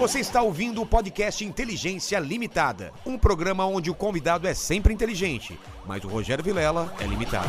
Você está ouvindo o podcast Inteligência Limitada, um programa onde o convidado é sempre inteligente, mas o Rogério Vilela é limitado.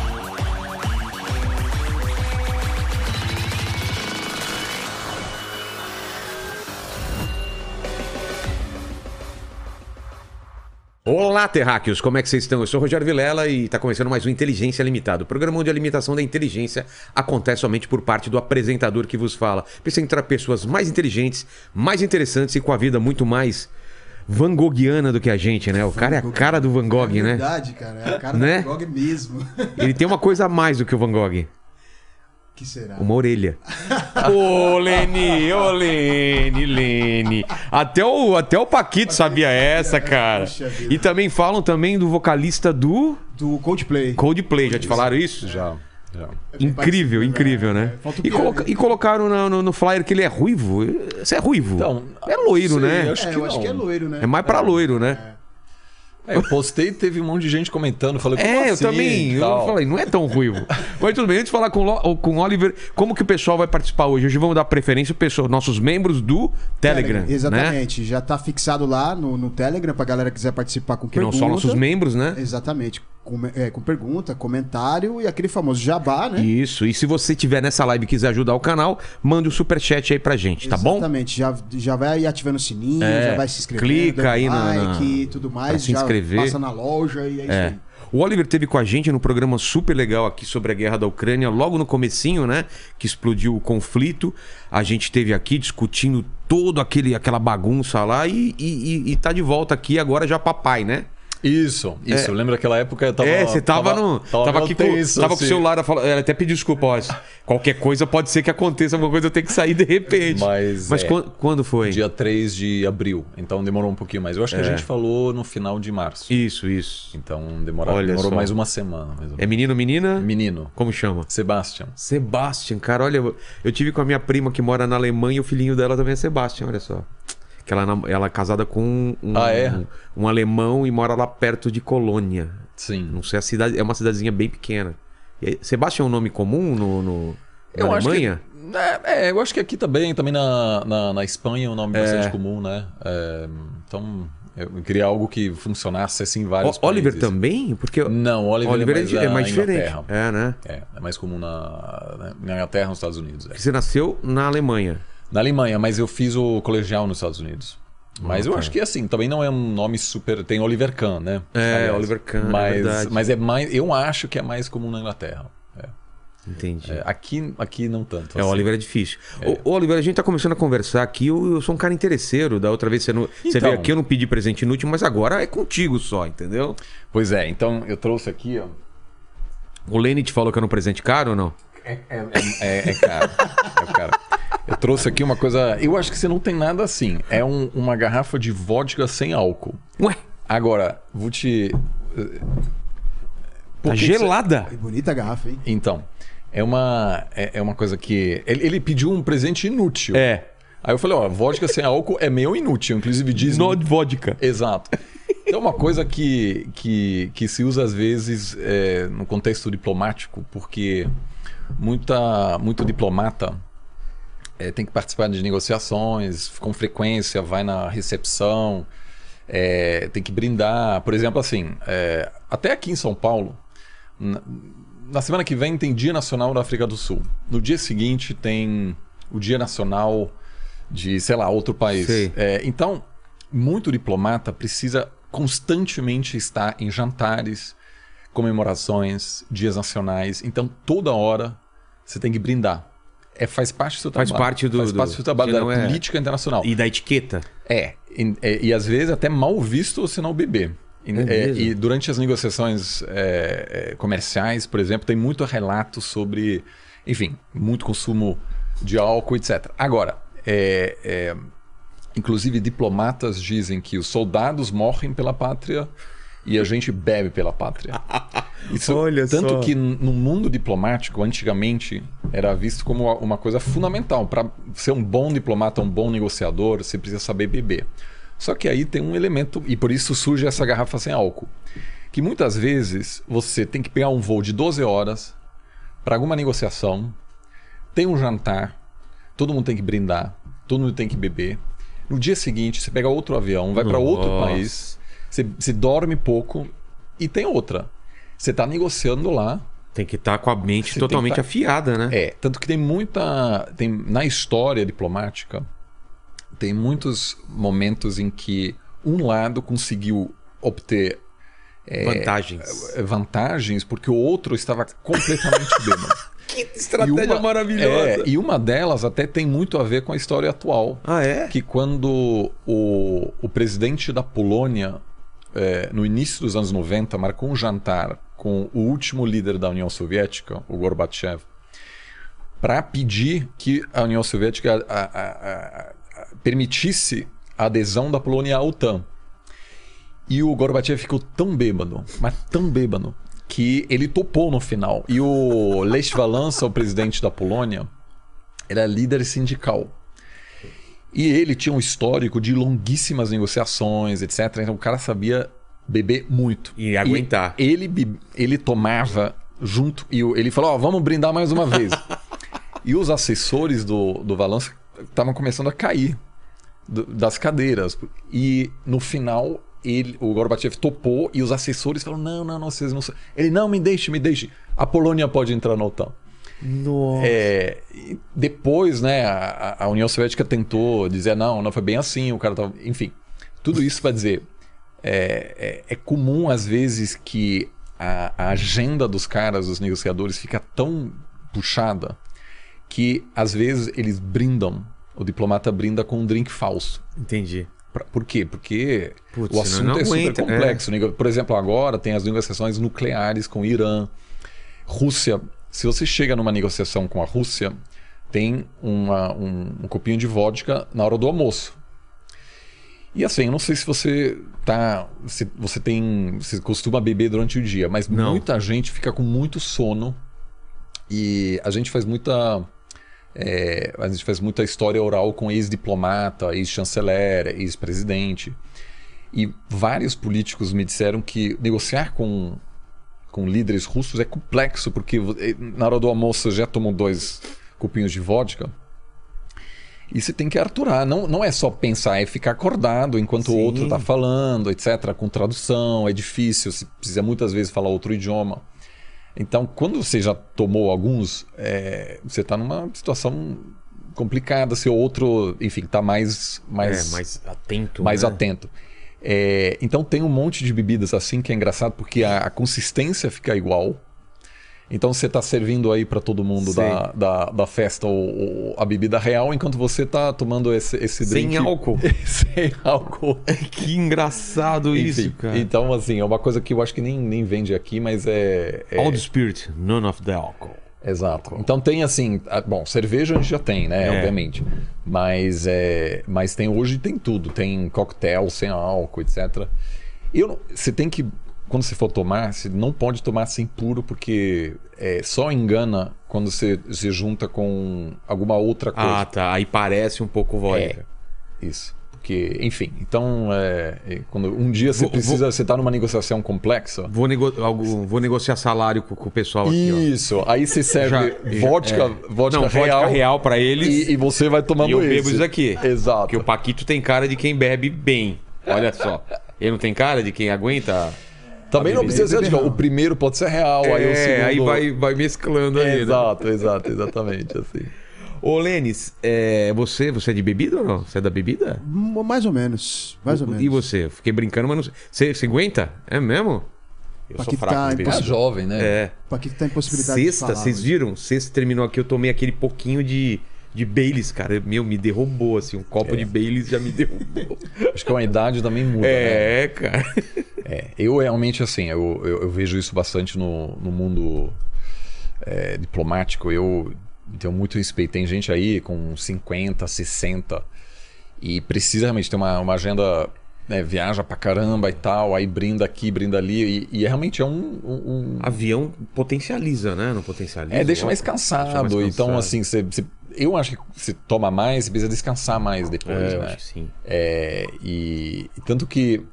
Olá, terráqueos, como é que vocês estão? Eu sou o Rogério Vilela e está começando mais um Inteligência Limitada, o programa onde a limitação da inteligência acontece somente por parte do apresentador que vos fala. Precisa entrar pessoas mais inteligentes, mais interessantes e com a vida muito mais Van Goghiana do que a gente, né? O cara é a cara do Van Gogh, né? É verdade, cara, é a cara do Van Gogh mesmo. Ele tem uma coisa a mais do que o Van Gogh. Que será? Uma orelha. Ô, Lene. Até o Paquito sabia essa, cara. E também falam também do vocalista do Coldplay. Já te falaram isso? Já. Incrível, né? E colocaram no flyer que ele é ruivo. Você é ruivo? Então, é loiro, né? Eu acho que é loiro, né? É mais pra loiro, né? Eu postei e teve um monte de gente comentando. Falei, como assim, eu também. Eu falei, não é tão ruivo. Mas tudo bem, antes de falar com o Oliver, como que o pessoal vai participar hoje? Hoje vamos dar preferência para nossos membros do Telegram. Exatamente. Né? Já tá fixado lá no Telegram pra galera que quiser participar com pergunta. Que não são nossos membros, né? Exatamente. Com pergunta, comentário e aquele famoso jabá, né? Isso. E se você tiver nessa live e quiser ajudar o canal, mande um superchat aí pra gente, tá bom? Exatamente. Já vai aí ativando o sininho, já vai se inscrevendo. Clica aí like e tudo mais. Se inscrever. Passa na loja e é isso aí. O Oliver teve com a gente no programa super legal aqui sobre a guerra da Ucrânia, logo no comecinho, né? Que explodiu o conflito. A gente esteve aqui discutindo toda aquela bagunça lá e tá de volta aqui agora já papai, né? Isso. Eu lembro daquela época eu tava... você tava aqui tenso, tava com o celular, ela até pediu desculpa, ó, qualquer coisa pode ser que aconteça, alguma coisa eu tenho que sair de repente. Mas quando foi? Dia 3 de abril, então demorou um pouquinho mais. Eu acho que a gente falou no final de março. Isso. Então demorou mais uma semana. Mais ou menos. É menino ou menina? Menino. Como chama? Sebastian, cara, olha, eu tive com a minha prima que mora na Alemanha e o filhinho dela também é Sebastian, olha só. Que ela é casada com um alemão e mora lá perto de Colônia. Sim. Não sei a cidade, é uma cidadezinha bem pequena. E Sebastião é um nome comum na Alemanha? Eu acho que aqui também na Espanha é um nome bastante comum, né? Então eu queria algo que funcionasse assim em vários países. Oliver também? Porque não, Oliver é mais diferente. Né? É mais comum na Inglaterra, nos Estados Unidos. Porque você nasceu na Alemanha. Na Alemanha, mas eu fiz o colegial nos Estados Unidos. Mas eu acho que assim, também não é um nome super... Tem Oliver Kahn, né? Aliás, Oliver Kahn, é verdade. Mas é mais... Eu acho que é mais comum na Inglaterra. Entendi. Aqui não tanto. O Oliver é difícil. Oliver, a gente tá começando a conversar aqui, eu sou um cara interesseiro. Da outra vez você veio aqui, eu não pedi presente inútil, mas agora é contigo só, entendeu? Pois é, então eu trouxe aqui, ó. O Lenny te falou que era um presente caro ou não? É caro. É caro. Eu trouxe aqui uma coisa... Eu acho que você não tem nada assim. É uma garrafa de vodka sem álcool. Ué? Agora, vou te... Tá gelada. Bonita a garrafa, hein? Então, é uma coisa que... Ele pediu um presente inútil. Aí eu falei, vodka sem álcool é meio inútil. Inclusive diz... Not vodka. Exato. É uma coisa que se usa às vezes no contexto diplomático, porque muito diplomata... tem que participar de negociações com frequência, vai na recepção, tem que brindar. Por exemplo, assim, até aqui em São Paulo, na semana que vem tem Dia Nacional da África do Sul. No dia seguinte tem o Dia Nacional de, sei lá, outro país. Então, muito diplomata precisa constantemente estar em jantares, comemorações, dias nacionais. Então, toda hora você tem que brindar. Faz parte do seu trabalho. Faz parte do seu trabalho, da política internacional. E da etiqueta. E às vezes até mal visto se não beber. E durante as negociações comerciais, por exemplo, tem muito relato sobre, enfim, muito consumo de álcool, etc. Agora, inclusive diplomatas dizem que os soldados morrem pela pátria e a gente bebe pela pátria. Isso, olha tanto só. que no mundo diplomático, antigamente, era visto como uma coisa fundamental. Para ser um bom diplomata, um bom negociador, você precisa saber beber. Só que aí tem um elemento, e por isso surge essa garrafa sem álcool, que muitas vezes você tem que pegar um voo de 12 horas para alguma negociação, tem um jantar, todo mundo tem que brindar, todo mundo tem que beber. No dia seguinte, você pega outro avião, vai para outro país, você dorme pouco e tem outra. Você está negociando lá. Tem que estar com a mente totalmente afiada, né? Tanto que na história diplomática, tem muitos momentos em que um lado conseguiu obter vantagens porque o outro estava completamente bêbado. Que estratégia maravilhosa! E uma delas até tem muito a ver com a história atual. Ah, é? Que quando o presidente da Polônia, no início dos anos 90, marcou um jantar com o último líder da União Soviética, o Gorbachev, para pedir que a União Soviética permitisse a adesão da Polônia à OTAN. E o Gorbachev ficou tão bêbado, mas tão bêbado, que ele topou no final. E o Lech Walesa, o presidente da Polônia, era líder sindical. E ele tinha um histórico de longuíssimas negociações, etc. Então o cara sabia beber muito. E aguentar. E ele tomava junto. E ele falou, vamos brindar mais uma vez. E os assessores do Walesa estavam começando a cair das cadeiras. E no final... o Gorbachev topou e os assessores falaram, não, vocês não... Ele, não, me deixe. A Polônia pode entrar na OTAN. Nossa. Depois, né, a União Soviética tentou dizer, não foi bem assim, o cara tava... Enfim, tudo isso para dizer, é comum às vezes que a agenda dos caras, dos negociadores, fica tão puxada que às vezes eles brindam, o diplomata brinda com um drink falso. Entendi. Por quê? Porque o assunto é super complexo. Por exemplo, agora tem as negociações nucleares com o Irã. Rússia, se você chega numa negociação com a Rússia, tem um copinho de vodka na hora do almoço. E assim, eu não sei se você você costuma beber durante o dia, mas muita gente fica com muito sono e a gente faz muita história oral com ex-diplomata, ex-chanceler, ex-presidente. E vários políticos me disseram que negociar com líderes russos é complexo, porque na hora do almoço você já tomou 2 copinhos de vodka e você tem que aturar. Não é só pensar, é ficar acordado enquanto o outro está falando, etc. Com tradução, é difícil, você precisa muitas vezes falar outro idioma. Então, quando você já tomou alguns, você está numa situação complicada, se o outro, enfim, está mais atento. Mais atento. Então, tem um monte de bebidas assim que é engraçado, porque a consistência fica igual. Então, você está servindo aí para todo mundo da festa a bebida real, enquanto você está tomando esse drink... Sem álcool. Sem álcool. Que engraçado isso, cara. Então, assim, é uma coisa que eu acho que nem vende aqui, mas All the spirit, none of the alcohol. Exato. Então tem assim... Bom, cerveja a gente já tem, né? Obviamente. Mas hoje tem tudo. Tem coquetel sem álcool, etc. Você tem que... Quando você for tomar, você não pode tomar sem puro, porque só engana quando você se junta com alguma outra coisa. Ah, tá. Aí parece um pouco vodka. Isso. Porque, enfim, então quando um dia você você está numa negociação complexa. Vou negociar salário com o pessoal aqui. Isso. Aí você serve vodka real para eles. E você vai tomando e eu bebo isso aqui. Exato. Porque o Paquito tem cara de quem bebe bem. Olha só. Ele não tem cara de quem aguenta. Também não precisa ser o primeiro pode ser real, aí o segundo... Aí vai mesclando aí. Exatamente assim. Ô, Lênis, você é de bebida ou não? Você é da bebida? Mais ou menos. E você? Fiquei brincando, mas não sei. Você aguenta? É mesmo? Eu sou fraco de bebida. Jovem, né? Pra que tá impossibilidade de falar. Vocês viram? Sexta terminou aqui, eu tomei aquele pouquinho de Baileys, cara. Me derrubou, assim. Um copo de Baileys já me derrubou. Acho que a idade também muda, né? Cara. Eu realmente, assim, eu vejo isso bastante no mundo diplomático. Eu tenho muito respeito. Tem gente aí com 50, 60 e precisa realmente ter uma agenda, né, viaja pra caramba e tal, aí brinda aqui, brinda ali e realmente é um... Avião potencializa, né? Não potencializa. Deixa mais cansado. Então, assim, eu acho que você toma mais, você precisa descansar mais depois, né? Eu acho que sim. E tanto que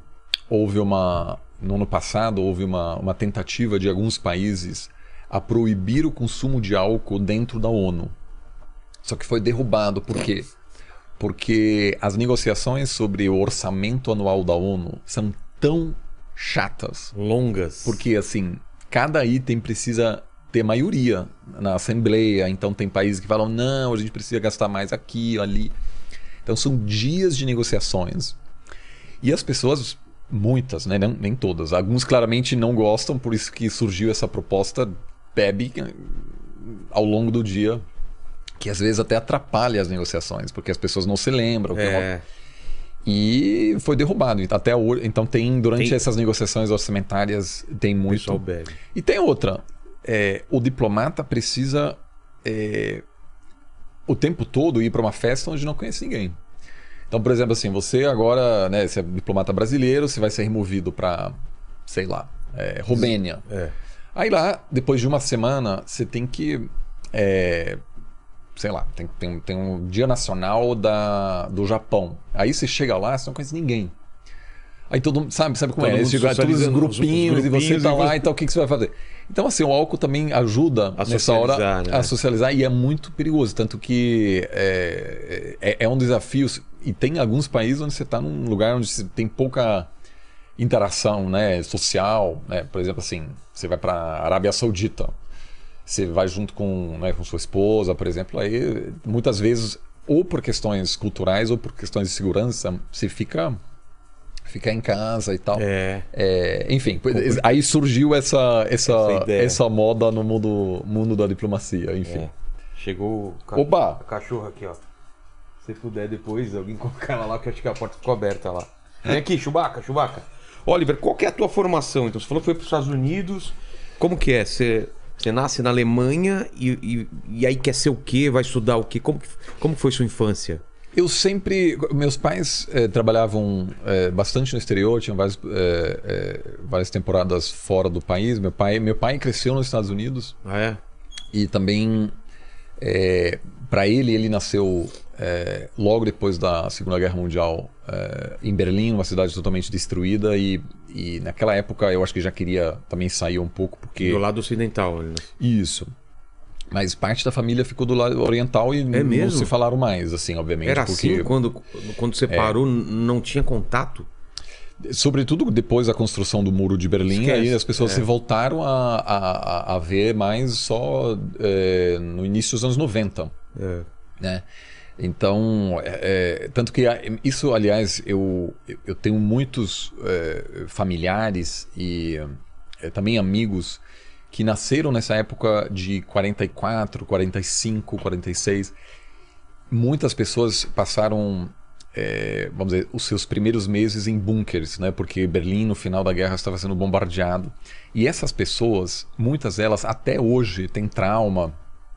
no ano passado, houve uma tentativa de alguns países a proibir o consumo de álcool dentro da ONU. Só que foi derrubado. Por quê? porque as negociações sobre o orçamento anual da ONU são tão chatas. Longas. Porque, assim, cada item precisa ter maioria na Assembleia. Então, tem países que falam, não, a gente precisa gastar mais aqui, ali. Então, são dias de negociações. E as pessoas, muitas, né? Nem todas. Alguns claramente não gostam, por isso que surgiu essa proposta, bebe ao longo do dia, que às vezes até atrapalha as negociações, porque as pessoas não se lembram. E foi derrubado. Até hoje, então durante essas negociações orçamentárias tem muito. O pessoal bebe. E tem outra. O diplomata precisa o tempo todo ir para uma festa onde não conhece ninguém. Então, por exemplo, assim, você agora, né, você é diplomata brasileiro, você vai ser removido para, sei lá, Romênia. Aí lá, depois de uma semana, você tem que, sei lá, tem um dia nacional do Japão. Aí você chega lá, você não conhece ninguém. Aí todo mundo, sabe como é? Chega todos os grupinhos e você tá lá e tal, o que você vai fazer? Então, assim, o álcool também ajuda nessa hora a socializar e é muito perigoso. Tanto que é um desafio. E tem alguns países onde você está num lugar onde você tem pouca interação, né, social. Né? Por exemplo, assim, você vai para a Arábia Saudita. Você vai junto com sua esposa, por exemplo. Aí, muitas vezes, ou por questões culturais ou por questões de segurança, você fica em casa e tal. Enfim, aí surgiu essa moda no mundo da diplomacia, enfim. Chegou Oba! a cachorra aqui, ó. Se puder depois, alguém colocar ela lá, que eu acho que a porta ficou aberta lá. Vem aqui, Chewbacca. Oliver, qual que é a tua formação? Então, você falou que foi para os Estados Unidos. Como que é? Você nasce na Alemanha e aí quer ser o quê? Vai estudar o quê? Como foi sua infância? Meus pais trabalhavam bastante no exterior, tinham várias temporadas fora do país. Meu pai cresceu nos Estados Unidos. E também, para ele nasceu logo depois da Segunda Guerra Mundial em Berlim, uma cidade totalmente destruída. E naquela época eu acho que já queria também sair um pouco, porque... Do lado ocidental. Né? Isso. Mas parte da família ficou do lado oriental e não se falaram mais, assim, obviamente. Era porque... assim? Quando você parou, não tinha contato? Sobretudo depois da construção do Muro de Berlim, aí as pessoas se voltaram a ver mais só no início dos anos 90. Né? Então, tanto que isso, aliás, eu tenho muitos familiares e também amigos que nasceram nessa época de 44, 45, 46. Muitas pessoas passaram, vamos dizer, os seus primeiros meses em bunkers, né? Porque Berlim, no final da guerra, estava sendo bombardeado. E essas pessoas, muitas delas, até hoje, têm trauma,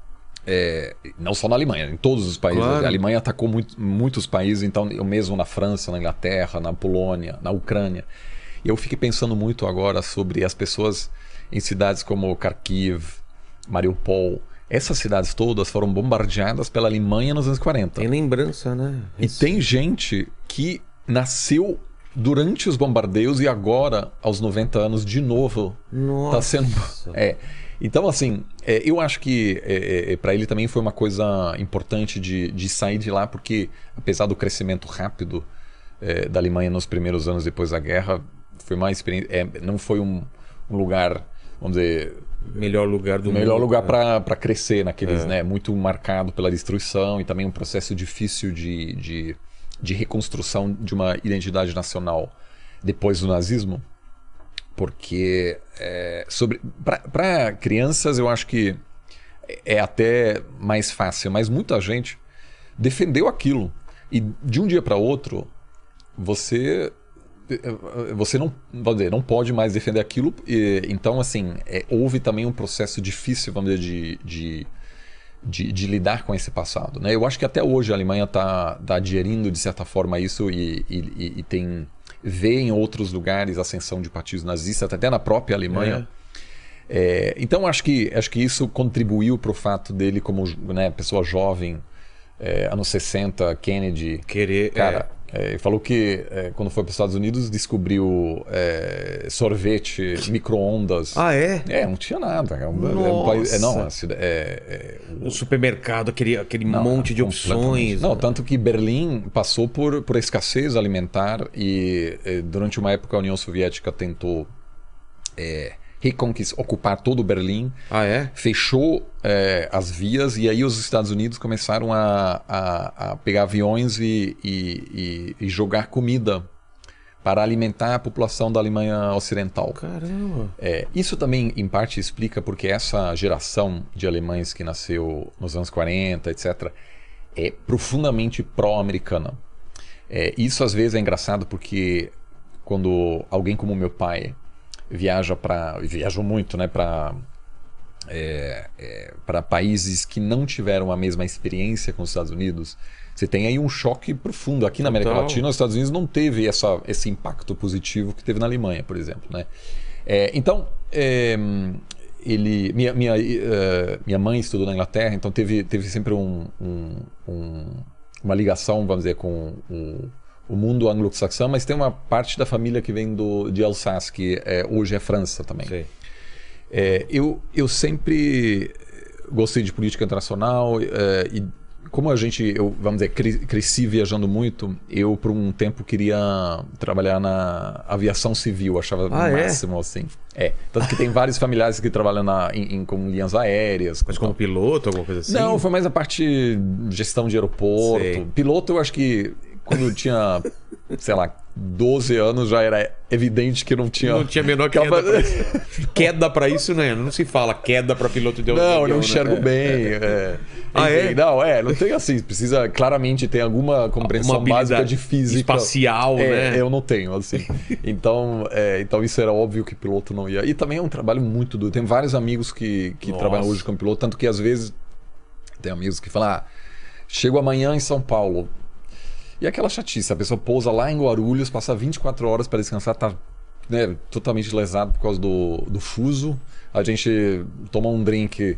não só na Alemanha, em todos os países. Claro. A Alemanha atacou muitos países, então eu mesmo na França, na Inglaterra, na Polônia, na Ucrânia. E eu fiquei pensando muito agora sobre as pessoas em cidades como Kharkiv, Mariupol. Essas cidades todas foram bombardeadas pela Alemanha nos anos 40. Tem lembrança, né? E tem gente que nasceu durante os bombardeios e agora, aos 90 anos, de novo está sendo... Então, assim, eu acho que para ele também foi uma coisa importante de sair de lá, porque apesar do crescimento rápido da Alemanha nos primeiros anos depois da guerra, foi uma experiência... não foi um lugar... Vamos dizer, melhor lugar do melhor mundo, lugar para crescer naqueles, né? Muito marcado pela destruição e também um processo difícil de reconstrução de uma identidade nacional depois do nazismo, porque para crianças eu acho que é até mais fácil, mas muita gente defendeu aquilo e de um dia para outro você não pode mais defender aquilo. Então, assim, houve também um processo difícil, vamos dizer, de lidar com esse passado. Né? Eu acho que até hoje a Alemanha está digerindo, de certa forma, isso e vê em outros lugares a ascensão de partidos nazistas, até na própria Alemanha. Então, acho que isso contribuiu para o fato dele, como pessoa jovem, anos 60, Kennedy, Falou que quando foi para os Estados Unidos descobriu sorvete, micro-ondas. Ah, é? Não tinha nada. Nossa. O supermercado, aquele monte de opções. Não, tanto que Berlim passou por escassez alimentar e durante uma época a União Soviética tentou ocupar todo Berlim. Ah, é? Fechou as vias e aí os Estados Unidos começaram a pegar aviões e jogar comida para alimentar a população da Alemanha Ocidental. Caramba! Isso também, em parte, explica porque essa geração de alemães que nasceu nos anos 40, etc., é profundamente pró-americana. Isso, às vezes, é engraçado porque quando alguém como meu pai viajou muito, né, para países que não tiveram a mesma experiência com os Estados Unidos, você tem aí um choque profundo. Aqui na América Latina, os Estados Unidos não teve esse impacto positivo que teve na Alemanha, por exemplo, né? Então, minha mãe estudou na Inglaterra, então teve sempre uma ligação, vamos dizer, com o mundo anglo-saxão, mas tem uma parte da família que vem de Alsácia, que hoje é França também. Eu sempre gostei de política internacional e como vamos dizer, cresci viajando muito, eu por um tempo queria trabalhar na aviação civil, achava o máximo, assim. Tanto que tem vários familiares que trabalham com linhas aéreas. Mas como piloto, alguma coisa assim? Não, foi mais a parte de gestão de aeroporto. Sei. Piloto, eu acho que quando eu tinha, sei lá, 12 anos já era evidente que não tinha menor queda pra isso. Queda pra isso, né? Não se fala queda pra piloto de avião. Não, eu não enxergo bem. Não tem assim. Precisa claramente ter alguma compreensão básica de física. Espacial, né? Eu não tenho, assim. Então isso era óbvio que piloto não ia. E também é um trabalho muito duro. Tem vários amigos que trabalham hoje como piloto, tanto que às vezes tem amigos que falam, chego amanhã em São Paulo. E aquela chatice, a pessoa pousa lá em Guarulhos, passa 24 horas para descansar, tá, né, totalmente lesado por causa do fuso. A gente toma um drink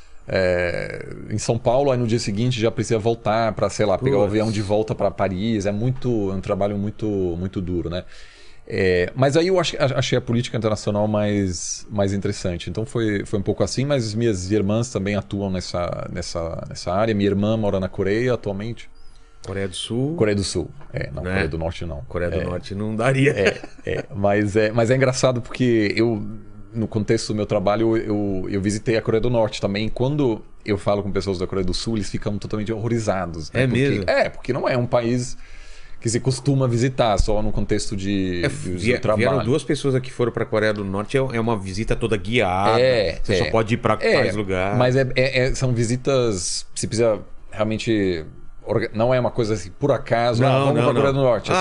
em São Paulo, aí no dia seguinte já precisa voltar para, sei lá, pegar o avião de volta para Paris. É um trabalho muito, muito duro, né? Mas aí eu achei a política internacional mais interessante. Então foi um pouco assim, mas minhas irmãs também atuam nessa área. Minha irmã mora na Coreia atualmente. Coreia do Sul? Coreia do Sul. Não, né? Coreia do Norte não. Coreia do Norte não daria. Mas é engraçado porque no contexto do meu trabalho, eu visitei a Coreia do Norte também. Quando eu falo com pessoas da Coreia do Sul, eles ficam totalmente horrorizados. Né? Mesmo? Porque não é um país que se costuma visitar, só no contexto de trabalho. Vieram 2 pessoas aqui que foram para a Coreia do Norte, é uma visita toda guiada. Você só pode ir para tais lugares. Mas são visitas, você precisa realmente... Não é uma coisa assim, por acaso, vamos para a Coreia do Norte.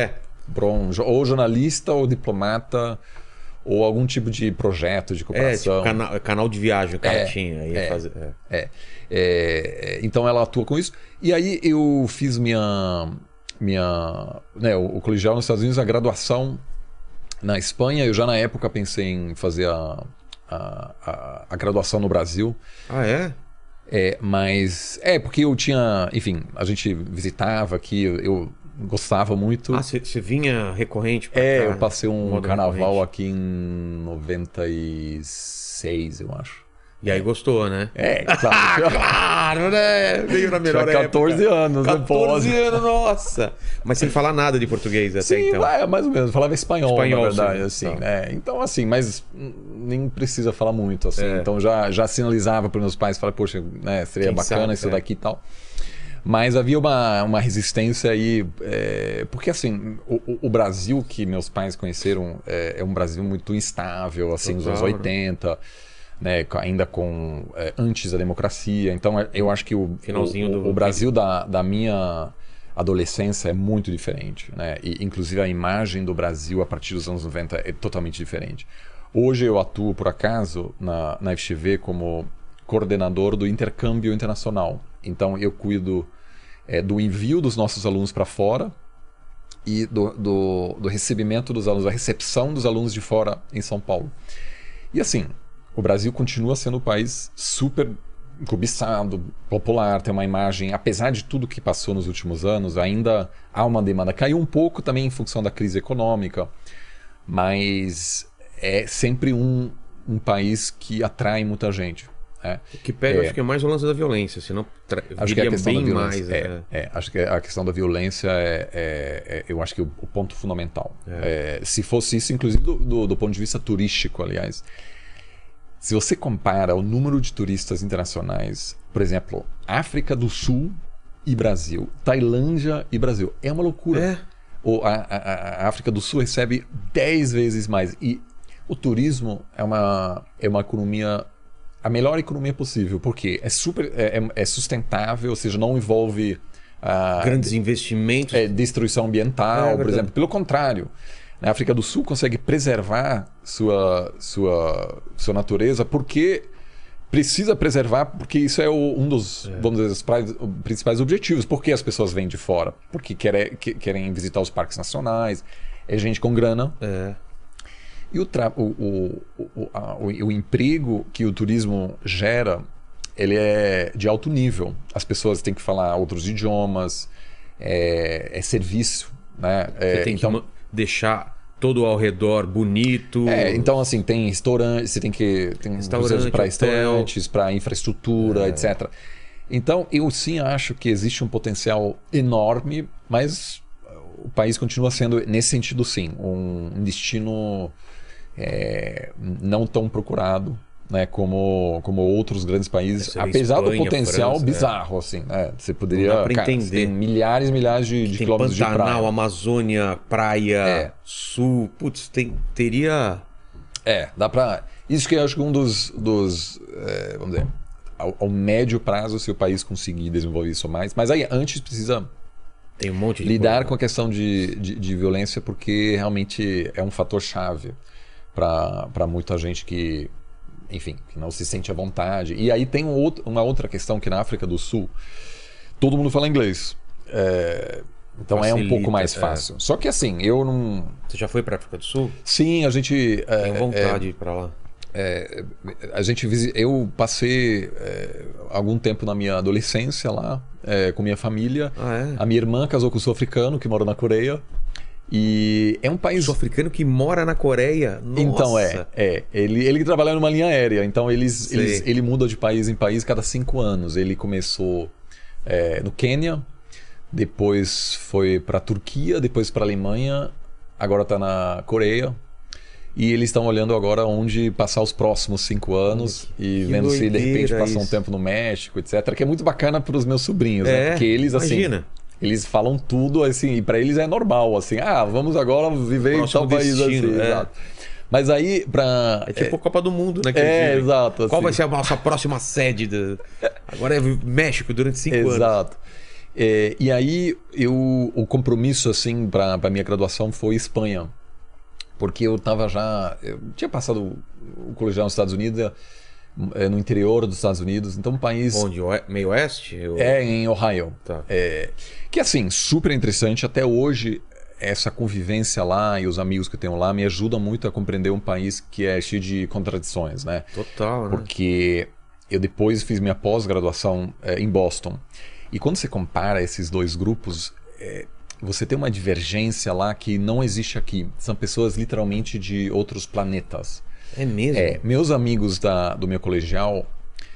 Ou jornalista, ou diplomata, ou algum tipo de projeto de cooperação. Tipo canal de viagem, o cara tinha. Então ela atua com isso. E aí eu fiz o colegial nos Estados Unidos, a graduação na Espanha. Eu já na época pensei em fazer a graduação no Brasil. Ah, é? Mas porque eu tinha, enfim, a gente visitava aqui, eu gostava muito. Você vinha recorrente pra cá? Eu passei um carnaval aqui em 96, eu acho. E aí gostou, né? Claro. Claro, né? Veio na melhor época. 14 anos, 14 anos, nossa! Mas sem falar nada de português até então. Sim, mais ou menos. Falava espanhol na verdade, sim, assim. Então, assim, mas nem precisa falar muito, assim. Então, já sinalizava para meus pais, falava, poxa, né, seria bacana isso daqui e tal. Mas havia uma resistência aí, porque assim, o Brasil que meus pais conheceram é um Brasil muito instável, assim, nos anos 80, né, ainda antes da democracia. Então eu acho que o Brasil da minha adolescência é muito diferente, né? E inclusive a imagem do Brasil a partir dos anos 90 é totalmente diferente. Hoje eu atuo, por acaso, na FGV como coordenador do intercâmbio internacional. Então eu cuido do envio dos nossos alunos para fora e do recebimento dos alunos, da recepção dos alunos de fora em São Paulo. E assim, o Brasil continua sendo um país super cobiçado, popular, tem uma imagem, apesar de tudo que passou nos últimos anos, ainda há uma demanda. Caiu um pouco também em função da crise econômica, mas é sempre um país que atrai muita gente. O que pega, acho que é mais o lance da violência, senão acho que é a questão bem da violência. mais. Acho que a questão da violência eu acho que o ponto fundamental. Se fosse isso, inclusive do ponto de vista turístico, aliás. Se você compara o número de turistas internacionais, por exemplo, África do Sul e Brasil, Tailândia e Brasil, é uma loucura. A África do Sul recebe 10 vezes mais. E o turismo é uma economia, a melhor economia possível, porque é sustentável, ou seja, não envolve grandes investimentos, destruição ambiental, por exemplo. Pelo contrário, na África do Sul consegue preservar sua natureza, porque precisa preservar, porque isso é um dos, vamos dizer, os principais objetivos. Por que as pessoas vêm de fora? Porque querem visitar os parques nacionais, é gente com grana. E o emprego que o turismo gera, ele é de alto nível. As pessoas têm que falar outros idiomas, é serviço, né? Você tem que deixar todo ao redor bonito. Então, assim, tem restaurantes, você tem para restaurantes, para infraestrutura, etc. Então, eu sim acho que existe um potencial enorme, mas o país continua sendo, nesse sentido, sim, um destino não tão procurado, né, como outros grandes países, apesar Espanha, do potencial França, bizarro, assim, né? Você poderia, entender. Tem milhares de quilômetros Pantanal, de praia. Amazônia, praia, sul, putz, teria... dá pra... Isso que eu acho que um dos vamos dizer, ao médio prazo, se o país conseguir desenvolver isso mais, mas aí antes precisa tem um monte de lidar com a questão de violência, porque realmente é um fator chave para muita gente que, enfim, que não se sente à vontade. E aí tem uma outra questão, que na África do Sul todo mundo fala inglês. Então facilita, é um pouco mais fácil. Só que assim, eu não... Você já foi para a África do Sul? Sim, a gente... Tenho vontade de ir para lá. Eu passei algum tempo na minha adolescência lá, com minha família. A minha irmã casou com um sul-africano que mora na Coreia. E é um país... Sul-africano que mora na Coreia? Nossa. Então ele trabalha numa linha aérea. Então ele muda de país em país cada 5 anos. Ele começou no Quênia, depois foi para a Turquia, depois para a Alemanha, agora está na Coreia. E eles estão olhando agora onde passar os próximos 5 anos e vendo se de repente passar um tempo no México, etc. Que é muito bacana para os meus sobrinhos, né? Porque eles, assim... Imagina. Eles falam tudo assim, e para eles é normal, assim, vamos agora viver em tal país assim. Exato. Mas aí é tipo a Copa do Mundo, né? Exato. Qual vai ser a nossa próxima sede? Agora é México durante 5 anos. Exato. E aí o compromisso assim para minha graduação foi Espanha, porque eu tinha passado o colegial nos Estados Unidos, no interior dos Estados Unidos, então um país... Onde? Meio oeste? Em Ohio. Tá. Que assim, super interessante. Até hoje, essa convivência lá e os amigos que eu tenho lá me ajudam muito a compreender um país que é cheio de contradições, né? Total, né? Porque eu depois fiz minha pós-graduação em Boston. E quando você compara esses dois grupos, você tem uma divergência lá que não existe aqui. São pessoas literalmente de outros planetas. É mesmo? Meus amigos do meu colegial,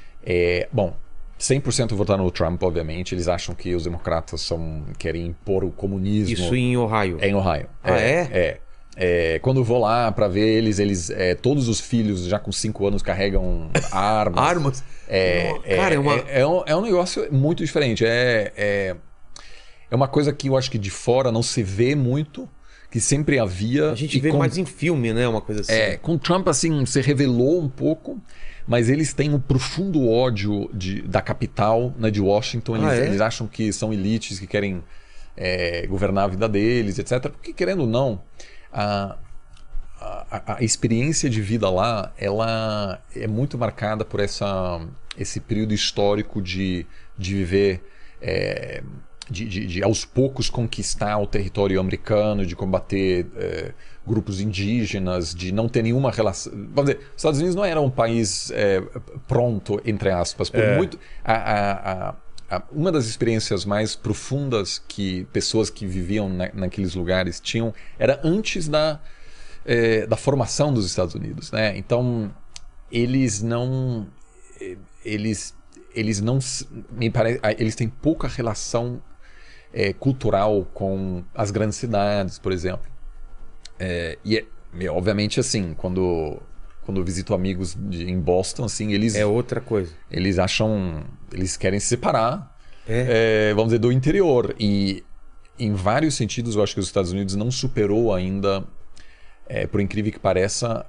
100% votaram no Trump, obviamente. Eles acham que os democratas querem impor o comunismo. Isso em Ohio? Em Ohio. Quando eu vou lá para ver eles todos os filhos já com 5 anos carregam armas. Armas? Cara, é um negócio muito diferente. É uma coisa que eu acho que de fora não se vê muito, que sempre havia. A gente vê mais em filme, né? Uma coisa assim. Com Trump, assim, se revelou um pouco, mas eles têm um profundo ódio da capital, né, de Washington. Eles acham que são elites que querem governar a vida deles, etc. Porque, querendo ou não, a experiência de vida lá, ela é muito marcada por esse período histórico de viver de aos poucos conquistar o território americano, de combater grupos indígenas, de não ter nenhuma relação. Vamos dizer, os Estados Unidos não era um país pronto, entre aspas, por muito. Uma das experiências mais profundas que pessoas que viviam naqueles lugares tinham era antes da formação dos Estados Unidos, né? Então eles não me parece, eles têm pouca relação cultural com as grandes cidades, por exemplo. Obviamente, assim, quando eu visito amigos em Boston, assim, eles... É outra coisa. Eles querem se separar, vamos dizer, do interior. E, em vários sentidos, eu acho que os Estados Unidos não superou ainda, por incrível que pareça,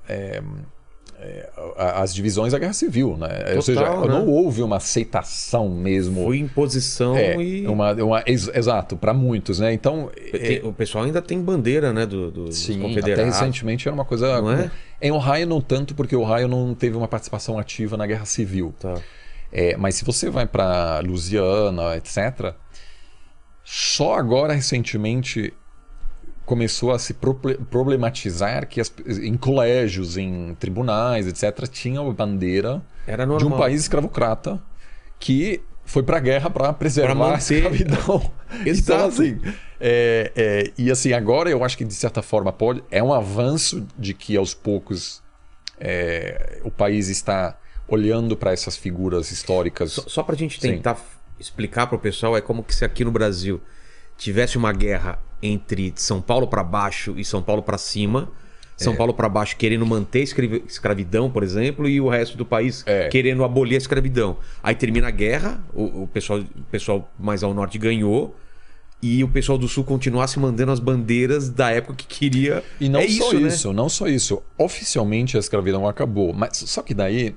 as divisões da Guerra Civil, né? Total, ou seja, né? não houve uma aceitação mesmo. Foi imposição e... Exato, para muitos, né? Então... O pessoal ainda tem bandeira, né? Dos Sim, confederados. até recentemente era uma coisa... Não é? Em Ohio não tanto, porque Ohio não teve uma participação ativa na Guerra Civil. Tá. Mas se você vai para Louisiana, etc., só agora recentemente começou a se problematizar que em colégios, em tribunais, etc., tinha uma bandeira de um país escravocrata que foi para a guerra para preservar a escravidão. Então, assim, e assim, agora eu acho que de certa forma é um avanço de que aos poucos o país está olhando para essas figuras históricas. Só para a gente tentar explicar para o pessoal, é como que se aqui no Brasil tivesse uma guerra entre São Paulo para baixo e São Paulo para cima. São Paulo para baixo querendo manter a escravidão, por exemplo, e o resto do país querendo abolir a escravidão. Aí termina a guerra, o pessoal mais ao norte ganhou, e o pessoal do sul continuasse mandando as bandeiras da época que queria. E não só isso. Oficialmente a escravidão acabou, mas só que daí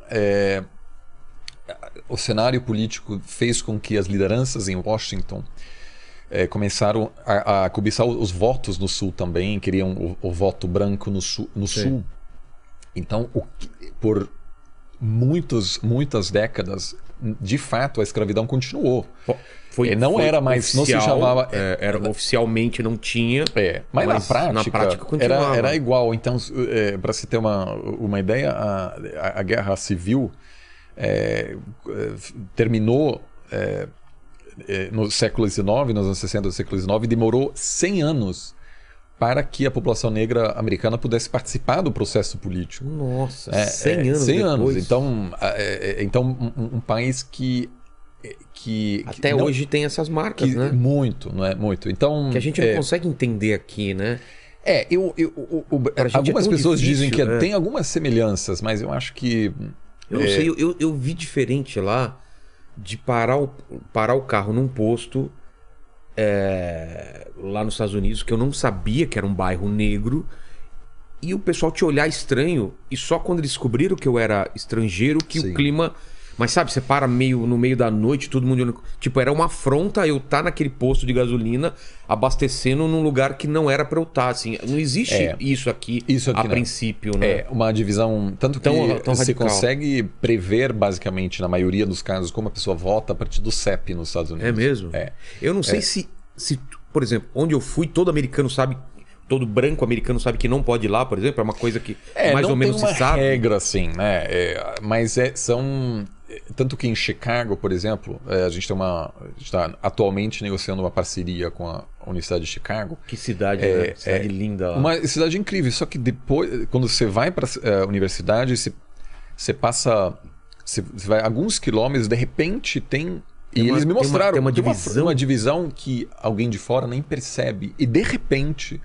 o cenário político fez com que as lideranças em Washington começaram a cobiçar os votos no sul também, queriam o voto branco no sul. Então, por muitas décadas, de fato, a escravidão continuou. Não era mais, oficial, não se chamava... oficialmente não tinha, mas na prática continuava. Era igual. Então, para se ter uma ideia, a Guerra Civil terminou... no século XIX, nos anos 60 do século XIX, demorou 100 anos para que a população negra americana pudesse participar do processo político. Nossa, 100 anos 100 depois. anos. Então um país que até hoje tem essas marcas, né? Muito, não é? Muito. Então, que a gente não consegue entender aqui, né? Algumas pessoas difícil, dizem que tem algumas semelhanças, mas eu acho que... Eu não sei, eu vi diferente lá de parar o carro num posto lá nos Estados Unidos, que eu não sabia que era um bairro negro, e o pessoal te olhar estranho, e só quando eles descobriram que eu era estrangeiro que o clima... Mas sabe, você para no meio da noite, todo mundo... Tipo, era uma afronta eu estar naquele posto de gasolina abastecendo num lugar que não era pra eu estar, assim. Não existe isso aqui a princípio, né? Uma divisão... Tanto que você consegue prever, basicamente, na maioria dos casos, como a pessoa vota a partir do CEP nos Estados Unidos. É mesmo? Eu não sei se, por exemplo, onde eu fui, todo americano sabe... Todo branco americano sabe que não pode ir lá, por exemplo. É uma coisa que mais ou menos se sabe. Não tem uma regra, assim, né? Mas são... Tanto que em Chicago, por exemplo, a gente está atualmente negociando uma parceria com a Universidade de Chicago. Que cidade, né? Cidade linda lá. Uma cidade incrível. Só que depois, quando você vai para a universidade, você passa... Você vai alguns quilômetros, de repente tem... E eles me mostraram tem uma divisão que alguém de fora nem percebe. E de repente...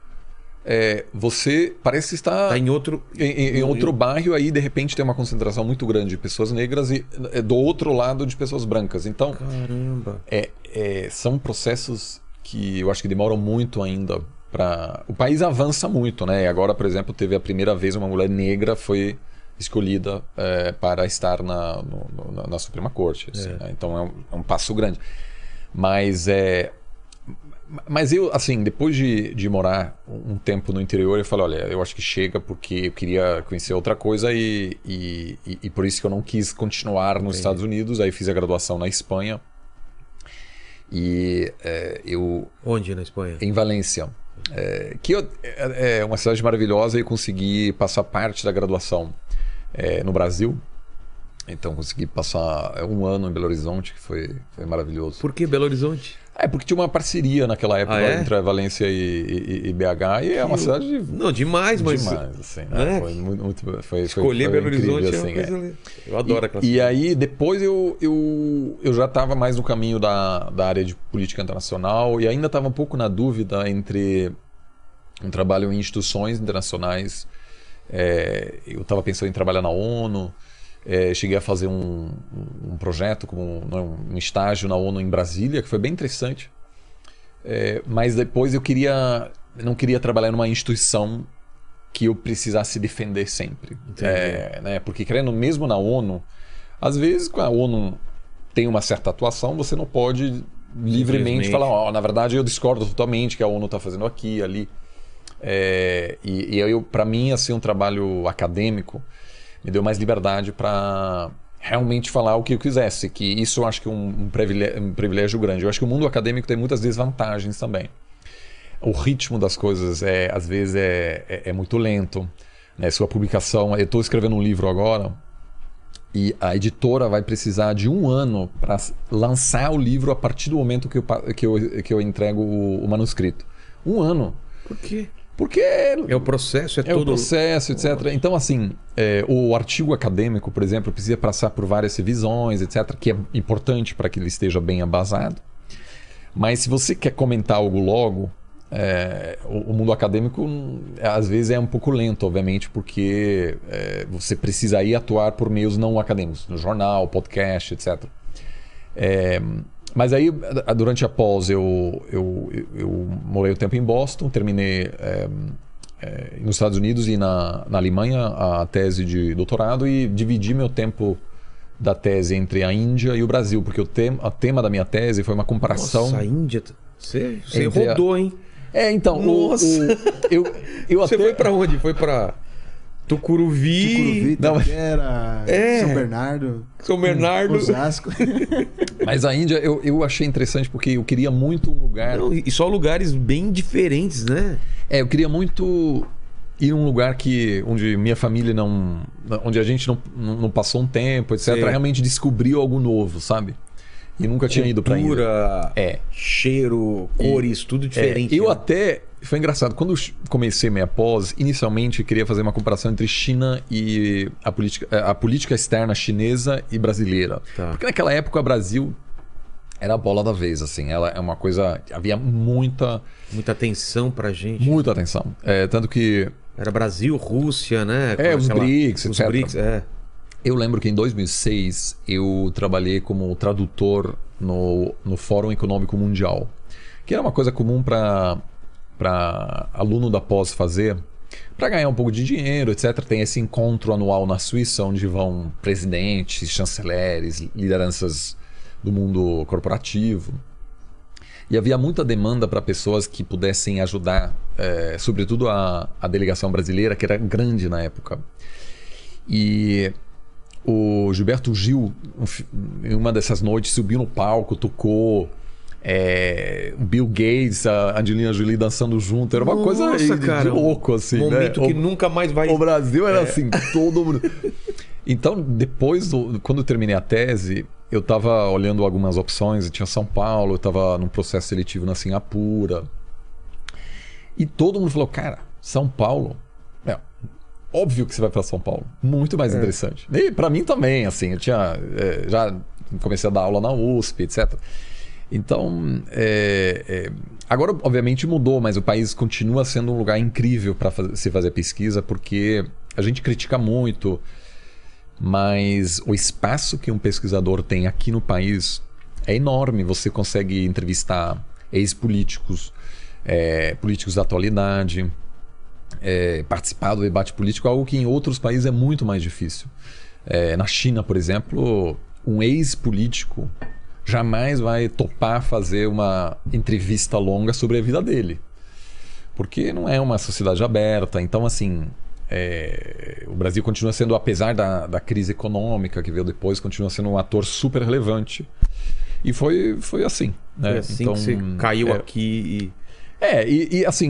você parece estar tá em outro bairro, aí de repente tem uma concentração muito grande de pessoas negras e do outro lado de pessoas brancas. Então, caramba, são processos que eu acho que demoram muito ainda para... O país avança muito, né? E agora, por exemplo, teve a primeira vez uma mulher negra foi escolhida para estar na Suprema Corte. Assim, né? Então é um passo grande. Mas eu, assim, depois de morar um tempo no interior, eu falei, olha, eu acho que chega porque eu queria conhecer outra coisa e por isso que eu não quis continuar nos Estados Unidos. Aí fiz a graduação na Espanha. E eu... Onde na Espanha? Em Valência. É uma cidade maravilhosa e eu consegui passar parte da graduação no Brasil. Então consegui passar um ano em Belo Horizonte, que foi maravilhoso. Por que Belo Horizonte? Porque tinha uma parceria naquela época entre Valência e BH, e é uma cidade... Não, demais, mas... Demais, assim. Né? Foi muito... Escolher foi Belo Horizonte incrível, é uma coisa... Eu adoro aquela E aí, depois eu já estava mais no caminho da área de política internacional e ainda estava um pouco na dúvida entre um trabalho em instituições internacionais. Eu estava pensando em trabalhar na ONU. Cheguei a fazer um projeto, um estágio na ONU em Brasília, que foi bem interessante. Mas depois eu não queria trabalhar numa instituição que eu precisasse defender sempre. Né? Porque, querendo mesmo na ONU, às vezes, quando a ONU tem uma certa atuação, você não pode livremente falar, na verdade eu discordo totalmente que a ONU está fazendo aqui, ali. Para mim, assim, um trabalho acadêmico me deu mais liberdade para realmente falar o que eu quisesse, que isso eu acho que é um privilégio grande. Eu acho que o mundo acadêmico tem muitas desvantagens também. O ritmo das coisas, às vezes, é muito lento. Né? Sua publicação... Eu estou escrevendo um livro agora e a editora vai precisar de 1 ano para lançar o livro a partir do momento que eu entrego o manuscrito. 1 ano. Por quê? Porque é o processo, o processo, etc. Então, assim, o artigo acadêmico, por exemplo, precisa passar por várias revisões, etc., que é importante para que ele esteja bem embasado. Mas se você quer comentar algo logo, o mundo acadêmico, às vezes, é um pouco lento, obviamente, porque você precisa aí atuar por meios não acadêmicos, no jornal, podcast, etc. Mas aí, durante a pós, eu morei um tempo em Boston, terminei nos Estados Unidos e na Alemanha a tese de doutorado e dividi meu tempo da tese entre a Índia e o Brasil, porque o tema da minha tese foi uma comparação... Nossa, a Índia... Você rodou, hein? Então... Nossa! Você foi pra onde? Foi pra... Tucuruvi, Itaquera, São Bernardo. São Bernardo. Osasco. Mas a Índia eu achei interessante porque eu queria muito um lugar... Não, e só lugares bem diferentes, né? Eu queria muito ir a um lugar onde minha família onde a gente não passou um tempo, etc. Realmente descobriu algo novo, sabe? E nunca tinha ido pra Índia. Cheiro, cores, tudo diferente. Eu até... Foi engraçado. Quando eu comecei minha pós, inicialmente eu queria fazer uma comparação entre China e a política externa chinesa e brasileira. Tá. Porque naquela época o Brasil era a bola da vez, assim. Ela é uma coisa... Havia muita atenção pra gente. Muita atenção. Tanto que... Era Brasil, Rússia, né? Os BRICS, os etc. BRICS, Eu lembro que em 2006 eu trabalhei como tradutor no Fórum Econômico Mundial, que era uma coisa comum para aluno da pós fazer, para ganhar um pouco de dinheiro, etc. Tem esse encontro anual na Suíça, onde vão presidentes, chanceleres, lideranças do mundo corporativo. E havia muita demanda para pessoas que pudessem ajudar, sobretudo a delegação brasileira, que era grande na época. E o Gilberto Gil, em uma dessas noites, subiu no palco, tocou... Bill Gates, a Angelina Jolie dançando junto. Era uma coisa de louco, assim. Momento que nunca mais vai... O Brasil era assim, todo mundo... Então, depois, quando eu terminei a tese, eu estava olhando algumas opções. Eu tinha São Paulo, eu estava num processo seletivo na Singapura. E todo mundo falou, cara, São Paulo... Óbvio que você vai para São Paulo. Muito mais interessante. E para mim também, assim. Eu tinha... já comecei a dar aula na USP, etc. Então, agora obviamente mudou, mas o país continua sendo um lugar incrível para se fazer pesquisa, porque a gente critica muito, mas o espaço que um pesquisador tem aqui no país é enorme. Você consegue entrevistar ex-políticos, políticos da atualidade, participar do debate político, algo que em outros países é muito mais difícil. Na China, por exemplo, um ex-político jamais vai topar fazer uma entrevista longa sobre a vida dele. Porque não é uma sociedade aberta. Então, assim, o Brasil continua sendo, apesar da crise econômica que veio depois, continua sendo um ator super relevante. E foi assim, né? Foi assim Então, que você caiu aqui e assim,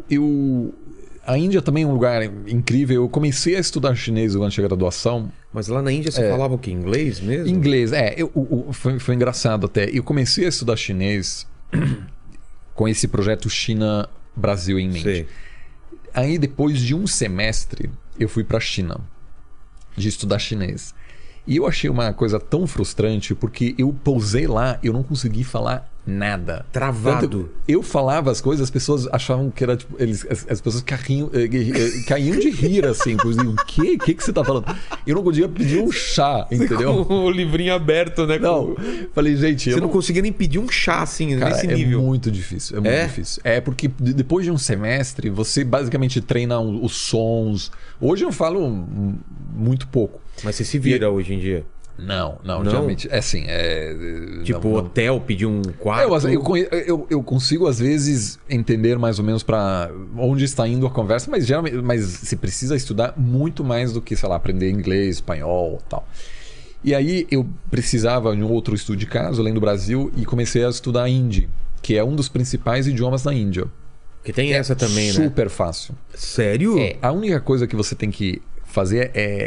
a Índia também é um lugar incrível. Eu comecei a estudar chinês durante a graduação. Mas lá na Índia você falava o quê? Inglês mesmo? Inglês, foi engraçado até. Eu comecei a estudar chinês com esse projeto China-Brasil em mente. Sei. Aí depois de um semestre, eu fui para a China de estudar chinês. E eu achei uma coisa tão frustrante, porque eu pousei lá, eu não consegui falar nada. Travado. Tanto eu falava as coisas, as pessoas achavam que era tipo. As pessoas caíam de rir, assim. O quê? O que você tá falando? Eu não podia pedir um chá, entendeu? Com o livrinho aberto, né? Não. Falei, gente. Você não conseguia nem pedir um chá, assim, cara, nesse nível. É muito difícil. É muito difícil. É porque depois de um semestre, você basicamente treina os sons. Hoje eu falo muito pouco. Mas você se vira hoje em dia? Não, geralmente. É assim. Tipo, hotel, pedir um quarto. Eu consigo, às vezes, entender mais ou menos para onde está indo a conversa, mas geralmente você precisa estudar muito mais do que, sei lá, aprender inglês, espanhol e tal. E aí eu precisava de um outro estudo de caso, além do Brasil, e comecei a estudar hindi, que é um dos principais idiomas da Índia. Que tem essa também, né? Super fácil. Sério? A única coisa que você tem que fazer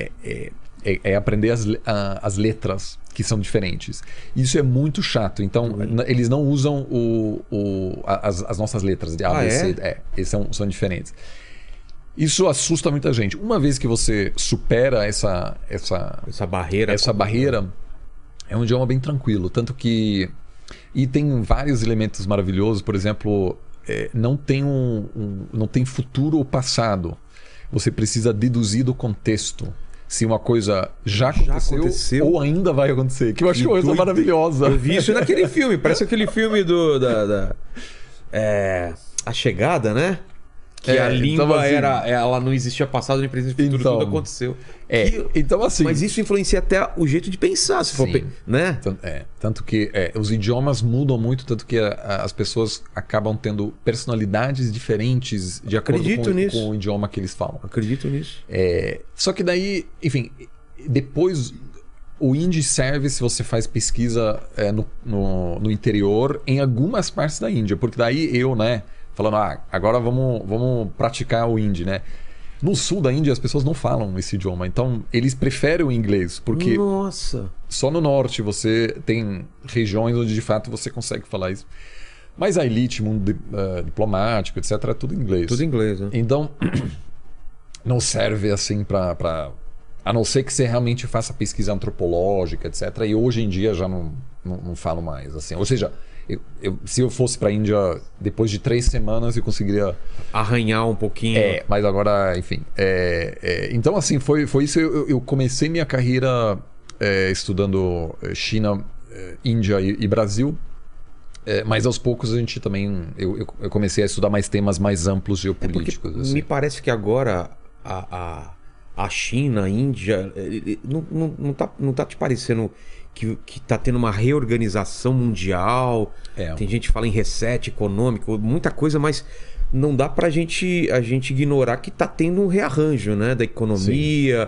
é aprender as letras, que são diferentes. Isso é muito chato. Então, eles não usam as nossas letras de A, B, C. Eles são diferentes. Isso assusta muita gente. Uma vez que você supera essa barreira, é um idioma bem tranquilo. Tanto que... E tem vários elementos maravilhosos. Por exemplo, não tem futuro ou passado. Você precisa deduzir do contexto se uma coisa já aconteceu ou ainda vai acontecer. Que eu acho uma coisa maravilhosa. Eu vi isso naquele filme. Parece aquele filme A Chegada, né? Que a língua então, assim, ela não existia passado nem presente nem futuro, tudo aconteceu. Então assim... Mas isso influencia até o jeito de pensar, se for, né? Tanto que os idiomas mudam muito, tanto que as pessoas acabam tendo personalidades diferentes de acordo com o idioma que eles falam. Acredito nisso. Só que daí, enfim, depois o hindi serve se você faz pesquisa no interior, em algumas partes da Índia, porque daí falando, agora vamos praticar o hindi, né? No sul da Índia as pessoas não falam esse idioma, então eles preferem o inglês, porque só no norte você tem regiões onde de fato você consegue falar isso. Mas a elite, mundo diplomático, etc, é tudo inglês. Tudo inglês, né? Então não serve assim para a não ser que você realmente faça pesquisa antropológica, etc. E hoje em dia já não falo mais, assim. Ou seja, se eu fosse para a Índia depois de 3 semanas eu conseguiria arranhar um pouquinho. Mas agora, enfim. Então, assim, foi isso. Eu comecei minha carreira estudando China, Índia e Brasil. Mas aos poucos a gente também... Eu comecei a estudar mais temas mais amplos geopolíticos. Assim. Me parece que agora a China, a Índia... Não tá te parecendo... Que tá tendo uma reorganização mundial, tem gente que fala em reset econômico, muita coisa, mas não dá pra a gente ignorar que tá tendo um rearranjo, né, da economia,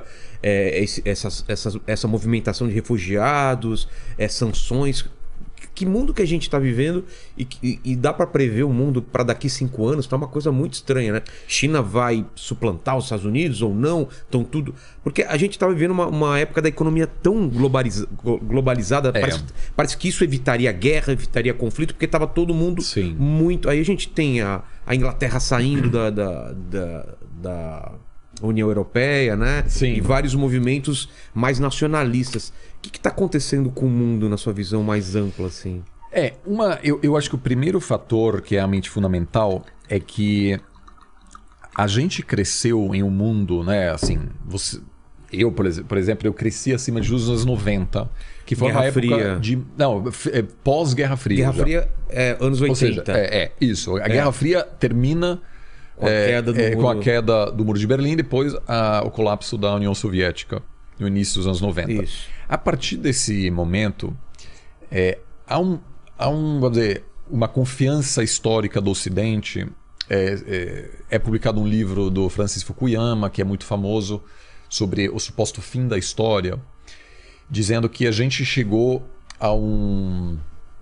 essa movimentação de refugiados, sanções. Que mundo que a gente está vivendo e dá para prever o mundo para daqui 5 anos? Tá uma coisa muito estranha, né? China vai suplantar os Estados Unidos ou não? Então tudo... Porque a gente está vivendo uma época da economia tão globalizada. Parece que isso evitaria guerra, evitaria conflito, porque estava todo mundo muito... Aí a gente tem a Inglaterra saindo da União Europeia, né? Sim. E vários movimentos mais nacionalistas. O que está acontecendo com o mundo na sua visão mais ampla, assim? Eu acho que o primeiro fator que é realmente fundamental é que a gente cresceu em um mundo, né? Assim, eu, por exemplo, eu cresci acima dos anos 90, que foi uma época de... Não, pós-Guerra Fria. Guerra Fria anos 80. Ou seja, isso. A Guerra Fria termina com a queda do Muro de Berlim, depois o colapso da União Soviética, no início dos anos 90. Isso. A partir desse momento, há vamos dizer, uma confiança histórica do Ocidente. É publicado um livro do Francis Fukuyama, que é muito famoso, sobre o suposto fim da história, dizendo que a gente chegou a um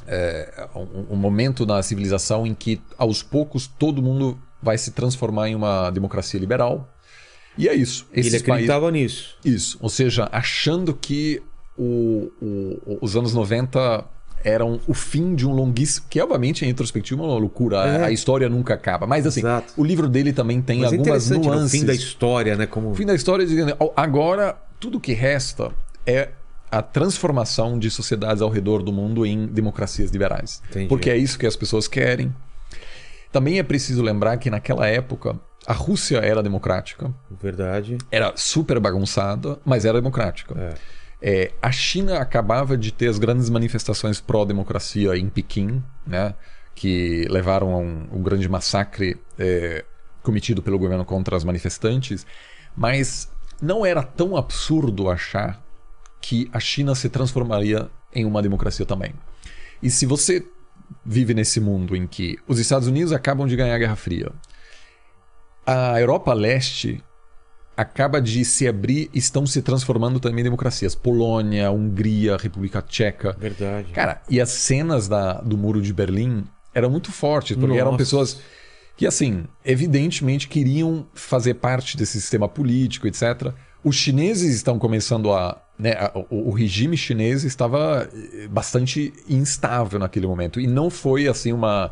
um momento na civilização em que, aos poucos, todo mundo vai se transformar em uma democracia liberal. E é isso. Ele acreditava nisso. Isso. Ou seja, achando que os anos 90 eram o fim de um longuíssimo... Que, obviamente, é introspectivo, uma loucura. A história nunca acaba. Mas, assim, Exato. o livro dele também tem Mas algumas é nuances. O fim da história, né? Como... O fim da história, dizendo, agora, tudo que resta é a transformação de sociedades ao redor do mundo em democracias liberais. Entendi. Porque é isso que as pessoas querem. Também é preciso lembrar que, naquela época, a Rússia era democrática. Verdade. Era super bagunçada, mas era democrática. A China acabava de ter as grandes manifestações pró-democracia em Pequim, né, que levaram a um grande massacre cometido pelo governo contra os manifestantes, mas não era tão absurdo achar que a China se transformaria em uma democracia também. E se você vive nesse mundo em que os Estados Unidos acabam de ganhar a Guerra Fria, a Europa Leste acaba de se abrir e estão se transformando também em democracias. Polônia, Hungria, República Tcheca. Verdade. Cara, e as cenas do Muro de Berlim eram muito fortes, porque eram pessoas que, assim, evidentemente queriam fazer parte desse sistema político, etc. Os chineses estão começando o regime chinês estava bastante instável naquele momento. E não foi, assim, uma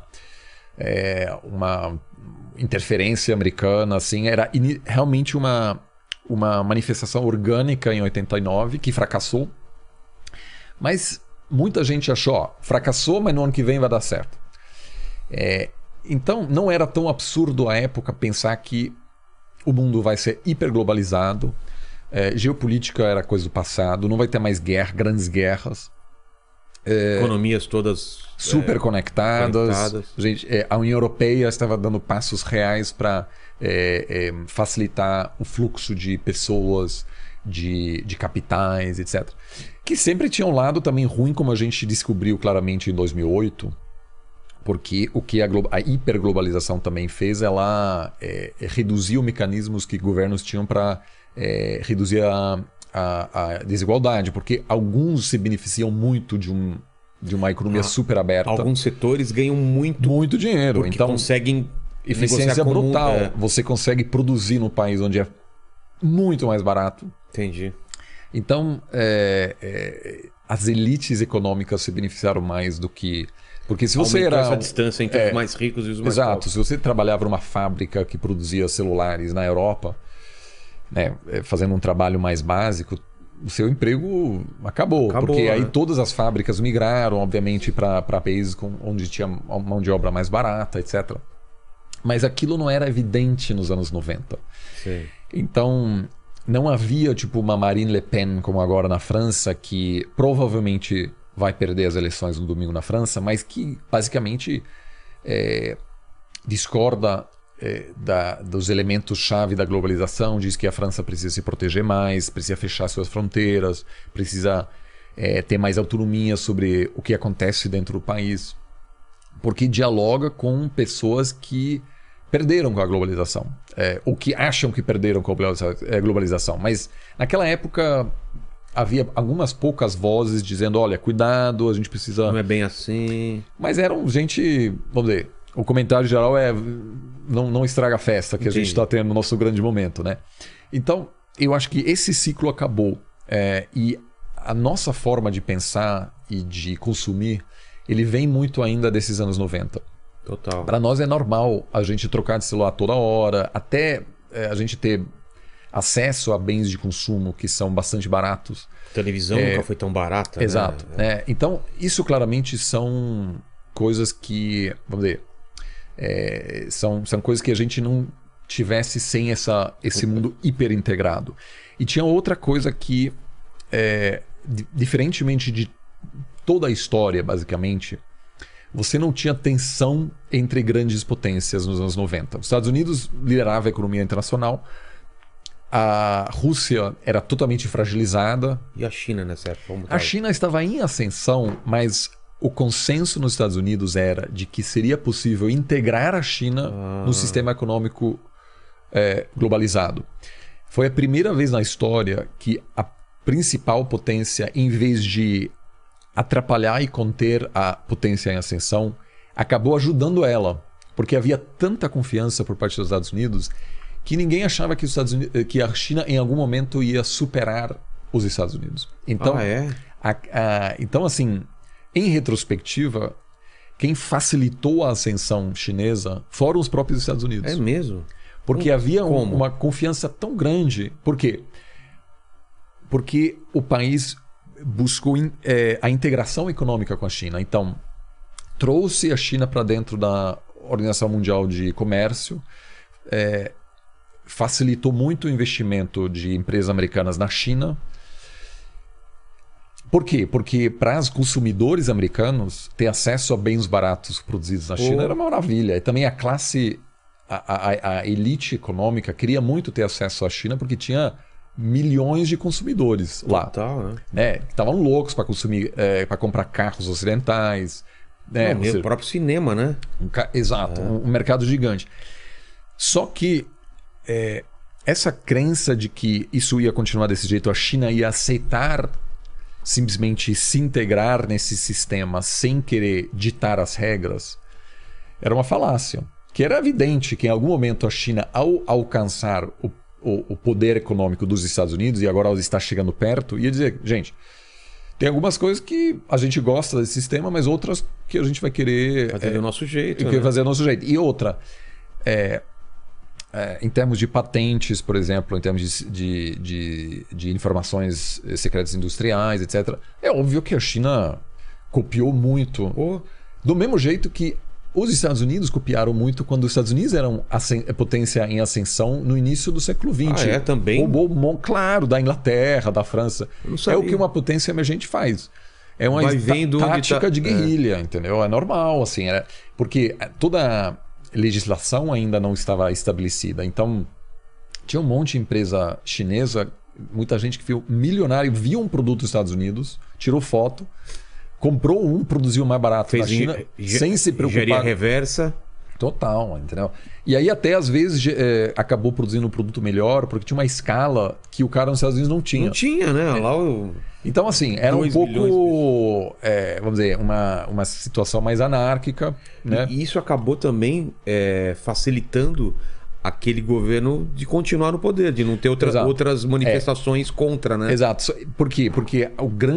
interferência americana, assim, era realmente uma manifestação orgânica em 89 que fracassou, mas muita gente achou, fracassou, mas no ano que vem vai dar certo. Então não era tão absurdo à época pensar que o mundo vai ser hiperglobalizado, geopolítica era coisa do passado, não vai ter mais grandes guerras. Economias todas super conectadas. Gente, a União Europeia estava dando passos reais para facilitar o fluxo de pessoas, de capitais, etc. Que sempre tinha um lado também ruim, como a gente descobriu claramente em 2008, porque o que a hiperglobalização também fez, ela reduziu mecanismos que governos tinham para reduzir a desigualdade, porque alguns se beneficiam muito de uma economia super aberta. Alguns setores ganham muito dinheiro. Porque então conseguem eficiência brutal. Você consegue produzir no país onde é muito mais barato. Entendi. Então, as elites econômicas se beneficiaram mais do que... Porque se você aumentou era... essa distância entre os mais ricos e os mais pobres. Exato. Se você trabalhava numa fábrica que produzia celulares na Europa, né, fazendo um trabalho mais básico, o seu emprego acabou, porque aí todas as fábricas migraram, obviamente, para países onde tinha mão de obra mais barata, etc. Mas aquilo não era evidente nos anos 90. Sim. Então, não havia tipo uma Marine Le Pen, como agora na França, que provavelmente vai perder as eleições no domingo na França, mas que basicamente discorda dos elementos-chave da globalização, diz que a França precisa se proteger mais, precisa fechar suas fronteiras, precisa ter mais autonomia sobre o que acontece dentro do país, porque dialoga com pessoas que perderam com a globalização, ou que acham que perderam com a globalização. Mas naquela época havia algumas poucas vozes dizendo, olha, cuidado, a gente precisa... Não é bem assim... Mas eram gente, vamos dizer, o comentário geral não estraga a festa que a gente está tendo no nosso grande momento, né? Então, eu acho que esse ciclo acabou. E a nossa forma de pensar e de consumir, ele vem muito ainda desses anos 90. Total. Para nós é normal a gente trocar de celular toda hora, até a gente ter acesso a bens de consumo que são bastante baratos. Televisão nunca foi tão barata. Exato. Né? Então, isso claramente são coisas que, vamos dizer, são coisas que a gente não tivesse sem esse mundo hiper integrado. E tinha outra coisa que, diferentemente de toda a história, basicamente, você não tinha tensão entre grandes potências nos anos 90. Os Estados Unidos liderava a economia internacional, a Rússia era totalmente fragilizada. E a China nessa época? A China estava em ascensão, mas o consenso nos Estados Unidos era de que seria possível integrar a China no sistema econômico globalizado. Foi a primeira vez na história que a principal potência, em vez de atrapalhar e conter a potência em ascensão, acabou ajudando ela, porque havia tanta confiança por parte dos Estados Unidos que ninguém achava que, que a China em algum momento ia superar os Estados Unidos. Então, então assim, em retrospectiva, quem facilitou a ascensão chinesa foram os próprios Estados Unidos. É mesmo? Porque havia uma confiança tão grande. Por quê? Porque o país buscou a integração econômica com a China. Então, trouxe a China para dentro da Organização Mundial de Comércio, facilitou muito o investimento de empresas americanas na China. Por quê? Porque para os consumidores americanos ter acesso a bens baratos produzidos na China era uma maravilha. E também a classe, a elite econômica queria muito ter acesso à China porque tinha milhões de consumidores lá. Total, né? Estavam loucos para consumir, para comprar carros ocidentais. O próprio cinema, né? Exato, um mercado gigante. Só que essa crença de que isso ia continuar desse jeito, a China ia aceitar simplesmente se integrar nesse sistema sem querer ditar as regras, era uma falácia. Que era evidente que em algum momento a China, ao alcançar o poder econômico dos Estados Unidos, e agora ela está chegando perto, ia dizer, gente, tem algumas coisas que a gente gosta desse sistema, mas outras que a gente vai querer fazer do nosso jeito. Fazer do nosso jeito. E outra, em termos de patentes, por exemplo, em termos de informações secretas industriais, etc., é óbvio que a China copiou muito. Do mesmo jeito que os Estados Unidos copiaram muito quando os Estados Unidos eram potência em ascensão no início do século XX. Também? Roubou, claro, da Inglaterra, da França. É o que uma potência emergente faz. É uma tática de guerrilha, entendeu? É normal, assim. Porque toda legislação ainda não estava estabelecida. Então, tinha um monte de empresa chinesa, muita gente que viu milionário, viu um produto dos Estados Unidos, tirou foto, comprou produziu mais barato na China, sem se preocupar. Engenharia reversa. Total, entendeu? E aí até às vezes acabou produzindo um produto melhor, porque tinha uma escala que o cara nos Estados Unidos não tinha. Não tinha, né? Então, assim, era um pouco, vamos dizer, uma situação mais anárquica. Né? E isso acabou também facilitando aquele governo de continuar no poder, de não ter outras manifestações contra, né? Exato. Por quê? Porque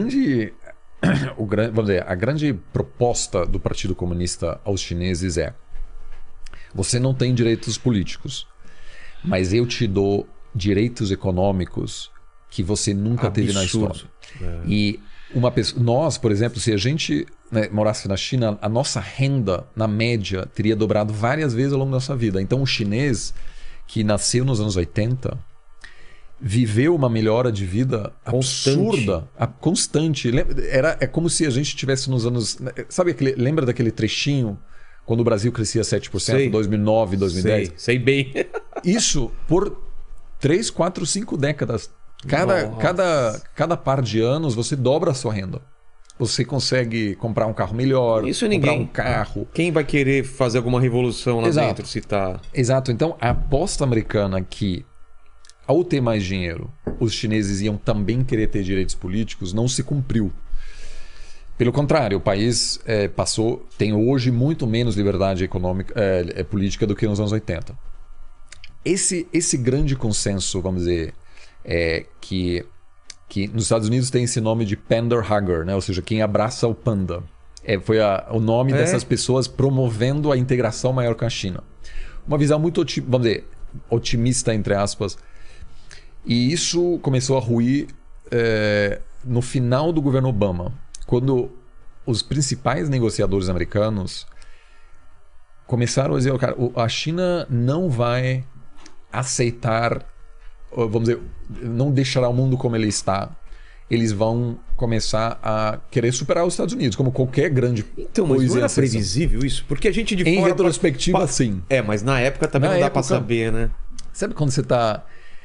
vamos dizer, a grande proposta do Partido Comunista aos chineses você não tem direitos políticos, mas eu te dou direitos econômicos que você nunca teve na história. E nós, por exemplo, se a gente morasse na China, a nossa renda, na média, teria dobrado várias vezes ao longo da nossa vida. Então, o chinês que nasceu nos anos 80 viveu uma melhora de vida absurda, constante. É como se a gente estivesse nos anos... Sabe, lembra daquele trechinho quando o Brasil crescia 7%, 2009, 2010? Sei bem. Isso por 3, 4, 5 décadas. Cada par de anos você dobra a sua renda. Você consegue comprar um carro melhor, comprar um carro. Quem vai querer fazer alguma revolução lá dentro se tá... Exato. Então, a aposta americana que, ao ter mais dinheiro, os chineses iam também querer ter direitos políticos, não se cumpriu. Pelo contrário, o país tem hoje muito menos liberdade econômica, política do que nos anos 80. Esse grande consenso, vamos dizer, que nos Estados Unidos tem esse nome de Panderhager, né? Ou seja, quem abraça o panda. Foi o nome dessas pessoas promovendo a integração maior com a China. Uma visão muito, vamos dizer, otimista, entre aspas. E isso começou a ruir no final do governo Obama, quando os principais negociadores americanos começaram a dizer, cara, a China não vai aceitar, vamos dizer, não deixará o mundo como ele está. Eles vão começar a querer superar os Estados Unidos, como qualquer grande coisa. Mas não era previsível isso? Porque a gente de fora... Em retrospectiva, sim. Mas na época também não dá para saber, né? Sabe quando você está...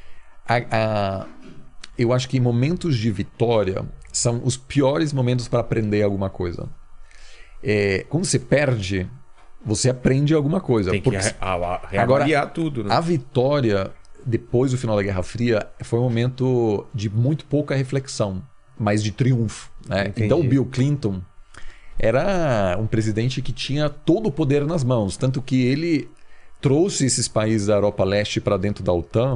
Eu acho que momentos de vitória são os piores momentos para aprender alguma coisa. Quando você perde, você aprende alguma coisa. Tem que reavaliar tudo, né? A vitória, depois do final da Guerra Fria, foi um momento de muito pouca reflexão. mais de triunfo, né? Então o Bill Clinton era um presidente que tinha todo o poder nas mãos, tanto que ele trouxe esses países da Europa Leste para dentro da OTAN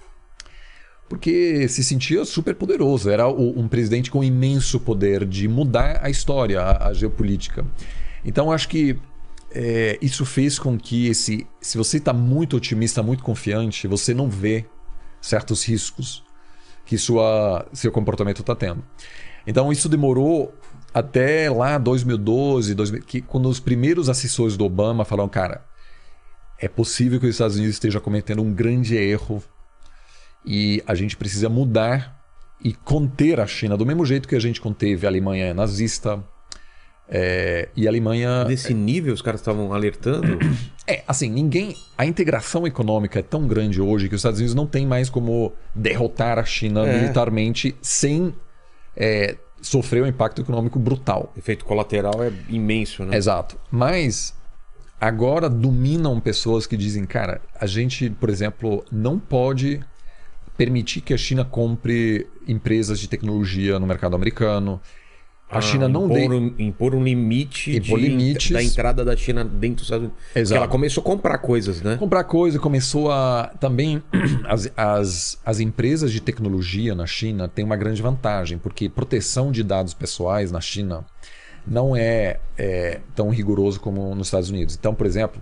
porque se sentia super poderoso. Era um presidente com imenso poder de mudar a história, a geopolítica. Então acho que isso fez com que se você está muito otimista, muito confiante, você não vê certos riscos que seu comportamento está tendo. Então isso demorou até lá 2012, quando os primeiros assessores do Obama falaram, cara, é possível que os Estados Unidos esteja cometendo um grande erro e a gente precisa mudar e conter a China do mesmo jeito que a gente conteve a Alemanha nazista e a Alemanha... Nesse nível os caras estavam alertando? Assim, a integração econômica é tão grande hoje que os Estados Unidos não tem mais como derrotar a China militarmente sem sofrer um impacto econômico brutal. O efeito colateral é imenso, né? Exato. Mas agora dominam pessoas que dizem, cara, a gente, por exemplo, não pode permitir que a China compre empresas de tecnologia no mercado americano. A China não impor um limite da entrada da China dentro dos Estados Unidos. Exato. Porque ela começou a comprar coisas, né? Começou a... Também as empresas de tecnologia na China têm uma grande vantagem, porque proteção de dados pessoais na China não é tão rigoroso como nos Estados Unidos. Então, por exemplo,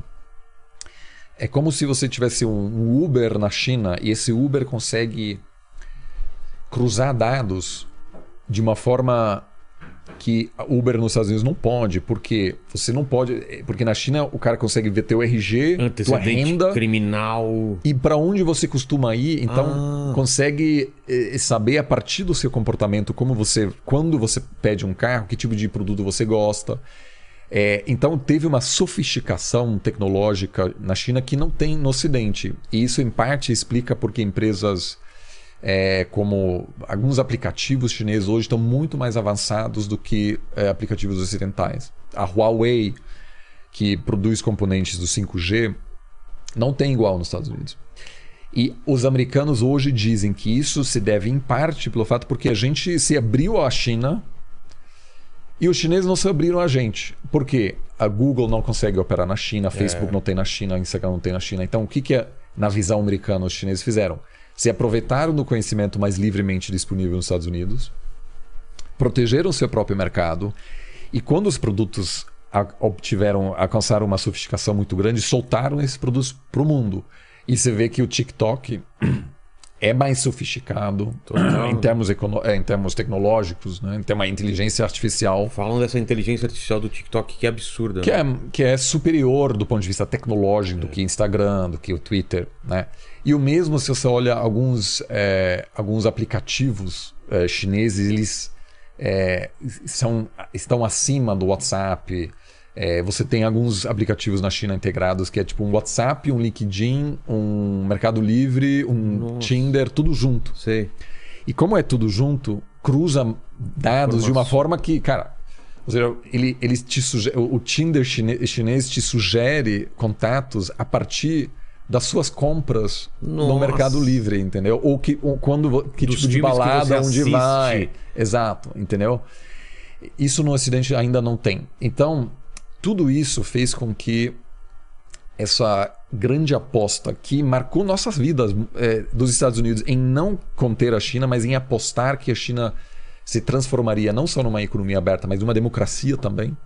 é como se você tivesse um Uber na China e esse Uber consegue cruzar dados de uma forma que a Uber nos Estados Unidos não pode, porque você não pode, porque na China o cara consegue ver teu RG, tua renda, criminal, e para onde você costuma ir, então consegue saber a partir do seu comportamento quando você pede um carro, que tipo de produto você gosta. Então teve uma sofisticação tecnológica na China que não tem no Ocidente, e isso em parte explica porque empresas como alguns aplicativos chineses hoje estão muito mais avançados do que aplicativos ocidentais. A Huawei, que produz componentes do 5G, não tem igual nos Estados Unidos. E os americanos hoje dizem que isso se deve em parte pelo fato porque a gente se abriu à China e os chineses não se abriram a gente. Por quê? A Google não consegue operar na China, a Facebook não tem na China, a Instagram não tem na China. Então o que na visão americana os chineses fizeram? Se aproveitaram do conhecimento mais livremente disponível nos Estados Unidos, protegeram o seu próprio mercado e quando os produtos alcançaram uma sofisticação muito grande, soltaram esses produtos para o mundo. E você vê que o TikTok é mais sofisticado em termos tecnológicos, né? Tem uma inteligência artificial. Falam dessa inteligência artificial do TikTok que é absurda. Que é superior do ponto de vista tecnológico do que Instagram, do que o Twitter, né? E o mesmo se você olha alguns aplicativos chineses, eles estão acima do WhatsApp. Você tem alguns aplicativos na China integrados que é tipo um WhatsApp, um LinkedIn, um Mercado Livre, um Tinder, tudo junto. Sei. E como é tudo junto, cruza dados de uma forma que, cara, ou seja, o Tinder chinês te sugere contatos a partir das suas compras no Mercado Livre, entendeu? Ou que tipo de balada, onde vai. Exato, entendeu? Isso no Ocidente ainda não tem. Então, tudo isso fez com que essa grande aposta que marcou nossas vidas dos Estados Unidos em não conter a China, mas em apostar que a China se transformaria não só numa economia aberta, mas numa democracia também.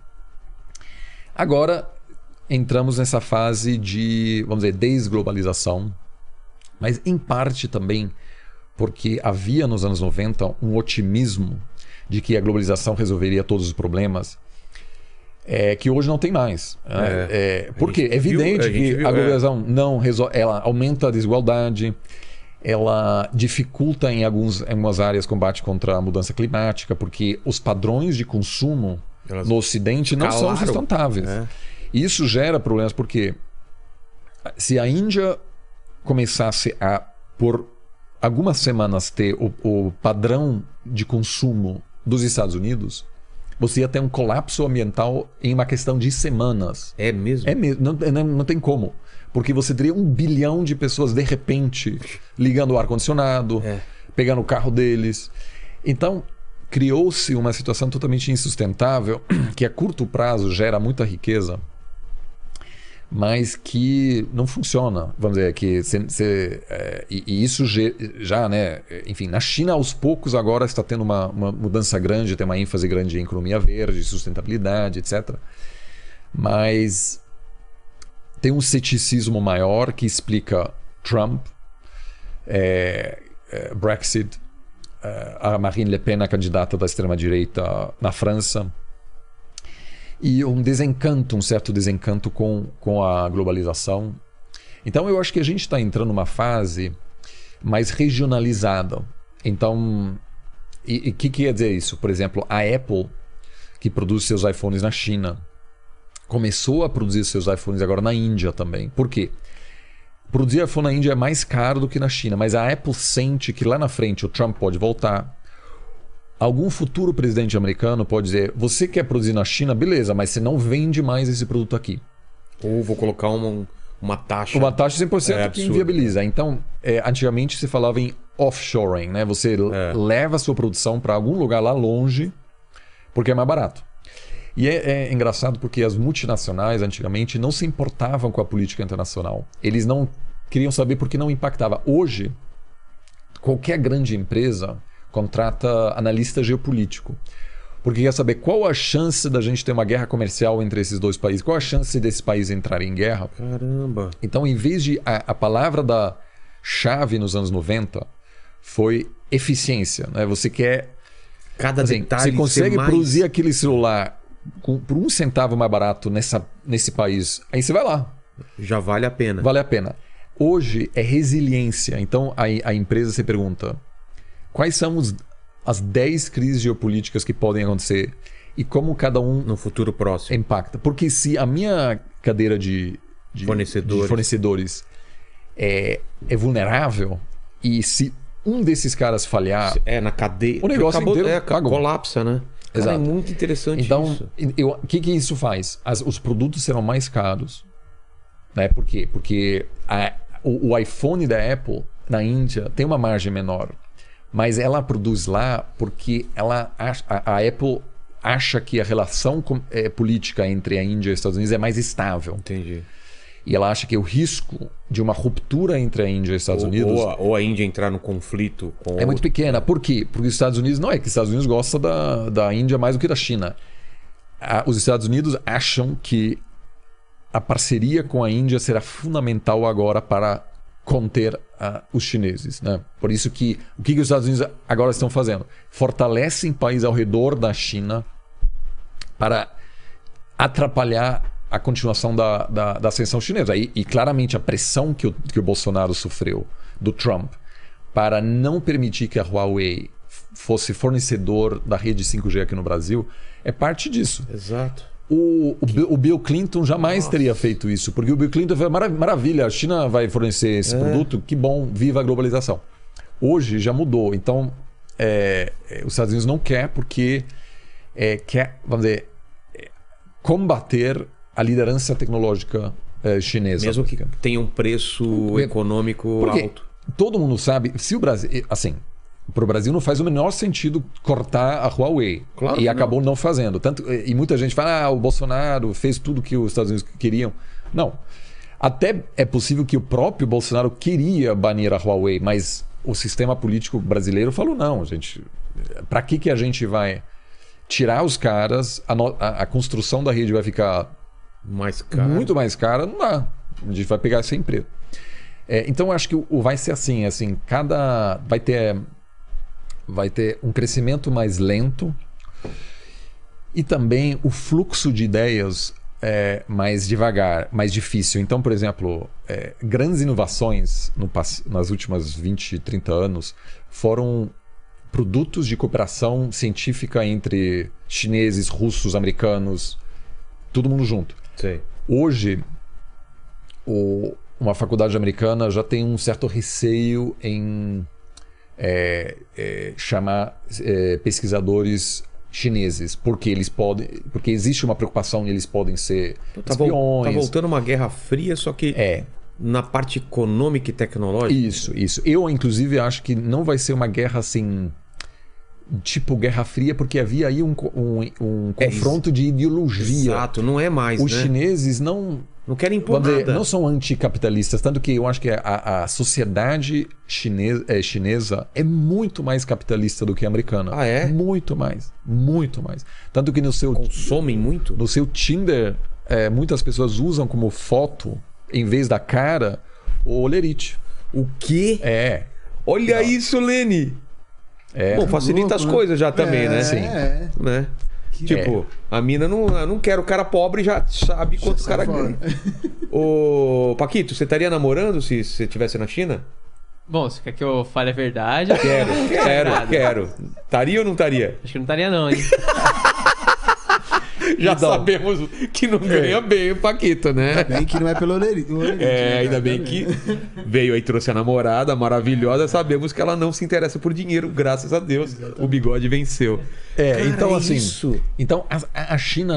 Agora entramos nessa fase de, vamos dizer, desglobalização, mas em parte também porque havia nos anos 90 um otimismo de que a globalização resolveria todos os problemas, que hoje não tem mais. Porque é evidente que a globalização não resolve, ela aumenta a desigualdade, ela dificulta em algumas áreas combate contra a mudança climática, porque os padrões de consumo no Ocidente não são sustentáveis. Isso gera problemas porque se a Índia começasse a, por algumas semanas, ter o padrão de consumo dos Estados Unidos, você ia ter um colapso ambiental em uma questão de semanas. É mesmo? É mesmo. Não tem como. Porque você teria 1 bilhão de pessoas, de repente, ligando o ar-condicionado, pegando o carro deles. Então, criou-se uma situação totalmente insustentável, que a curto prazo gera muita riqueza, mas que não funciona. Vamos dizer que e isso já, né? Enfim, na China aos poucos agora está tendo uma mudança grande, tem uma ênfase grande em economia verde, sustentabilidade, etc. Mas tem um ceticismo maior que explica Trump, Brexit, a Marine Le Pen, a candidata da extrema-direita na França, e um certo desencanto com a globalização. Então eu acho que a gente está entrando numa fase mais regionalizada. Então, e que quer dizer isso? Por exemplo, a Apple, que produz seus iPhones na China, começou a produzir seus iPhones agora na Índia também. Por quê? Produzir iPhone na Índia é mais caro do que na China, mas a Apple sente que lá na frente o Trump pode voltar. Algum futuro presidente americano pode dizer: você quer produzir na China, beleza, mas você não vende mais esse produto aqui. Ou vou colocar uma taxa. Uma taxa 100% que inviabiliza. Então, antigamente se falava em offshoring, né? Você leva a sua produção para algum lugar lá longe porque é mais barato. E é engraçado porque as multinacionais antigamente não se importavam com a política internacional. Eles não queriam saber porque não impactava. Hoje, qualquer grande empresa contrata analista geopolítico. Porque quer saber qual a chance da gente ter uma guerra comercial entre esses dois países. Qual a chance desse país entrar em guerra? Caramba! Então, em vez de... A palavra da chave nos anos 90 foi eficiência. Né? Você quer... Cada detalhe você consegue mais... produzir aquele celular por 1 centavo mais barato nesse país, aí você vai lá. Já vale a pena. Vale a pena. Hoje é resiliência. Então a empresa se pergunta: quais são as 10 crises geopolíticas que podem acontecer e como cada um no futuro próximo impacta? Porque se a minha cadeira de fornecedores é vulnerável, e se um desses caras falhar, na cadeia, o negócio inteiro colapsa, né? Cara, é muito interessante isso. Então, o que isso faz? Os produtos serão mais caros. Né? Por quê? Porque o iPhone da Apple na Índia tem uma margem menor. Mas ela produz lá porque a Apple acha que a relação política entre a Índia e os Estados Unidos é mais estável. Entendi. E ela acha que o risco de uma ruptura entre a Índia e os Estados Unidos... Ou a Índia entrar no conflito com... É muito pequena. Por quê? Porque os Estados Unidos... Não é que os Estados Unidos gostam da Índia mais do que da China. Os Estados Unidos acham que a parceria com a Índia será fundamental agora para conter os chineses. Né? Por isso que... O que os Estados Unidos agora estão fazendo? Fortalecem países ao redor da China para atrapalhar a continuação da ascensão chinesa. E claramente a pressão que o Bolsonaro sofreu do Trump para não permitir que a Huawei fosse fornecedor da rede 5G aqui no Brasil é parte disso. Exato. O Bill Clinton jamais teria feito isso, porque o Bill Clinton foi maravilha, a China vai fornecer esse produto, que bom, viva a globalização. Hoje já mudou, então os Estados Unidos não quer porque quer, vamos dizer, combater a liderança tecnológica chinesa. Mesmo que tenha um preço econômico alto. Todo mundo sabe, se o Brasil... Assim, para o Brasil não faz o menor sentido cortar a Huawei. Claro e acabou não fazendo. E muita gente fala, o Bolsonaro fez tudo que os Estados Unidos queriam. Não. Até é possível que o próprio Bolsonaro queria banir a Huawei, mas o sistema político brasileiro falou, não, gente, para que a gente vai tirar os caras, a construção da rede vai ficar mais cara. Muito mais cara, não dá. A gente vai pegar esse emprego. Então eu acho que vai ser assim, vai ter um crescimento mais lento e também o fluxo de ideias mais devagar, mais difícil. Então, por exemplo, grandes inovações nas últimas 20, 30 anos foram produtos de cooperação científica entre chineses, russos, americanos, todo mundo junto. Sim. Hoje, uma faculdade americana já tem um certo receio em chamar pesquisadores chineses, porque existe uma preocupação e eles podem ser espiões. Tá voltando uma guerra fria, só que na parte econômica e tecnológica. Isso. Eu, inclusive, acho que não vai ser uma guerra assim tipo Guerra Fria, porque havia aí um confronto de ideologia. Exato, não é mais, Os né? chineses não querem impor vamos dizer, nada. não são anticapitalistas, tanto que eu acho que a sociedade chinesa é muito mais capitalista do que a americana. Ah, é? Muito mais. Tanto que Consomem muito? no seu Tinder, muitas pessoas usam como foto, em vez da cara, o olerite. O quê? Olha isso, Lene! Bom, facilita as coisas já também, né? Sim. Né? Tipo, a mina não quer o cara pobre, já sabe quanto o cara ganha. Ô, Paquito, você estaria namorando se você estivesse na China? Bom, você quer que eu fale a verdade? Quero. Estaria ou não estaria? Acho que não estaria não, hein? Já sabemos que não ganha bem o Paquito, né? Ainda bem que não é pelo olerite. Ainda bem que veio aí, trouxe a namorada maravilhosa. Sabemos que ela não se interessa por dinheiro, graças a Deus. Exatamente. O bigode venceu. Cara, então assim, isso. Então a China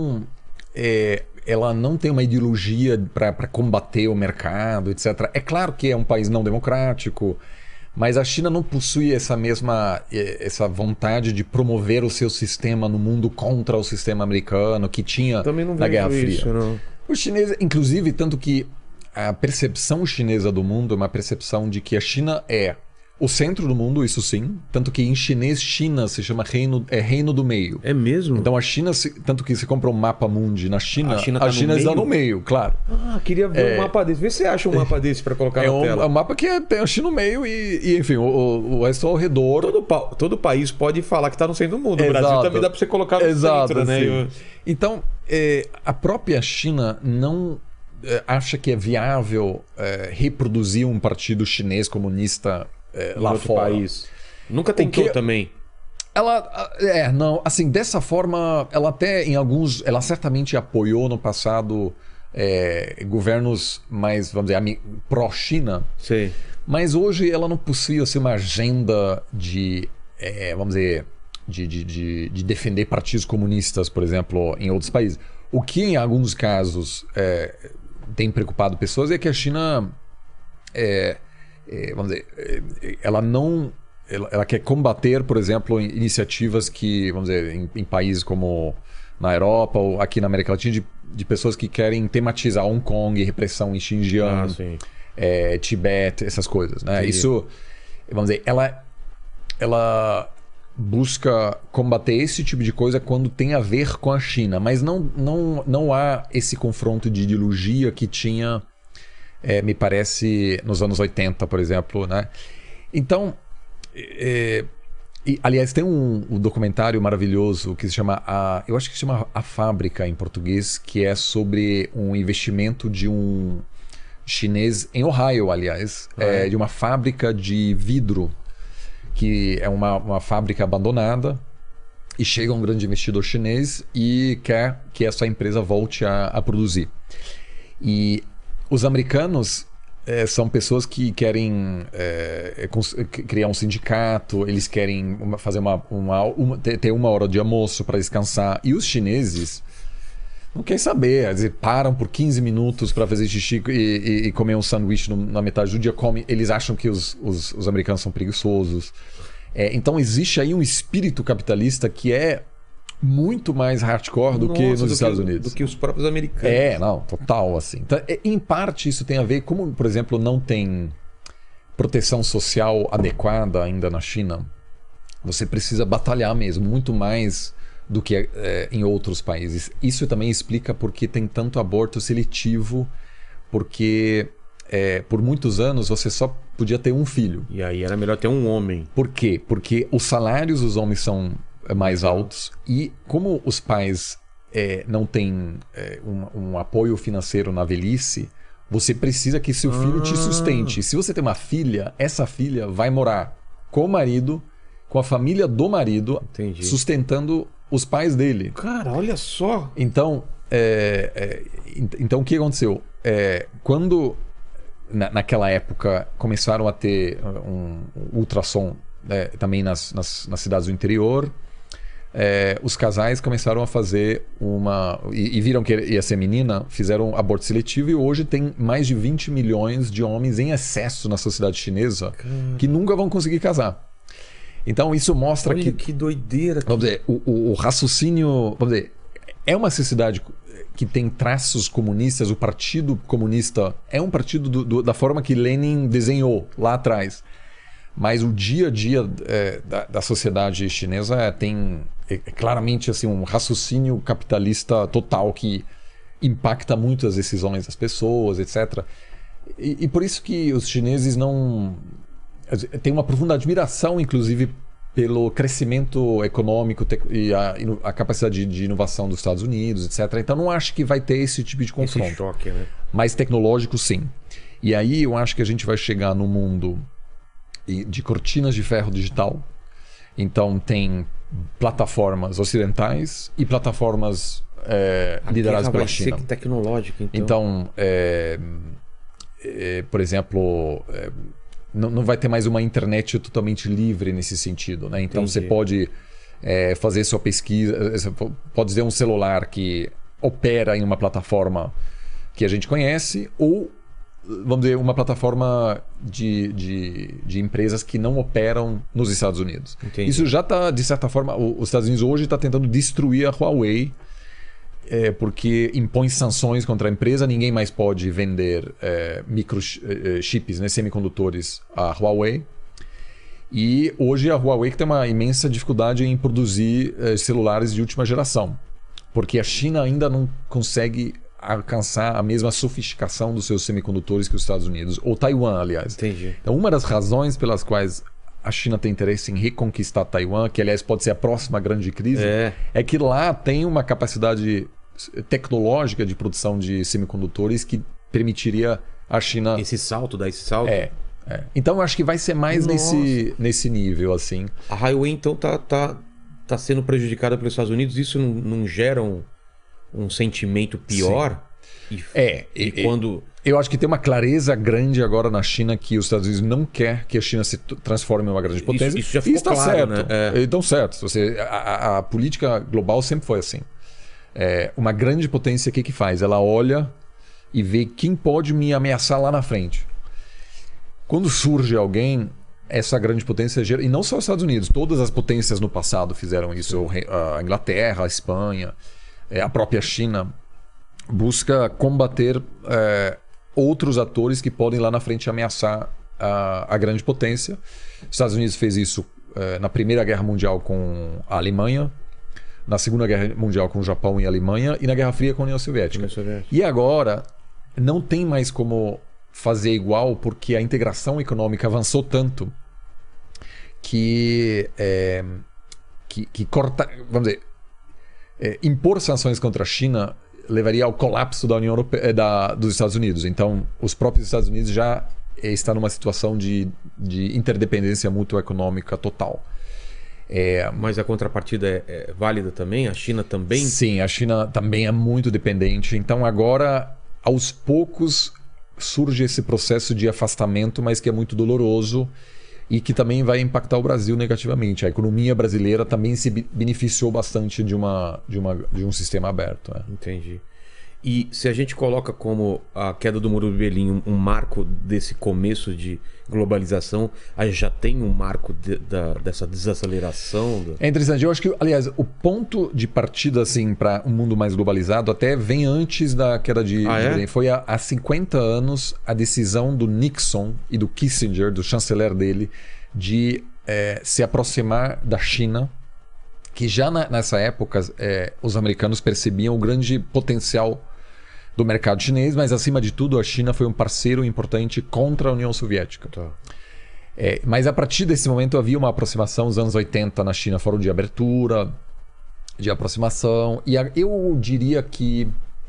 ela não tem uma ideologia para combater o mercado, etc. É claro que é um país não democrático, mas a China não possui essa vontade de promover o seu sistema no mundo contra o sistema americano que tinha na Guerra Fria. Isso, não. Os chineses, inclusive, tanto que a percepção chinesa do mundo é uma percepção de que a China é o centro do mundo, isso sim. Tanto que em chinês, China se chama reino do meio. É mesmo? Então a China, tanto que você compra um mapa mundi na China, a China está no meio, claro. Queria ver um mapa desse. Vê se você acha um mapa desse para colocar na tela. É um mapa que tem a China no meio e enfim, o resto ao redor. Todo país pode falar que está no centro do mundo. O Brasil também dá para você colocar no centro, né? Então, a própria China não acha que é viável reproduzir um partido chinês comunista lá fora. País. Nunca tentou também. Não, assim, dessa forma, ela até ela certamente apoiou no passado governos mais, vamos dizer, pró-China. Sim. Mas hoje ela não possui assim, uma agenda de, vamos dizer, de defender partidos comunistas, por exemplo, em outros países. O que em alguns casos tem preocupado pessoas é que a China vamos dizer, ela quer combater, por exemplo, iniciativas que, vamos dizer, em países como na Europa ou aqui na América Latina, de pessoas que querem tematizar Hong Kong, repressão em Xinjiang, Tibete, essas coisas, né? Sim. Isso, vamos dizer, ela busca combater esse tipo de coisa quando tem a ver com a China, mas não há esse confronto de ideologia que tinha me parece, nos anos 80, por exemplo, né? Então, aliás, tem um documentário maravilhoso que se chama, eu acho que se chama A Fábrica em português, que é sobre um investimento de um chinês em Ohio, aliás, de uma fábrica de vidro, que é uma fábrica abandonada, e chega um grande investidor chinês e quer que essa empresa volte a produzir. E os americanos são pessoas que querem criar um sindicato, eles querem fazer ter uma hora de almoço para descansar. E os chineses não querem saber, quer dizer, param por 15 minutos para fazer xixi e comer um sanduíche na metade do dia. Eles acham que os americanos são preguiçosos. Então existe aí um espírito capitalista que é muito mais hardcore do que nos Estados Unidos. Do que os próprios americanos. Não, total, assim. Então, em parte isso tem a ver, como, por exemplo, não tem proteção social adequada ainda na China, você precisa batalhar mesmo, muito mais do que em outros países. Isso também explica porque tem tanto aborto seletivo, porque por muitos anos você só podia ter um filho. E aí era melhor ter um homem. Por quê? Porque os salários dos homens são mais altos e como os pais não têm um apoio financeiro na velhice, você precisa que seu filho te sustente. Se você tem uma filha, essa filha vai morar com o marido, com a família do marido, sustentando os pais dele. Cara, olha só! Então, então o que aconteceu? Quando naquela época começaram a ter um ultrassom também nas cidades do interior, os casais começaram a fazer e viram que ia ser menina, fizeram aborto seletivo e hoje tem mais de 20 milhões de homens em excesso na sociedade chinesa que nunca vão conseguir casar. Então isso mostra Olha que doideira. vamos dizer, o raciocínio, vamos dizer, é uma sociedade que tem traços comunistas. O Partido Comunista é um partido da forma que Lenin desenhou lá atrás. Mas o dia a dia da sociedade chinesa tem claramente assim, um raciocínio capitalista total que impacta muito as decisões das pessoas, etc. E por isso que os chineses não... têm uma profunda admiração, inclusive, pelo crescimento econômico e a capacidade de inovação dos Estados Unidos, etc. Então não acho que vai ter esse tipo de confronto. Esse choque, né? Mas tecnológico, sim. E aí eu acho que a gente vai chegar no mundo de cortinas de ferro digital. Então tem plataformas ocidentais e plataformas lideradas pela China. Vai ser tecnológico, Então, por exemplo, não vai ter mais uma internet totalmente livre nesse sentido, né? Então você pode fazer sua pesquisa, você pode ter um celular que opera em uma plataforma que a gente conhece, ou vamos dizer, uma plataforma de empresas que não operam nos Estados Unidos. Entendi. Isso já está, de certa forma, os Estados Unidos hoje está tentando destruir a Huawei, porque impõe sanções contra a empresa. Ninguém mais pode vender microchips, né, semicondutores à Huawei. E hoje a Huawei que tem uma imensa dificuldade em produzir celulares de última geração, porque a China ainda não consegue alcançar a mesma sofisticação dos seus semicondutores que os Estados Unidos, ou Taiwan, aliás. Entendi. Então, uma das razões pelas quais a China tem interesse em reconquistar Taiwan, que aliás pode ser a próxima grande crise, é que lá tem uma capacidade tecnológica de produção de semicondutores que permitiria a China... Dar esse salto? Então, eu acho que vai ser mais nesse nível, assim. A Huawei, então, tá sendo prejudicada pelos Estados Unidos. Isso não gera um sentimento pior? Quando... Eu acho que tem uma clareza grande agora na China que os Estados Unidos não quer que a China se transforme em uma grande potência. Isso já ficou está claro, certo. né? Então, certo. A política global sempre foi assim. Uma grande potência, o que faz? Ela olha e vê quem pode me ameaçar lá na frente. Quando surge alguém, essa grande potência gera... E não só os Estados Unidos, todas as potências no passado fizeram isso. A Inglaterra, a Espanha, a própria China busca combater outros atores que podem lá na frente ameaçar a grande potência. Os Estados Unidos fez isso na Primeira Guerra Mundial com a Alemanha, na Segunda Guerra Mundial com o Japão e a Alemanha, e na Guerra Fria com a União Soviética. E agora não tem mais como fazer igual, porque a integração econômica avançou tanto que corta, vamos dizer, impor sanções contra a China levaria ao colapso da União Europeia, dos Estados Unidos. Então, os próprios Estados Unidos já estão numa situação de interdependência mútua econômica total. Mas a contrapartida é válida também? A China também? Sim, a China também é muito dependente. Então, agora, aos poucos, surge esse processo de afastamento, mas que é muito doloroso e que também vai impactar o Brasil negativamente. A economia brasileira também se beneficiou bastante de um sistema aberto. Entendi. E se a gente coloca como a queda do Muro de Berlim um marco desse começo de globalização, a gente já tem um marco dessa desaceleração? É interessante. Eu acho que, aliás, o ponto de partida assim, para um mundo mais globalizado até vem antes da queda de Berlim. Foi há 50 anos a decisão do Nixon e do Kissinger, do chanceler dele, de se aproximar da China, que já nessa época os americanos percebiam o grande potencial do mercado chinês, mas acima de tudo a China foi um parceiro importante contra a União Soviética. Mas a partir desse momento havia uma aproximação. Os anos 80 na China foram de abertura, de aproximação, e eu diria que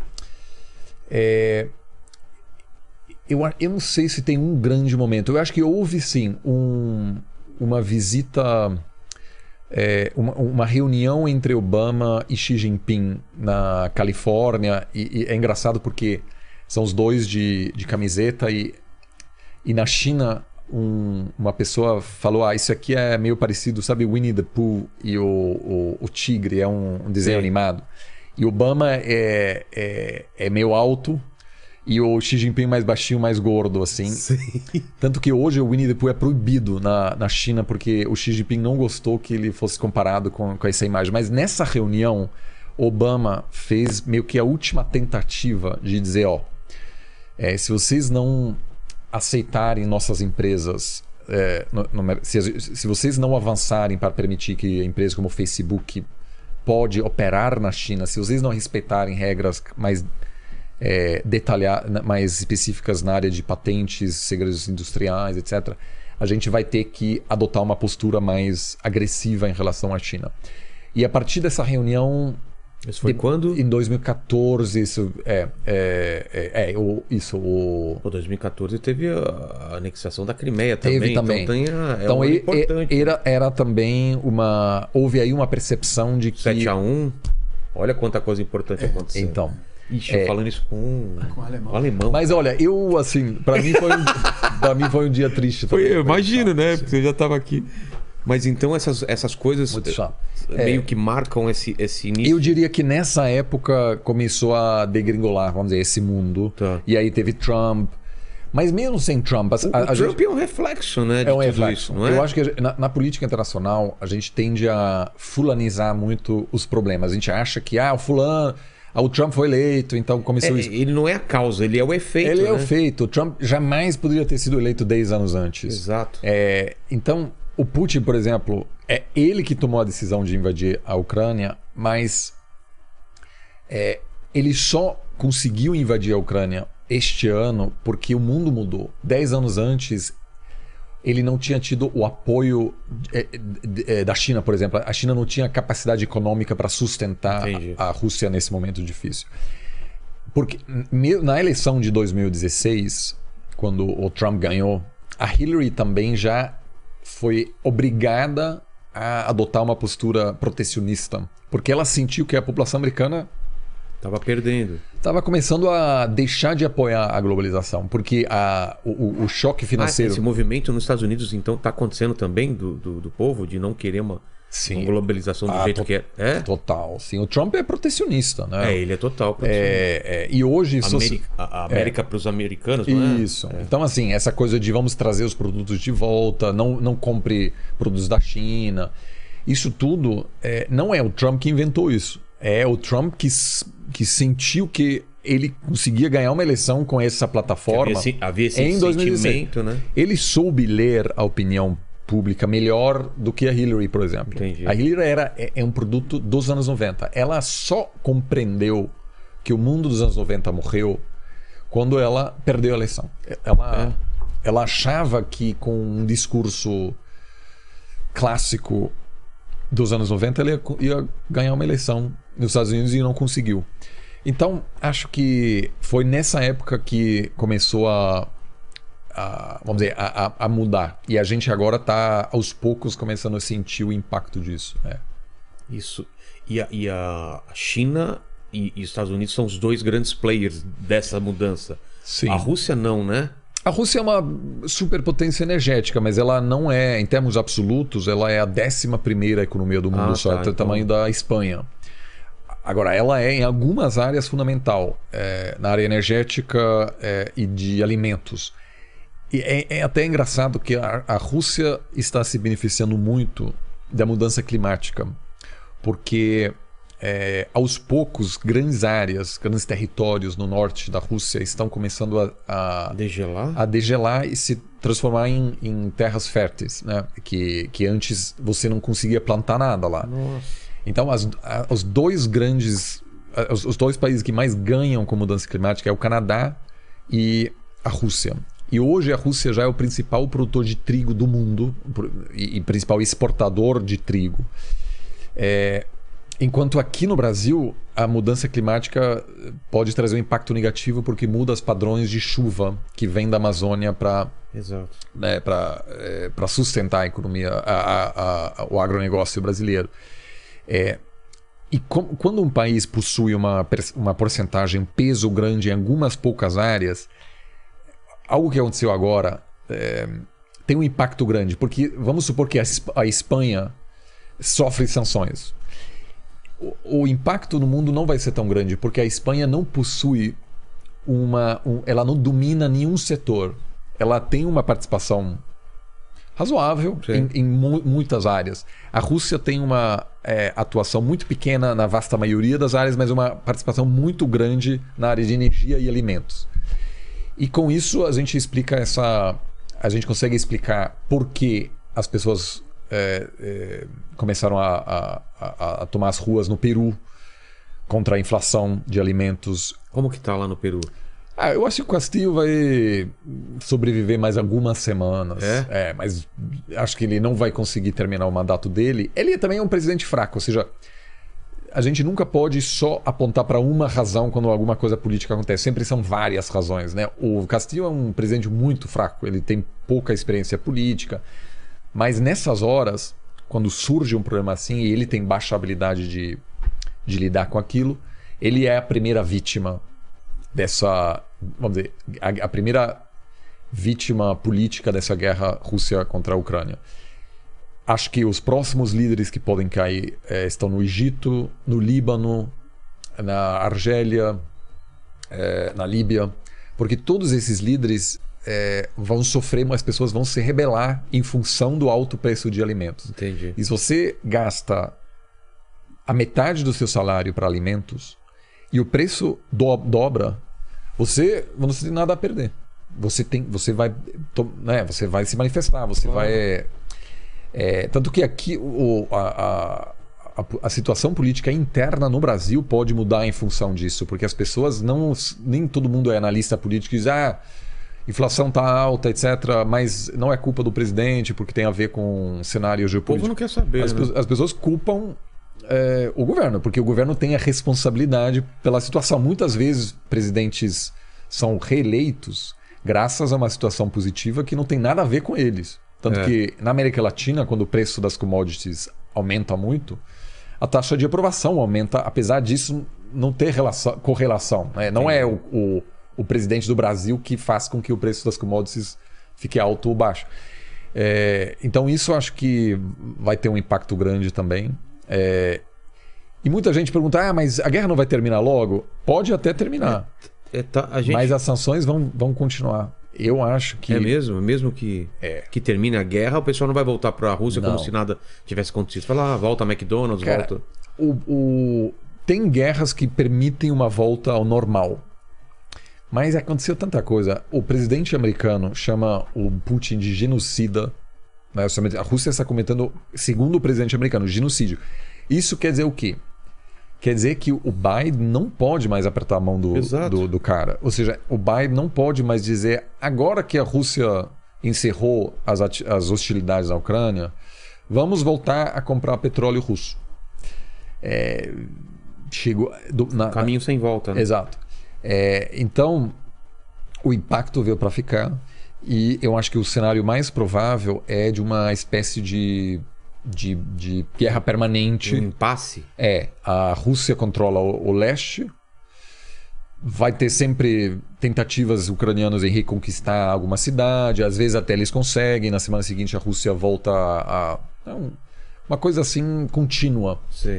eu não sei se tem um grande momento. Eu acho que houve sim uma visita, uma reunião entre Obama e Xi Jinping na Califórnia, e é engraçado porque são os dois de camiseta, e na China uma pessoa falou: isso aqui é meio parecido, sabe, Winnie the Pooh e o tigre, é um desenho animado. E Obama é meio alto e o Xi Jinping mais baixinho, mais gordo, assim. Sim. Tanto que hoje o Winnie the Pooh é proibido na China, porque o Xi Jinping não gostou que ele fosse comparado com essa imagem. Mas nessa reunião, Obama fez meio que a última tentativa de dizer, se vocês não aceitarem nossas empresas, se vocês não avançarem para permitir que empresas como o Facebook pode operar na China, se vocês não respeitarem regras mais detalhadas, mais específicas na área de patentes, segredos industriais, etc., a gente vai ter que adotar uma postura mais agressiva em relação à China. E a partir dessa reunião... Isso foi quando? Em 2014, isso. Pô, 2014 teve a anexação da Crimeia também. Teve também. Então importante. Era também uma. Houve aí uma percepção de que. 7-1. Olha quanta coisa importante aconteceu. Então. Ixi, falando isso com o alemão. Mas olha, eu, assim, pra mim foi um dia triste também. Eu imagino, né? Porque você já estava aqui. Mas então essas coisas muito chato. Meio que marcam esse início. Eu diria que nessa época começou a degringolar, vamos dizer, esse mundo. Tá. E aí teve Trump. Mas mesmo sem Trump... O Trump é um reflexo, né? É um reflexo. Isso, não é? Eu acho que na política internacional a gente tende a fulanizar muito os problemas. A gente acha que o Trump foi eleito, então começou isso. Ele não é a causa, ele é o efeito. Ele é o né? efeito. O Trump jamais poderia ter sido eleito 10 anos antes. Exato. Então... O Putin, por exemplo, é ele que tomou a decisão de invadir a Ucrânia, mas ele só conseguiu invadir a Ucrânia este ano porque o mundo mudou. 10 anos antes, ele não tinha tido o apoio da China, por exemplo. A China não tinha capacidade econômica para sustentar a Rússia nesse momento difícil. Porque na eleição de 2016, quando o Trump ganhou, a Hillary também já foi obrigada a adotar uma postura protecionista, porque ela sentiu que a população americana estava perdendo. Estava começando a deixar de apoiar a globalização, porque o choque financeiro... Esse movimento nos Estados Unidos, então, está acontecendo também do povo, de não querer uma globalização do jeito que é? Total. Sim. O Trump é protecionista, né? Ele é total protecionista. E hoje... A América para os americanos, não é? Isso. Então, assim, essa coisa de vamos trazer os produtos de volta, não compre produtos da China. Isso tudo não é o Trump que inventou isso. É o Trump que sentiu que ele conseguia ganhar uma eleição com essa plataforma. Havia esse em 2016. sentimento, né? Ele soube ler a opinião pública melhor do que a Hillary, por exemplo. Entendi. A Hillary é um produto dos anos 90. Ela só compreendeu que o mundo dos anos 90 morreu quando ela perdeu a eleição. Ela achava que com um discurso clássico dos anos 90 ela ia ganhar uma eleição nos Estados Unidos e não conseguiu. Então, acho que foi nessa época que começou vamos dizer, a mudar. E a gente agora está, aos poucos, começando a sentir o impacto disso. Isso. E a China e os Estados Unidos são os dois grandes players dessa mudança. Sim. A Rússia não, né? A Rússia é uma superpotência energética, mas ela não é, em termos absolutos, ela é a 11ª economia do mundo, só é o tamanho da Espanha. Agora, ela é, em algumas áreas, fundamental. Na área energética e de alimentos. E é até engraçado que a Rússia está se beneficiando muito da mudança climática, porque aos poucos grandes áreas, grandes territórios no norte da Rússia estão começando a degelar e se transformar em terras férteis, né? Que antes você não conseguia plantar nada lá. Nossa. Então os dois países que mais ganham com mudança climática é o Canadá e a Rússia. E hoje a Rússia já é o principal produtor de trigo do mundo e principal exportador de trigo. Enquanto aqui no Brasil a mudança climática pode trazer um impacto negativo porque muda os padrões de chuva que vem da Amazônia para sustentar a economia, o agronegócio brasileiro. E quando um país possui uma porcentagem, um peso grande em algumas poucas áreas, algo que aconteceu agora tem um impacto grande, porque vamos supor que a Espanha sofre sanções. O impacto no mundo não vai ser tão grande, porque a Espanha não possui ela não domina nenhum setor. Ela tem uma participação razoável em muitas áreas. A Rússia tem uma atuação muito pequena na vasta maioria das áreas, mas uma participação muito grande na área de energia e alimentos. E com isso a gente consegue explicar por que as pessoas começaram a tomar as ruas no Peru contra a inflação de alimentos. Como que tá lá no Peru? Eu acho que o Castillo vai sobreviver mais algumas semanas. Mas acho que ele não vai conseguir terminar o mandato dele. Ele também é um presidente fraco, ou seja, a gente nunca pode só apontar para uma razão quando alguma coisa política acontece. Sempre são várias razões, né? O Castillo é um presidente muito fraco, ele tem pouca experiência política. Mas nessas horas, quando surge um problema assim e ele tem baixa habilidade de lidar com aquilo, ele é a primeira vítima dessa, vamos dizer, a primeira vítima política dessa guerra Rússia contra a Ucrânia. Acho que os próximos líderes que podem cair estão no Egito, no Líbano, na Argélia, na Líbia, porque todos esses líderes vão sofrer, mas as pessoas vão se rebelar em função do alto preço de alimentos. Entendi. E se você gasta a metade do seu salário para alimentos e o preço dobra, você não tem nada a perder. Você vai se manifestar, você vai... tanto que aqui a situação política interna no Brasil pode mudar em função disso, porque as pessoas nem todo mundo é analista político e diz, inflação está alta, etc., mas não é culpa do presidente porque tem a ver com cenário geopolítico. O povo não quer saber. As pessoas culpam o governo, porque o governo tem a responsabilidade pela situação. Muitas vezes presidentes são reeleitos graças a uma situação positiva que não tem nada a ver com eles. Tanto que na América Latina, quando o preço das commodities aumenta muito, a taxa de aprovação aumenta, apesar disso não ter correlação. Né? Não é o presidente do Brasil que faz com que o preço das commodities fique alto ou baixo. Então isso eu acho que vai ter um impacto grande também. E muita gente pergunta, mas a guerra não vai terminar logo? Pode até terminar. Mas as sanções vão continuar. Eu acho que... Mesmo que termine a guerra, o pessoal não vai voltar para a Rússia como se nada tivesse acontecido. Fala, volta a McDonald's, volta... Tem guerras que permitem uma volta ao normal. Mas aconteceu tanta coisa. O presidente americano chama o Putin de genocida. Né? A Rússia está cometendo, segundo o presidente americano, genocídio. Isso quer dizer o quê? Quer dizer que o Biden não pode mais apertar a mão do cara. Ou seja, o Biden não pode mais dizer, agora que a Rússia encerrou as hostilidades na Ucrânia, vamos voltar a comprar petróleo russo. Caminho sem volta, né? Exato. Então, o impacto veio para ficar. E eu acho que o cenário mais provável é de uma espécie de guerra permanente. Um impasse? A Rússia controla o leste. Vai ter sempre tentativas ucranianas em reconquistar alguma cidade. Às vezes até eles conseguem. Na semana seguinte a Rússia volta uma coisa assim contínua. Sim.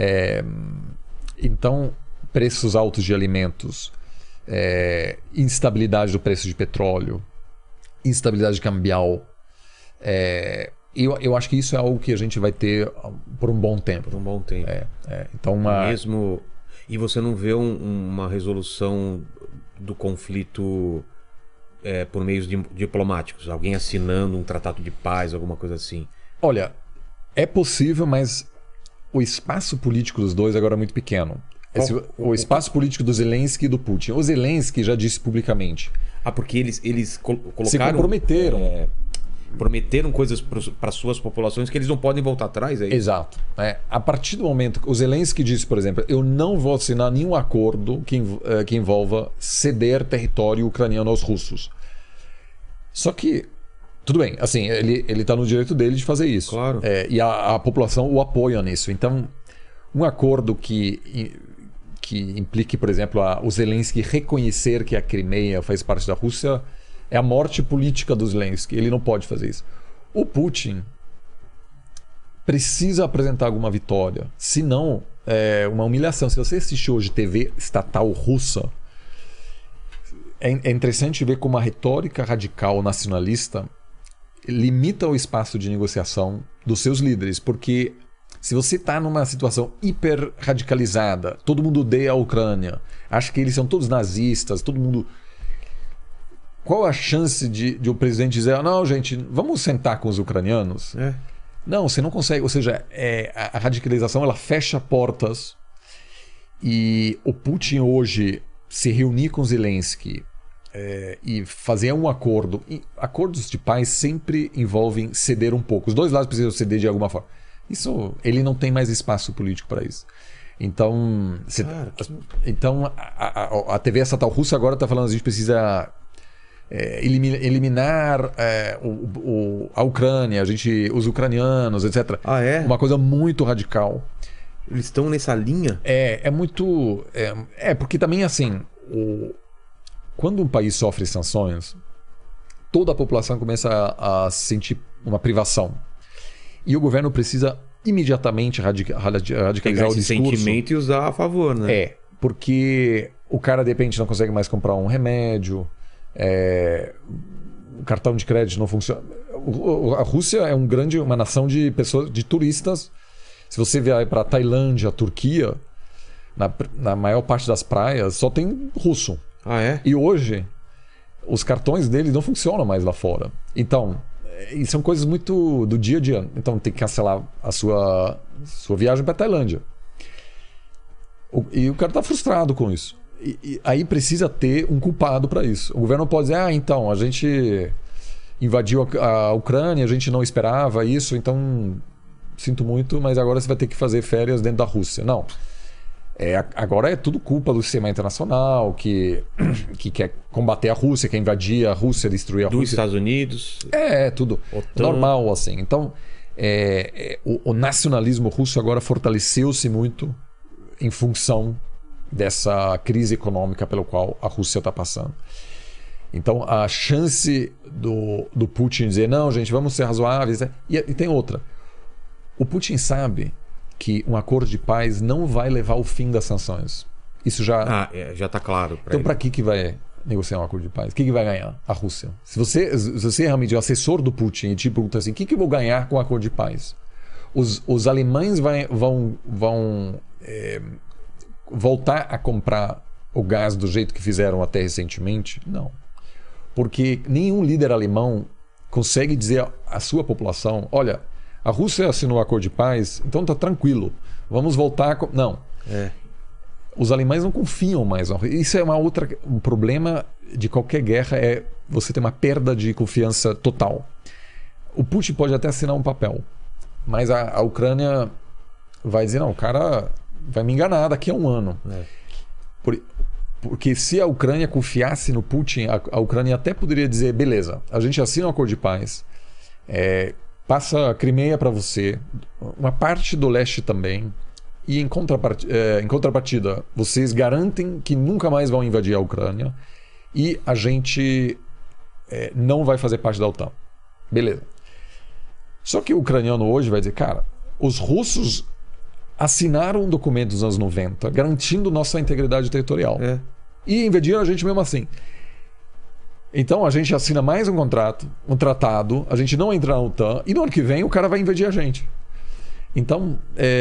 Então, preços altos de alimentos, instabilidade do preço de petróleo, instabilidade cambial. Eu acho que isso é algo que a gente vai ter por um bom tempo. Por um bom tempo. Então Mesmo... E você não vê uma resolução do conflito por meios diplomáticos? Alguém assinando um tratado de paz, alguma coisa assim? Olha, é possível, mas o espaço político dos dois agora é muito pequeno. O espaço político do Zelensky e do Putin. O Zelensky já disse publicamente. Porque eles colocaram... Se comprometeram. Prometeram coisas para suas populações que eles não podem voltar atrás, é isso? Exato. A partir do momento... O Zelensky disse, por exemplo, eu não vou assinar nenhum acordo que envolva ceder território ucraniano aos russos. Só que, tudo bem, assim, ele está no direito dele de fazer isso. Claro. E a população o apoia nisso. Então, um acordo que implique, por exemplo, o Zelensky reconhecer que a Crimeia faz parte da Rússia... É a morte política do Zelensky. Ele não pode fazer isso. O Putin precisa apresentar alguma vitória. Senão, é uma humilhação. Se você assistir hoje TV estatal russa, é interessante ver como a retórica radical nacionalista limita o espaço de negociação dos seus líderes, porque se você está numa situação hiper radicalizada, todo mundo odeia a Ucrânia, acha que eles são todos nazistas, todo mundo... Qual a chance de o presidente dizer, não, gente, vamos sentar com os ucranianos? Não, você não consegue. Ou seja, a radicalização ela fecha portas, e o Putin hoje se reunir com Zelensky e fazer um acordo. E acordos de paz sempre envolvem ceder um pouco. Os dois lados precisam ceder de alguma forma. Isso, ele não tem mais espaço político para isso. Então, a TV estatal russa agora está falando que a gente precisa eliminar a Ucrânia, os ucranianos, etc. Uma coisa muito radical. Eles estão nessa linha? É muito... porque também, assim, quando um país sofre sanções, toda a população começa a sentir uma privação. E o governo precisa imediatamente radicalizar o discurso. Sentimento e usar a favor, né? Porque o cara, de repente, não consegue mais comprar um remédio, o cartão de crédito não funciona. A Rússia é uma nação de pessoas, de turistas. Se você vier para a Tailândia, Turquia, na maior parte das praias só tem russo. E hoje os cartões deles não funcionam mais lá fora. Então, são coisas muito do dia a dia. Então tem que cancelar a sua viagem para a Tailândia. E o cara está frustrado com isso. E aí precisa ter um culpado para isso. O governo pode dizer, então, a gente invadiu a Ucrânia, a gente não esperava isso, então sinto muito, mas agora você vai ter que fazer férias dentro da Rússia. Não. Agora é tudo culpa do sistema internacional, que quer combater a Rússia, quer invadir a Rússia, destruir a Rússia. Dos Estados Unidos. Tudo. OTAN. Normal, assim. Então, o nacionalismo russo agora fortaleceu-se muito em função dessa crise econômica pela qual a Rússia está passando. Então, a chance do Putin dizer, não, gente, vamos ser razoáveis. E tem outra. O Putin sabe que um acordo de paz não vai levar ao fim das sanções. Isso já está claro. Então, para que vai negociar um acordo de paz? O que vai ganhar a Rússia? Se você realmente é o assessor do Putin e te pergunta assim, o que eu vou ganhar com o acordo de paz? Os alemães vão voltar a comprar o gás do jeito que fizeram até recentemente? Não. Porque nenhum líder alemão consegue dizer à sua população, olha, a Rússia assinou um acordo de paz, então está tranquilo, vamos voltar... Não. Os alemães não confiam mais. Isso é um problema de qualquer guerra, é você ter uma perda de confiança total. O Putin pode até assinar um papel, mas a Ucrânia vai dizer, não, o cara vai me enganar daqui a um ano. Porque se a Ucrânia confiasse no Putin, a Ucrânia até poderia dizer, beleza, a gente assina um acordo de paz, passa a Crimeia para você, uma parte do leste também, e em contrapartida, vocês garantem que nunca mais vão invadir a Ucrânia e a gente não vai fazer parte da OTAN. Beleza. Só que o ucraniano hoje vai dizer, cara, os russos assinaram um documento nos anos 90 garantindo nossa integridade territorial e invadiram a gente mesmo assim. Então a gente assina mais um tratado, a gente não entra na OTAN e no ano que vem o cara vai invadir a gente. Então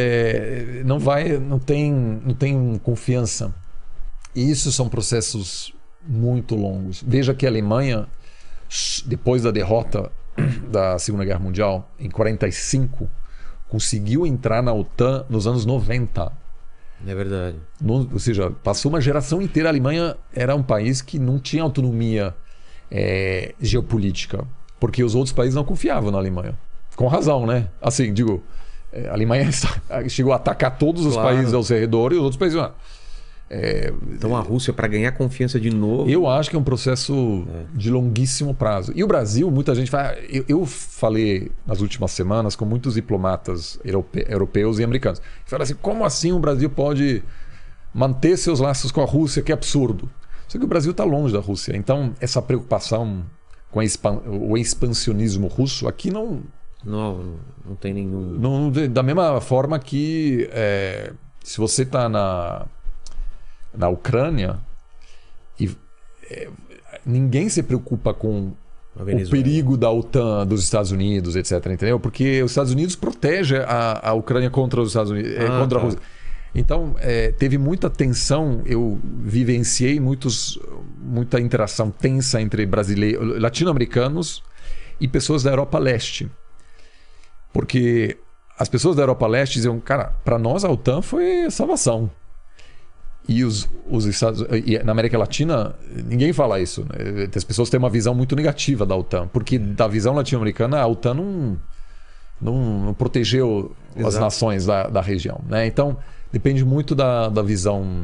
não tem confiança. E isso são processos muito longos. Veja que a Alemanha, depois da derrota da Segunda Guerra Mundial, em 1945, conseguiu entrar na OTAN nos anos 90. É verdade. Ou seja, passou uma geração inteira. A Alemanha era um país que não tinha autonomia geopolítica, porque os outros países não confiavam na Alemanha. Com razão, né? Assim, digo, a Alemanha chegou a atacar todos os países ao seu redor e os outros países... Então a Rússia, para ganhar confiança de novo... Eu acho que é um processo de longuíssimo prazo. E o Brasil, muita gente fala... Eu falei nas últimas semanas com muitos diplomatas europeus e americanos. Falaram assim, como assim o Brasil pode manter seus laços com a Rússia? Que absurdo. Só que o Brasil está longe da Rússia. Então essa preocupação com o expansionismo russo aqui não tem nenhum... Da mesma forma que se você está na Ucrânia e ninguém se preocupa com A o Venezuela. perigo da OTAN, dos Estados Unidos, etc. Entendeu? Porque os Estados Unidos protege a Ucrânia contra os Estados Unidos, contra a tá. Rússia. Então, teve muita tensão. Eu vivenciei muita interação tensa entre brasileiros, latino-americanos e pessoas da Europa Leste. Porque as pessoas da Europa Leste diziam, cara, para nós a OTAN foi a salvação. E e na América Latina, ninguém fala isso. Né? As pessoas têm uma visão muito negativa da OTAN, porque da visão latino-americana, a OTAN não protegeu as Exato. nações da região. Né? Então, depende muito da visão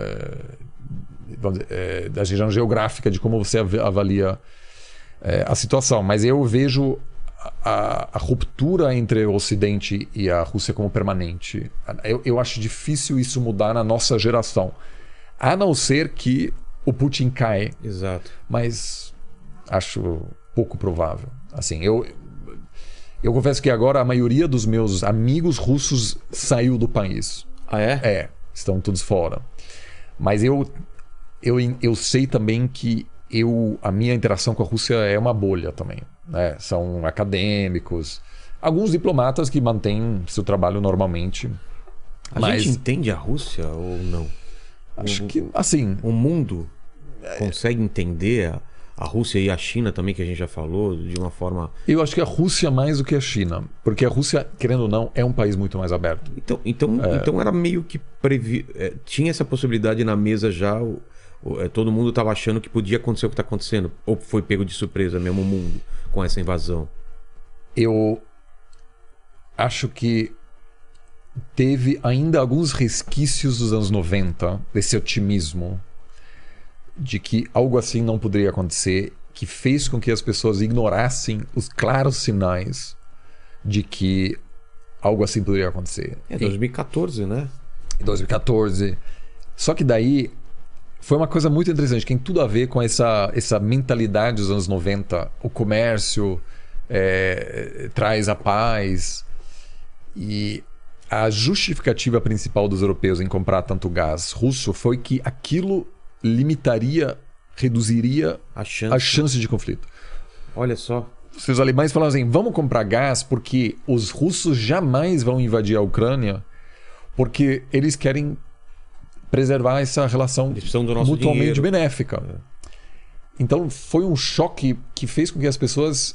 da região geográfica, de como você avalia a situação. Mas eu vejo a ruptura entre o Ocidente e a Rússia como permanente. Eu acho difícil isso mudar na nossa geração. A não ser que o Putin caia. Exato. Mas acho pouco provável. Assim, eu confesso que agora a maioria dos meus amigos russos saiu do país. Ah, é? Estão todos fora. Mas eu sei também que a minha interação com a Rússia é uma bolha também. Né? São acadêmicos, alguns diplomatas que mantêm seu trabalho normalmente. A gente entende a Rússia ou não? Acho que, assim... O mundo consegue entender a Rússia e a China também, que a gente já falou, de uma forma... Eu acho que a Rússia mais do que a China. Porque a Rússia, querendo ou não, é um país muito mais aberto. Então era meio que... tinha essa possibilidade na mesa já... todo mundo estava achando que podia acontecer o que está acontecendo. Ou foi pego de surpresa mesmo o mundo com essa invasão? Eu acho que teve ainda alguns resquícios dos anos 90 desse otimismo de que algo assim não poderia acontecer, que fez com que as pessoas ignorassem os claros sinais de que algo assim poderia acontecer. 2014, né? Em 2014. Só que daí foi uma coisa muito interessante, que tem tudo a ver com essa mentalidade dos anos 90. O comércio traz a paz. E a justificativa principal dos europeus em comprar tanto gás russo foi que aquilo reduziria a chance de conflito. Olha só. Os alemães falavam assim, vamos comprar gás porque os russos jamais vão invadir a Ucrânia, porque eles querem preservar essa relação mutuamente dinheiro. Benéfica. Então foi um choque que fez com que as pessoas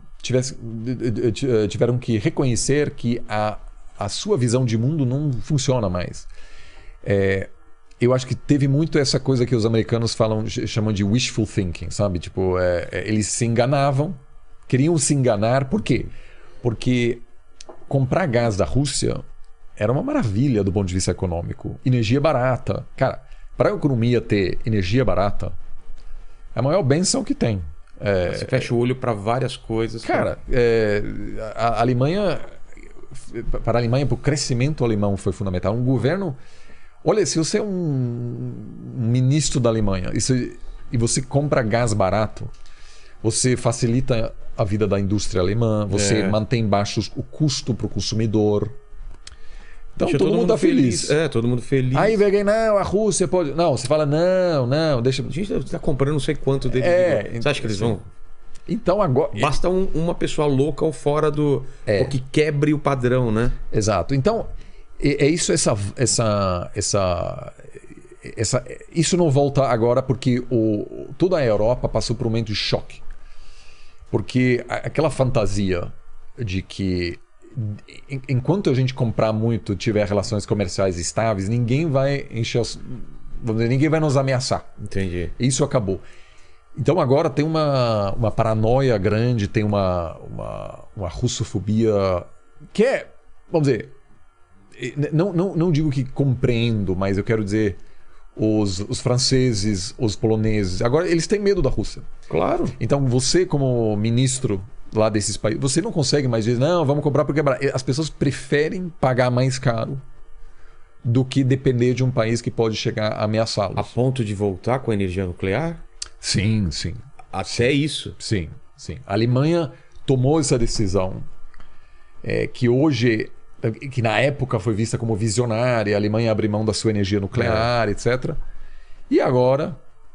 tiveram que reconhecer que a sua visão de mundo não funciona mais. Eu acho que teve muito essa coisa que os americanos chamam de wishful thinking, sabe? Tipo, eles se enganavam, queriam se enganar. Por quê? Porque comprar gás da Rússia era uma maravilha do ponto de vista econômico. Energia barata. Cara, para a economia ter energia barata, é a maior benção que tem. Você fecha o olho para várias coisas. Cara, a Alemanha... Para a Alemanha, para o crescimento alemão foi fundamental. Um governo... Olha, se você é um ministro da Alemanha e você compra gás barato, você facilita a vida da indústria alemã, você mantém baixo o custo para o consumidor. Então todo mundo está feliz. Todo mundo feliz. Aí vem, não, a Rússia pode... Não, você fala, não, deixa... A gente está comprando não sei quanto deles. Você acha que eles vão... Então agora... Basta uma pessoa louca ou fora do... O que quebre o padrão, né? Exato. Então, isso, isso não volta agora porque toda a Europa passou por um momento de choque. Porque aquela fantasia de que enquanto a gente comprar muito, tiver relações comerciais estáveis, ninguém vai ninguém vai nos ameaçar. Entendi. Isso acabou. Então agora tem uma paranoia grande, tem uma russofobia que é, vamos dizer, não digo que compreendo, mas eu quero dizer os franceses, os poloneses, agora eles têm medo da Rússia. Claro. Então você como ministro lá desses países, você não consegue mais dizer, não, vamos comprar porque as pessoas preferem pagar mais caro do que depender de um país que pode chegar a ameaçá-los. A ponto de voltar com a energia nuclear? Sim. Até isso? Sim. A Alemanha tomou essa decisão que hoje, que na época foi vista como visionária, a Alemanha abre mão da sua energia nuclear, etc. E agora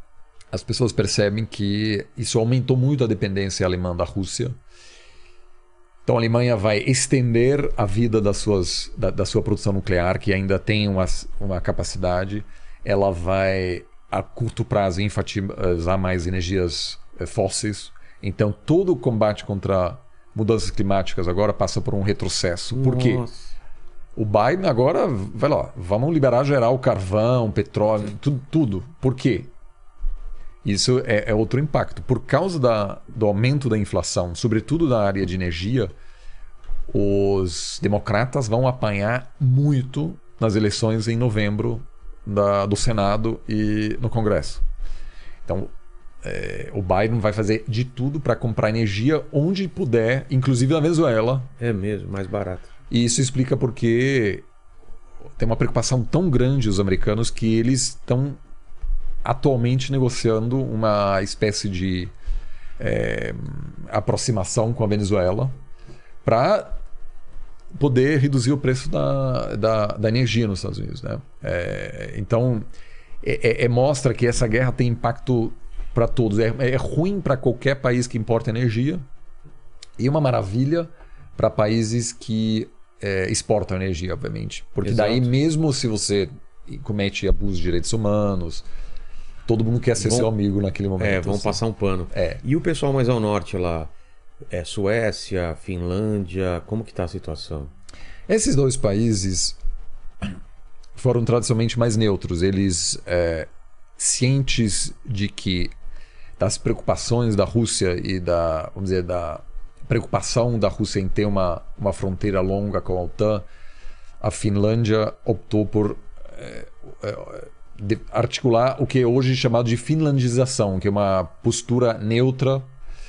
as pessoas percebem que isso aumentou muito a dependência alemã da Rússia. Então a Alemanha vai estender a vida da sua produção nuclear, que ainda tem uma capacidade. Ela vai, a curto prazo, enfatizar mais energias fósseis. Então todo o combate contra mudanças climáticas agora passa por um retrocesso. Por quê? O Biden agora vai lá, vamos liberar geral carvão, petróleo, tudo. Por quê? Isso é outro impacto. Por causa do aumento da inflação, sobretudo na área de energia, os democratas vão apanhar muito nas eleições em novembro do Senado e no Congresso. Então, o Biden vai fazer de tudo para comprar energia onde puder, inclusive na Venezuela. É mesmo, mais barato. E isso explica porque tem uma preocupação tão grande os americanos que eles estão atualmente negociando uma espécie de aproximação com a Venezuela para poder reduzir o preço da energia nos Estados Unidos, né? Então, mostra que essa guerra tem impacto para todos. É ruim para qualquer país que importa energia e uma maravilha para países que exportam energia, obviamente. Porque Exato. daí, mesmo se você comete abuso de direitos humanos, todo mundo quer ser seu amigo naquele momento. Vão passar um pano. E o pessoal mais ao norte lá? Suécia, Finlândia, como que tá a situação? Esses dois países foram tradicionalmente mais neutros. Eles, cientes de que das preocupações da Rússia e vamos dizer, da preocupação da Rússia em ter uma fronteira longa com a OTAN, a Finlândia optou por articular o que é hoje chamado de finlandização, que é uma postura neutra,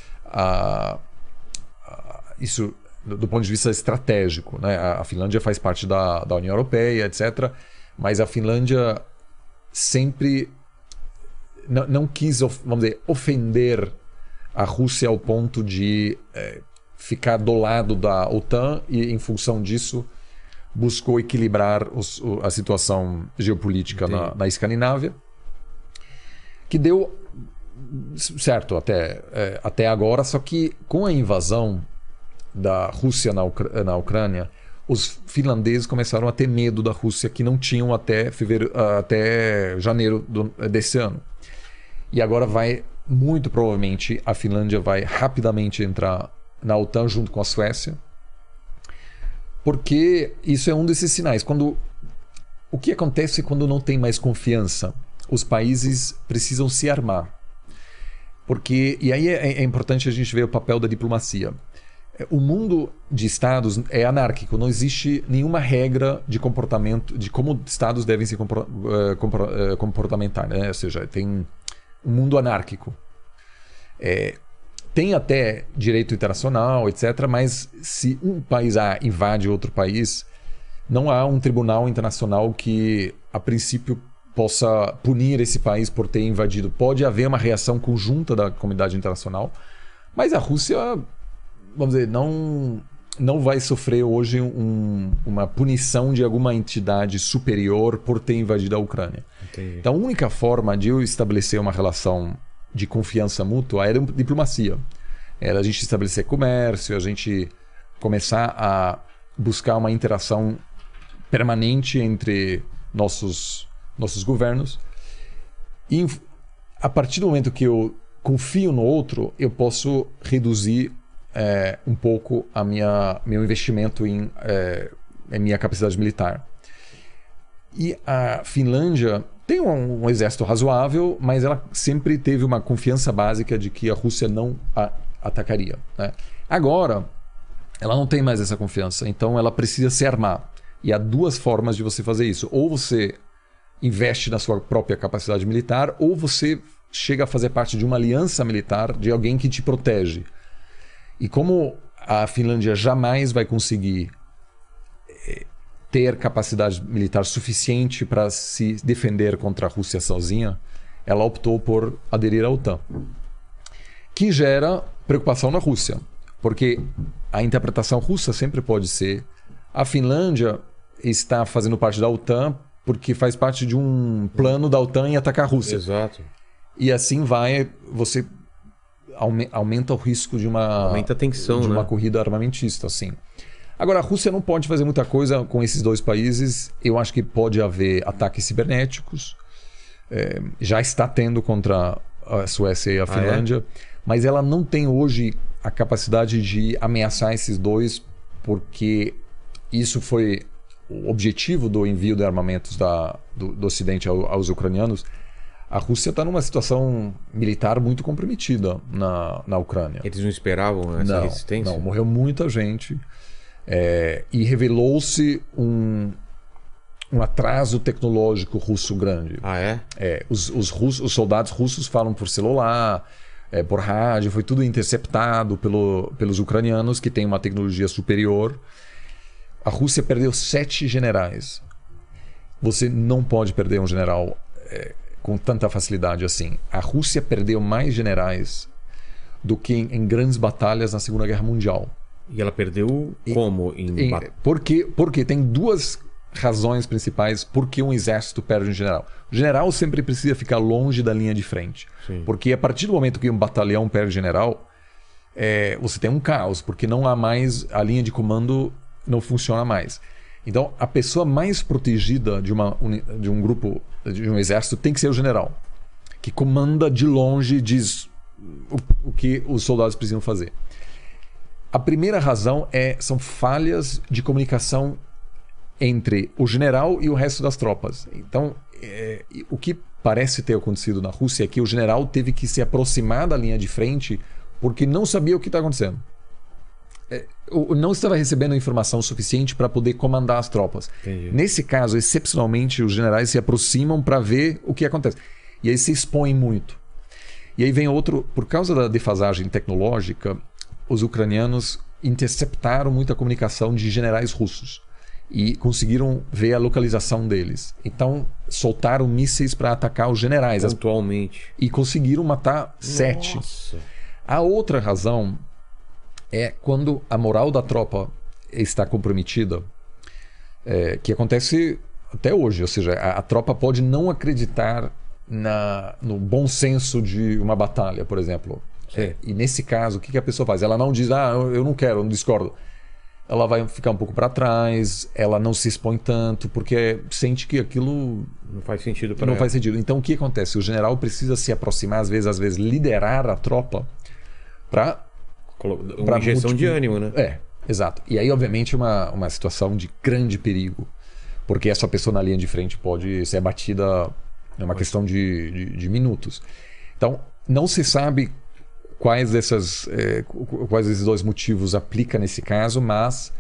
isso do ponto de vista estratégico, né? A Finlândia faz parte da União Europeia, etc. Mas a Finlândia sempre não quis, vamos dizer, ofender a Rússia ao ponto de ficar do lado da OTAN e, em função disso, buscou equilibrar a situação geopolítica na Escandinávia, que deu certo até agora, só que com a invasão da Rússia na Ucrânia, os finlandeses começaram a ter medo da Rússia, que não tinham até janeiro desse ano. E agora muito provavelmente, a Finlândia vai rapidamente entrar na OTAN junto com a Suécia, porque isso é um desses sinais. O que acontece quando não tem mais confiança? Os países precisam se armar. E aí é importante a gente ver o papel da diplomacia. O mundo de estados é anárquico, não existe nenhuma regra de comportamento, de como estados devem se comportamentar, né? Ou seja, tem um mundo anárquico. Tem até direito internacional, etc., mas se um país A invade outro país, não há um tribunal internacional que, a princípio, possa punir esse país por ter invadido. Pode haver uma reação conjunta da comunidade internacional, mas a Rússia, vamos dizer, não vai sofrer hoje uma punição de alguma entidade superior por ter invadido a Ucrânia. Entendi. Então, a única forma de eu estabelecer uma relação de confiança mútua era diplomacia. Era a gente estabelecer comércio, a gente começar a buscar uma interação permanente entre nossos governos. E a partir do momento que eu confio no outro, eu posso reduzir um pouco meu investimento em minha capacidade militar. E a Finlândia tem um exército razoável, mas ela sempre teve uma confiança básica de que a Rússia não a atacaria, né? Agora, ela não tem mais essa confiança, então ela precisa se armar. E há duas formas de você fazer isso. Ou você investe na sua própria capacidade militar, ou você chega a fazer parte de uma aliança militar de alguém que te protege. E como a Finlândia jamais vai conseguir ter capacidade militar suficiente para se defender contra a Rússia sozinha, ela optou por aderir à OTAN. Que gera preocupação na Rússia, porque a interpretação russa sempre pode ser: a Finlândia está fazendo parte da OTAN porque faz parte de um plano da OTAN em atacar a Rússia. Exato. E assim você aumenta o risco de Aumenta a tensão, de uma né? corrida armamentista, assim. Agora, a Rússia não pode fazer muita coisa com esses dois países. Eu acho que pode haver ataques cibernéticos. Já está tendo contra a Suécia e a Finlândia. Mas ela não tem hoje a capacidade de ameaçar esses dois, porque isso foi o objetivo do envio de armamentos do Ocidente aos ucranianos. A Rússia está numa situação militar muito comprometida na Ucrânia. Eles não esperavam essa resistência? Não, morreu muita gente. E revelou-se um atraso tecnológico russo grande. Ah, é? Os soldados russos falam por celular, por rádio, foi tudo interceptado pelos ucranianos, que têm uma tecnologia superior. A Rússia perdeu 7 generais. Você não pode perder um general com tanta facilidade assim. A Rússia perdeu mais generais do que em grandes batalhas na Segunda Guerra Mundial. E ela perdeu como? Porque tem duas razões principais por que um exército perde um general. O general sempre precisa ficar longe da linha de frente. Sim. Porque a partir do momento que um batalhão perde general, você tem um caos, porque não há mais, a linha de comando não funciona mais. Então, a pessoa mais protegida de um grupo, de um exército, tem que ser o general, que comanda de longe, diz o que os soldados precisam fazer. A primeira razão são falhas de comunicação entre o general e o resto das tropas. Então, o que parece ter acontecido na Rússia é que o general teve que se aproximar da linha de frente porque não sabia o que está acontecendo. Não estava recebendo informação suficiente para poder comandar as tropas. Entendi. Nesse caso, excepcionalmente, os generais se aproximam para ver o que acontece. E aí se expõem muito. E aí vem outro... Por causa da defasagem tecnológica, os ucranianos interceptaram muita comunicação de generais russos e conseguiram ver a localização deles. Então, soltaram mísseis para atacar os generais. Pontualmente. E conseguiram matar 7. Nossa. A outra razão é quando a moral da tropa está comprometida, que acontece até hoje. Ou seja, a tropa pode não acreditar no bom senso de uma batalha, por exemplo. E nesse caso, o que a pessoa faz? Ela não diz, eu não quero, eu não discordo. Ela vai ficar um pouco para trás, ela não se expõe tanto, porque sente que aquilo não faz sentido para não ela. faz sentido. Então o que acontece? O general precisa se aproximar, às vezes liderar a tropa para uma injeção de ânimo, né? Exato. E aí, obviamente, uma situação de grande perigo, porque essa pessoa na linha de frente pode ser abatida em uma questão de minutos. Então, não se sabe quais desses 2 motivos aplica nesse caso, mas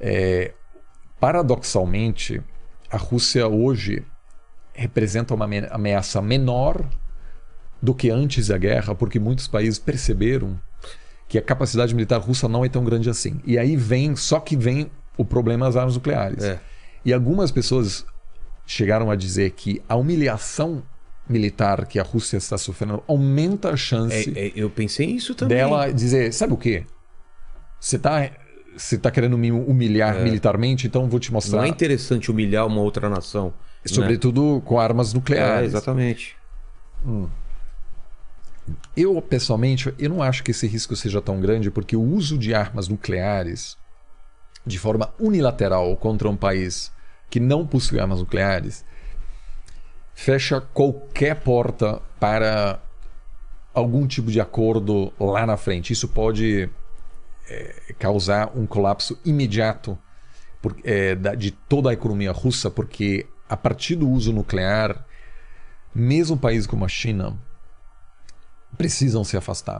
paradoxalmente a Rússia hoje representa uma ameaça menor do que antes da guerra, porque muitos países perceberam que a capacidade militar russa não é tão grande assim. E aí vem o problema das armas nucleares. E algumas pessoas chegaram a dizer que a humilhação militar que a Rússia está sofrendo aumenta a chance eu pensei nisso também. dela dizer, sabe o quê? Você tá querendo me humilhar militarmente, então eu vou te mostrar. Não é interessante humilhar uma outra nação. Sobretudo com armas nucleares. Exatamente. Eu, pessoalmente, eu não acho que esse risco seja tão grande, porque o uso de armas nucleares de forma unilateral contra um país que não possui armas nucleares fecha qualquer porta para algum tipo de acordo lá na frente. Isso pode causar um colapso imediato de toda a economia russa, porque a partir do uso nuclear, mesmo países como a China precisam se afastar.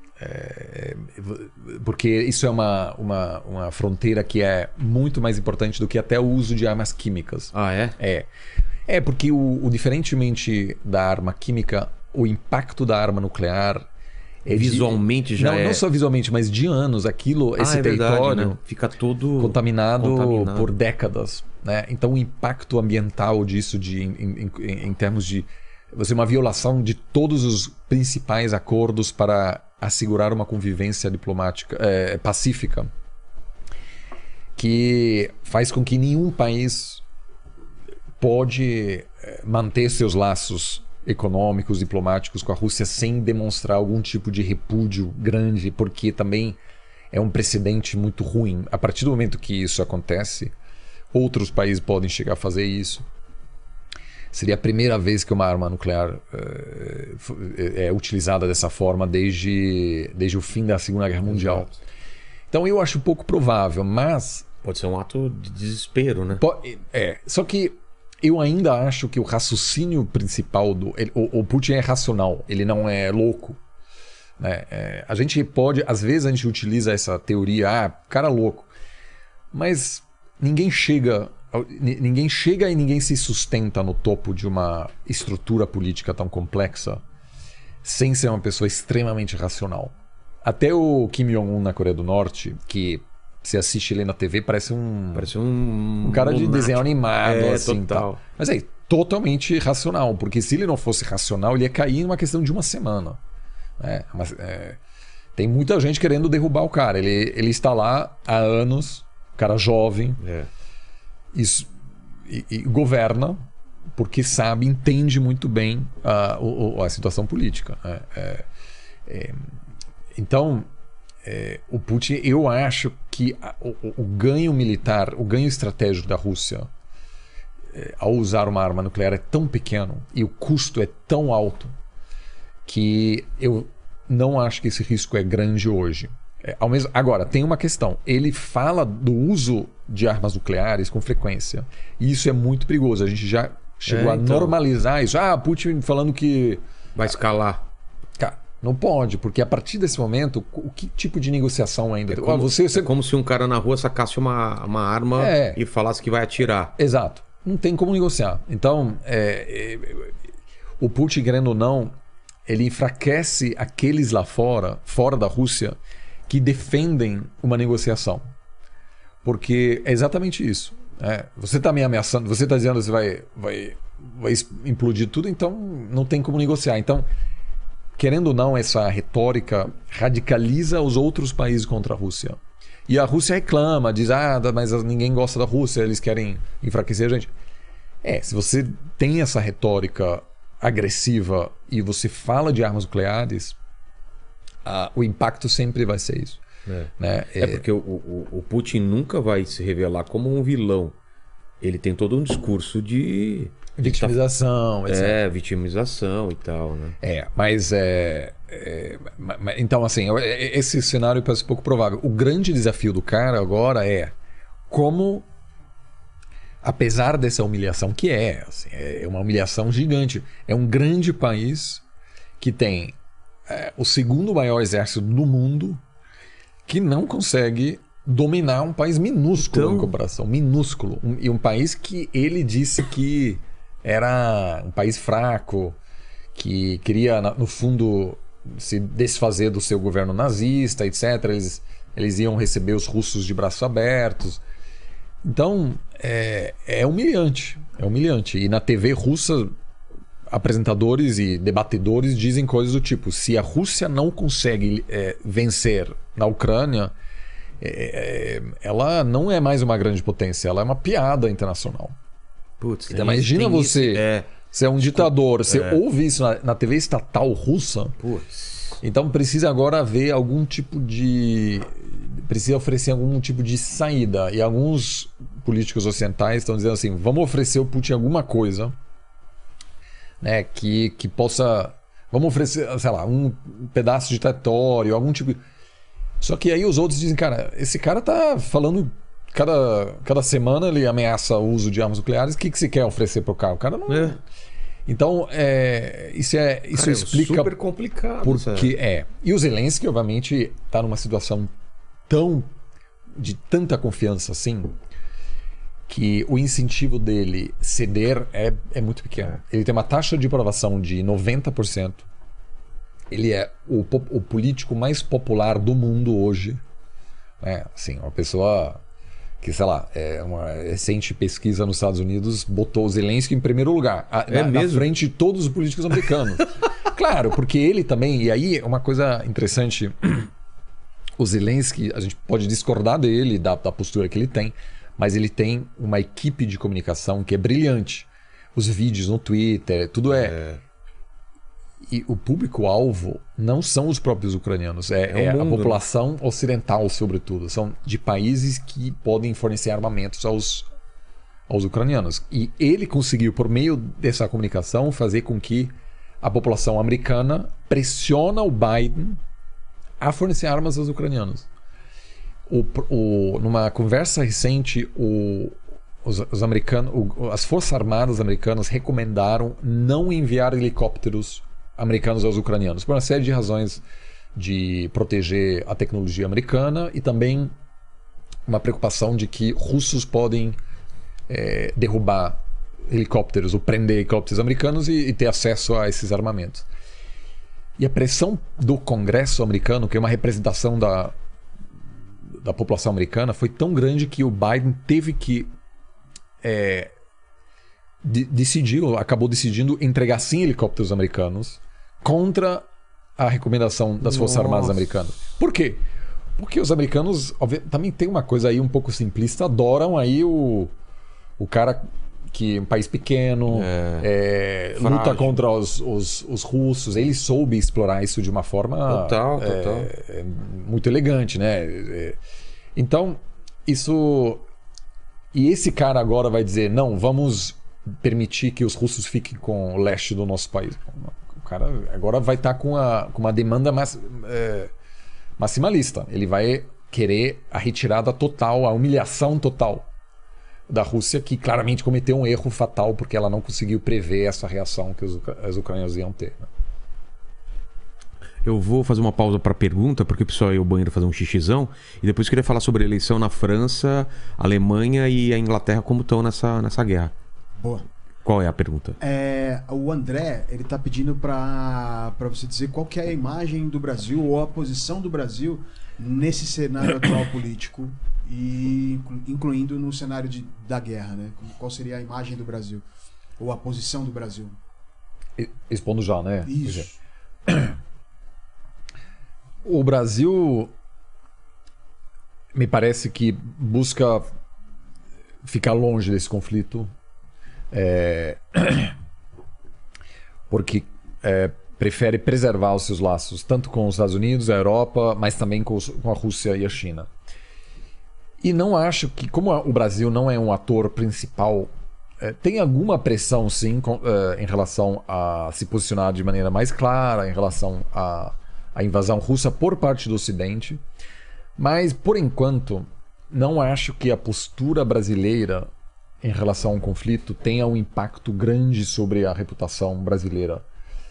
Porque isso é uma fronteira que é muito mais importante do que até o uso de armas químicas. Ah, é? Porque diferentemente da arma química, o impacto da arma nuclear visualmente não só visualmente, mas de anos esse território verdade, né? Fica todo contaminado por décadas, né? Então o impacto ambiental disso em termos de uma violação de todos os principais acordos para assegurar uma convivência diplomática pacífica, que faz com que nenhum país pode manter seus laços econômicos, diplomáticos com a Rússia sem demonstrar algum tipo de repúdio grande, porque também é um precedente muito ruim. A partir do momento que isso acontece, outros países podem chegar a fazer isso. Seria a primeira vez que uma arma nuclear é utilizada dessa forma desde o fim da Segunda Guerra Mundial. Então eu acho pouco provável, mas... Pode ser um ato de desespero, né? Só que eu ainda acho que o raciocínio principal o Putin é racional, ele não é louco. Né? A gente pode, às vezes a gente utiliza essa teoria, cara louco, mas ninguém chega e ninguém se sustenta no topo de uma estrutura política tão complexa sem ser uma pessoa extremamente racional. Até o Kim Jong-un na Coreia do Norte, que você assiste ele na TV, parece um cara de desenho animado, assim, total. Mas totalmente racional, porque se ele não fosse racional, ele ia cair em uma questão de uma semana. Tem muita gente querendo derrubar o cara. Ele está lá há anos, cara jovem, e governa porque entende muito bem a situação política. Então, o Putin, eu acho que o ganho militar, o ganho estratégico da Rússia ao usar uma arma nuclear é tão pequeno e o custo é tão alto que eu não acho que esse risco é grande hoje. Agora, tem uma questão. Ele fala do uso de armas nucleares com frequência. E isso é muito perigoso. A gente já chegou a normalizar isso. Putin falando que... vai escalar. Cara, não pode, porque a partir desse momento, que tipo de negociação ainda? É como se um cara na rua sacasse uma arma e falasse que vai atirar. Exato. Não tem como negociar. Então, o Putin, querendo ou não, ele enfraquece aqueles lá fora da Rússia, que defendem uma negociação. Porque é exatamente isso. Você está me ameaçando, você está dizendo que você vai implodir tudo, então não tem como negociar. Então, querendo ou não, essa retórica radicaliza os outros países contra a Rússia. E a Rússia reclama, diz, mas ninguém gosta da Rússia, eles querem enfraquecer a gente. Se você tem essa retórica agressiva e você fala de armas nucleares, o impacto sempre vai ser isso. Né? Porque o Putin nunca vai se revelar como um vilão. Ele tem todo um discurso de vitimização, etc. Vitimização e tal, né? Então, assim, esse cenário parece pouco provável. O grande desafio do cara agora é como, apesar dessa humilhação, que é uma humilhação gigante, é um grande país que tem o segundo maior exército do mundo, que não consegue dominar um país minúsculo em comparação. Minúsculo. E um país que ele disse que era um país fraco, que queria, no fundo, se desfazer do seu governo nazista, etc. Eles iam receber os russos de braços abertos. Então, é humilhante. É humilhante. E na TV russa, apresentadores e debatedores dizem coisas do tipo: se a Rússia não consegue vencer na Ucrânia, ela não é mais uma grande potência, ela é uma piada internacional. Putz, então, imagina você é um ditador, você ouve isso na TV estatal russa. Putz. Então precisa agora haver algum tipo de... precisa oferecer algum tipo de saída. E alguns políticos ocidentais estão dizendo assim: vamos oferecer ao Putin alguma coisa, né, que possa... Vamos oferecer, sei lá, um pedaço de território, algum tipo... Só que aí os outros dizem: cara, esse cara tá falando... Cada semana ele ameaça o uso de armas nucleares. O que você quer oferecer pro cara? O cara não... Então, isso explica... É super complicado. Porque E o Zelensky, obviamente, está numa situação de tanta confiança assim, que o incentivo dele ceder é muito pequeno. Ele tem uma taxa de aprovação de 90%. Ele é o político mais popular do mundo hoje. Assim, uma pessoa que, sei lá, uma recente pesquisa nos Estados Unidos botou o Zelensky em primeiro lugar, na frente de todos os políticos americanos. Claro, porque ele também... E aí, uma coisa interessante... O Zelensky, a gente pode discordar dele, da postura que ele tem, mas ele tem uma equipe de comunicação que é brilhante. Os vídeos no Twitter, tudo E o público-alvo não são os próprios ucranianos, é o mundo, a população ocidental, sobretudo. São de países que podem fornecer armamentos aos ucranianos. E ele conseguiu, por meio dessa comunicação, fazer com que a população americana pressiona o Biden a fornecer armas aos ucranianos. Numa conversa recente, os americanos, as Forças Armadas americanas recomendaram não enviar helicópteros americanos aos ucranianos, por uma série de razões de proteger a tecnologia americana e também uma preocupação de que russos podem derrubar helicópteros ou prender helicópteros americanos e ter acesso a esses armamentos. E a pressão do Congresso americano, que é uma representação da população americana, foi tão grande que o Biden teve que acabou decidindo entregar sim helicópteros americanos contra a recomendação das Forças Armadas americanas. Por quê? Porque os americanos também tem uma coisa aí um pouco simplista, adoram aí o cara que é um país pequeno, luta contra os russos. Ele soube explorar isso de uma forma total. muito elegante, né? Então, isso... E esse cara agora vai dizer, não, vamos permitir que os russos fiquem com o leste do nosso país. O cara agora vai estar com uma demanda maximalista. Ele vai querer a retirada total, a humilhação total da Rússia, que claramente cometeu um erro fatal porque ela não conseguiu prever essa reação que os ucranianos iam ter. Né? Eu vou fazer uma pausa para pergunta, porque o pessoal ia ao banheiro fazer um xixizão, e depois eu queria falar sobre a eleição na França, Alemanha e a Inglaterra, como estão nessa guerra. Boa. Qual é a pergunta? O André, ele tá pedindo para você dizer qual que é a imagem do Brasil ou a posição do Brasil nesse cenário atual político, e incluindo no cenário da guerra, né? Qual seria a imagem do Brasil ou a posição do Brasil? Respondo já, né? Isso. O Brasil me parece que busca ficar longe desse conflito, porque prefere preservar os seus laços tanto com os Estados Unidos, a Europa, mas também com a Rússia e a China. E não acho que, como o Brasil não é um ator principal, tem alguma pressão sim em relação a se posicionar de maneira mais clara em relação à invasão russa por parte do Ocidente, mas por enquanto não acho que a postura brasileira em relação ao conflito tenha um impacto grande sobre a reputação brasileira,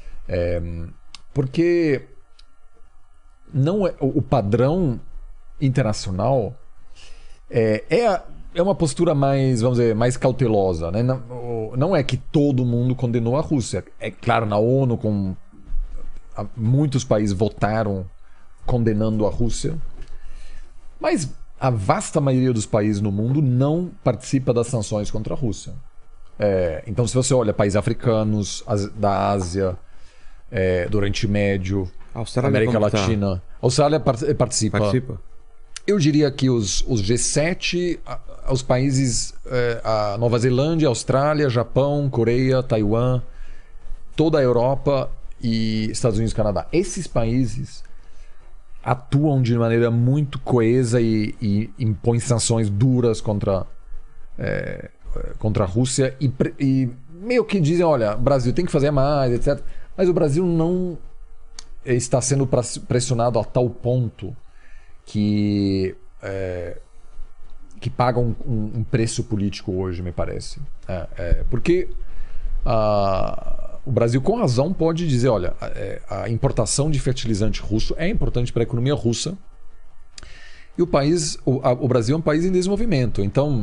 porque não é o padrão internacional é uma postura mais, vamos dizer, mais cautelosa, né? Não é que todo mundo condenou a Rússia. É claro, na ONU muitos países votaram condenando a Rússia, mas a vasta maioria dos países no mundo não participa das sanções contra a Rússia. Então, se você olha países africanos, da Ásia, do Oriente Médio, América Latina, a Austrália participa. Eu diria que os G7, os países, a Nova Zelândia, Austrália, Japão, Coreia, Taiwan, toda a Europa e Estados Unidos e Canadá. Esses países atuam de maneira muito coesa e impõem sanções duras contra a Rússia e meio que dizem, olha, o Brasil tem que fazer mais, etc. Mas o Brasil não está sendo pressionado a tal ponto que paga um preço político hoje, me parece. Porque o Brasil, com razão, pode dizer, olha, a importação de fertilizante russo é importante para a economia russa e o Brasil é um país em desenvolvimento. Então,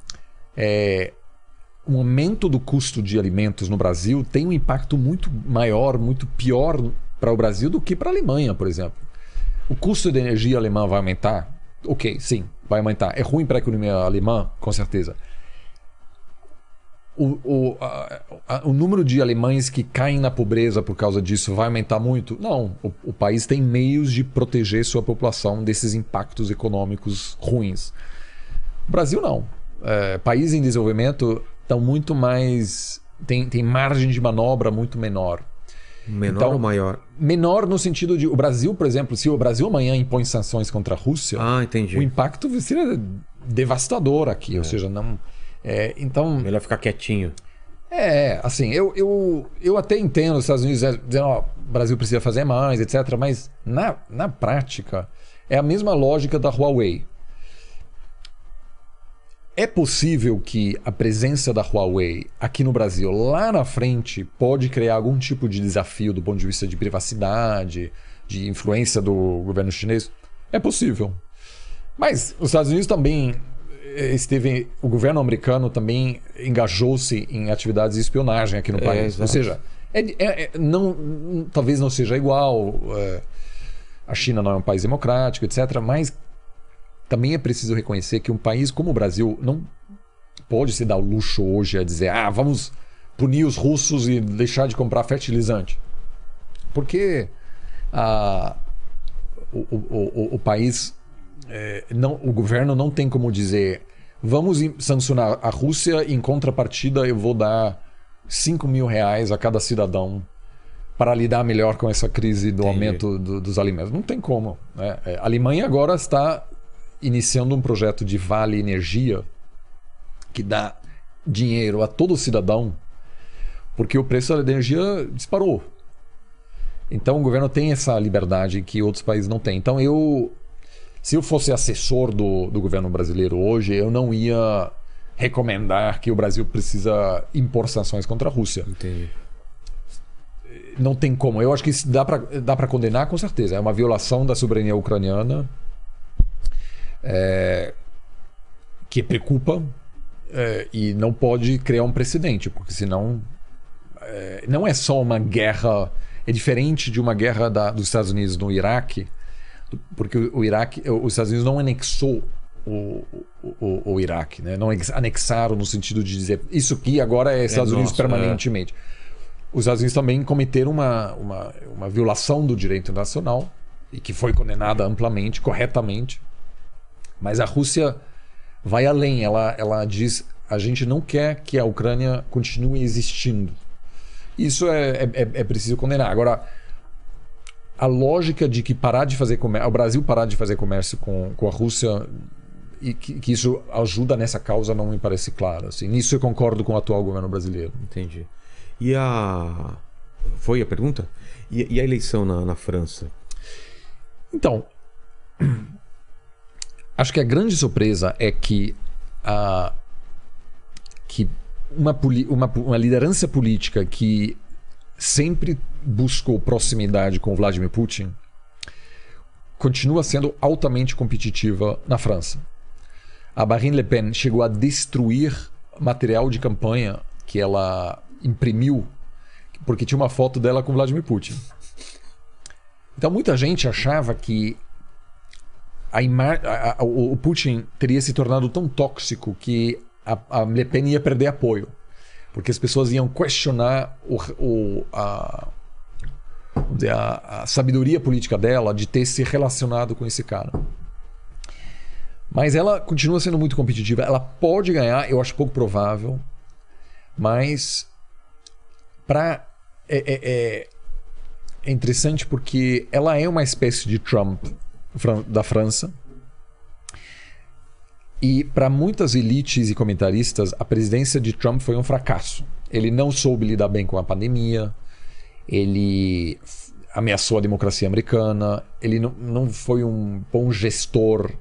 o aumento do custo de alimentos no Brasil tem um impacto muito maior, muito pior para o Brasil do que para a Alemanha, por exemplo. O custo de energia alemã vai aumentar? Ok, sim, vai aumentar. É ruim para a economia alemã? Com certeza. O número de alemães que caem na pobreza por causa disso vai aumentar muito? Não. O país tem meios de proteger sua população desses impactos econômicos ruins. O Brasil não. Países em desenvolvimento estão muito mais... tem margem de manobra muito menor. Menor Então, ou maior? Menor no sentido de... O Brasil, por exemplo, se o Brasil amanhã impõe sanções contra a Rússia, Entendi. o impacto seria devastador aqui. Ou seja, não... então... Melhor ficar quietinho. Assim, eu até entendo os Estados Unidos dizendo, ó, o Brasil precisa fazer mais, etc. Mas, na prática, é a mesma lógica da Huawei. É possível que a presença da Huawei aqui no Brasil, lá na frente, pode criar algum tipo de desafio do ponto de vista de privacidade, de influência do governo chinês? É possível. Mas os Estados Unidos também o governo americano também engajou-se em atividades de espionagem aqui no país. Exato. Ou seja, talvez não seja igual, a China não é um país democrático, etc., mas também é preciso reconhecer que um país como o Brasil não pode se dar o luxo hoje a dizer vamos punir os russos e deixar de comprar fertilizante. Porque o país, o governo não tem como dizer vamos sancionar a Rússia e em contrapartida eu vou dar R$5.000 a cada cidadão para lidar melhor com essa crise do aumento dos alimentos. Não tem como, né? A Alemanha agora está iniciando um projeto de Vale Energia que dá dinheiro a todo cidadão porque o preço da energia disparou. Então o governo tem essa liberdade que outros países não têm. Então se eu fosse assessor do governo brasileiro hoje, eu não ia recomendar que o Brasil precisa impor sanções contra a Rússia. Entendi. Não tem como. Eu acho que isso dá para condenar com certeza. É uma violação da soberania ucraniana que preocupa e não pode criar um precedente, porque senão não é só uma guerra. É diferente de uma guerra dos Estados Unidos no Iraque, porque os Estados Unidos não anexou o Iraque, né? Não anexaram no sentido de dizer isso aqui agora é Estados Unidos permanentemente. Os Estados Unidos também cometeram uma violação do direito internacional e que foi condenada amplamente, corretamente. Mas a Rússia vai além. Ela diz a gente não quer que a Ucrânia continue existindo. Isso é preciso condenar. Agora, a lógica de que o Brasil parar de fazer comércio com a Rússia e que isso ajuda nessa causa não me parece claro. Assim. Nisso eu concordo com o atual governo brasileiro. Entendi. Foi a pergunta? E a eleição na França? Então, acho que a grande surpresa é que uma liderança política que sempre buscou proximidade com Vladimir Putin continua sendo altamente competitiva na França. A Marine Le Pen chegou a destruir material de campanha que ela imprimiu porque tinha uma foto dela com Vladimir Putin. Então muita gente achava que o Putin teria se tornado tão tóxico que a Le Pen ia perder apoio, porque as pessoas iam questionar a sabedoria política dela de ter se relacionado com esse cara. Mas ela continua sendo muito competitiva. Ela pode ganhar, eu acho pouco provável, mas é interessante porque ela é uma espécie de Trump da França. E para muitas elites e comentaristas, a presidência de Trump foi um fracasso. Ele não soube lidar bem com a pandemia, ele ameaçou a democracia americana, ele não foi um bom gestor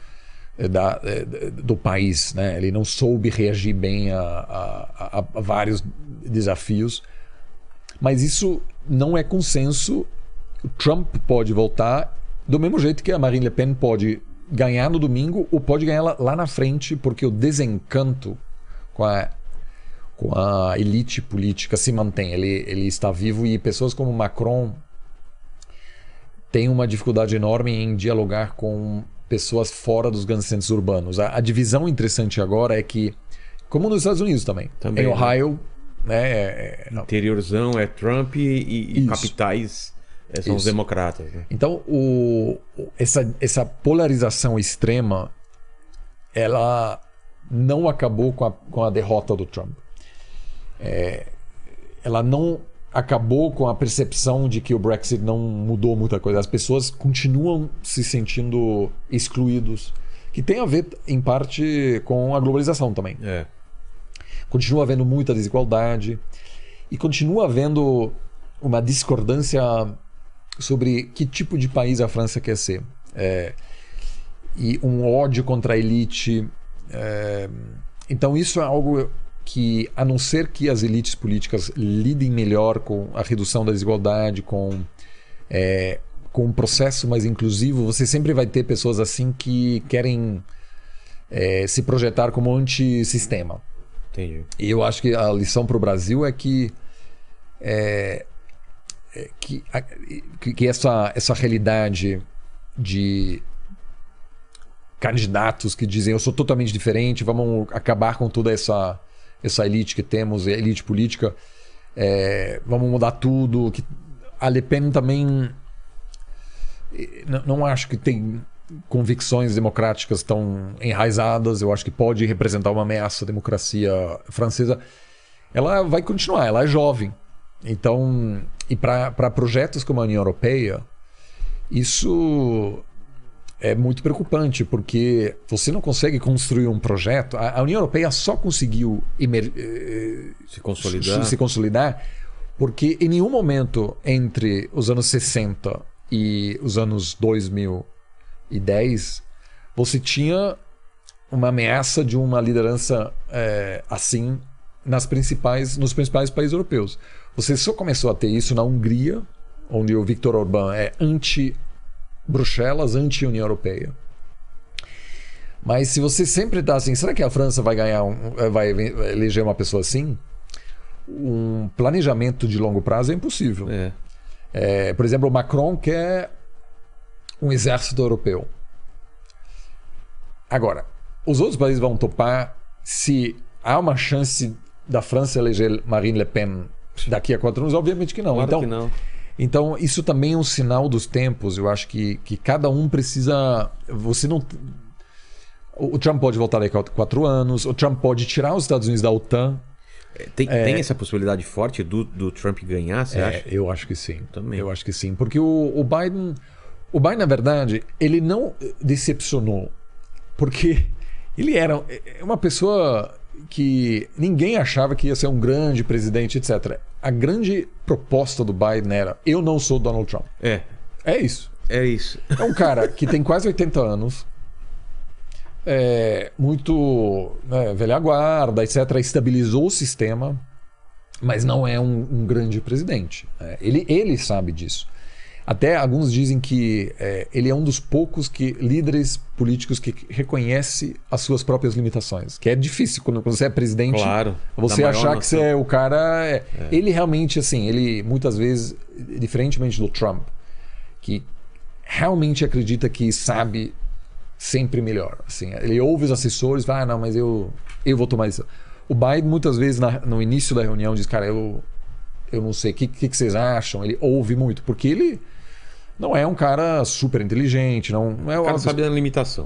do país, né? Ele não soube reagir bem a vários desafios. Mas isso não é consenso. O Trump pode voltar do mesmo jeito que a Marine Le Pen pode ganhar no domingo ou pode ganhar lá na frente, porque o desencanto com a elite política se mantém. Ele está vivo e pessoas como Macron têm uma dificuldade enorme em dialogar com pessoas fora dos grandes centros urbanos. A divisão interessante agora é que, como nos Estados Unidos também em Ohio, né, interiorzão é Trump e capitais são os democratas, né? Então essa polarização extrema ela não acabou com a derrota do Trump. Ela não acabou com a percepção de que o Brexit não mudou muita coisa. As pessoas continuam se sentindo excluídos, que tem a ver, em parte, com a globalização também. Continua havendo muita desigualdade e continua havendo uma discordância sobre que tipo de país a França quer ser. E um ódio contra a elite. Então isso é algo que, a não ser que as elites políticas lidem melhor com a redução da desigualdade, com um processo mais inclusivo, você sempre vai ter pessoas assim que querem se projetar como antissistema. Entendi. E eu acho que a lição para o Brasil é que essa realidade de candidatos que dizem eu sou totalmente diferente, vamos acabar com toda essa elite que temos, a elite política, vamos mudar tudo. A Le Pen também não acho que tem convicções democráticas tão enraizadas. Eu acho que pode representar uma ameaça à democracia francesa. Ela vai continuar, ela é jovem. Então, e para projetos como a União Europeia, isso é muito preocupante, porque você não consegue construir um projeto. A União Europeia só conseguiu se consolidar porque em nenhum momento entre os anos 60 e os anos 2010 você tinha uma ameaça de uma liderança assim nos principais países europeus. Você só começou a ter isso na Hungria, onde o Viktor Orbán é anti-Bruxelas, anti-União Europeia. Mas se você sempre está assim, será que a França vai eleger uma pessoa assim? Um planejamento de longo prazo é impossível. Por exemplo, o Macron quer um exército europeu. Agora, os outros países vão topar se há uma chance da França eleger Marine Le Pen daqui a 4 anos? Obviamente que não. Claro que não. Então, isso também é um sinal dos tempos. Eu acho que cada um precisa... Você não... O Trump pode voltar daqui a 4 anos. O Trump pode tirar os Estados Unidos da OTAN. Tem essa possibilidade forte do Trump ganhar, você acha? Eu acho que sim. Também. Eu acho que sim. Porque o Biden, na verdade, ele não decepcionou. Porque ele era uma pessoa que ninguém achava que ia ser um grande presidente, etc. A grande proposta do Biden era: eu não sou Donald Trump. É isso. É isso. É um cara que tem quase 80 anos, muito velha guarda, etc. Estabilizou o sistema, mas não é um grande presidente. Ele sabe disso. Até alguns dizem que ele é um dos poucos líderes políticos que reconhece as suas próprias limitações. Que é difícil quando você é presidente, claro, você achar que você é o cara... Ele realmente, assim, ele muitas vezes, diferentemente do Trump, que realmente acredita que sabe sempre melhor. Assim, ele ouve os assessores e fala, não, mas eu vou tomar isso. O Biden, muitas vezes, no início da reunião, diz, cara, eu não sei, o que vocês acham? Ele ouve muito, porque ele não é um cara super inteligente, não é o cara sabe da limitação.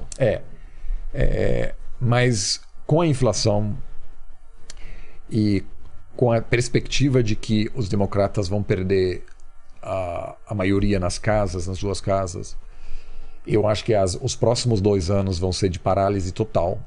Mas com a inflação e com a perspectiva de que os democratas vão perder a maioria nas suas casas, eu acho que os próximos 2 anos vão ser de parálise total.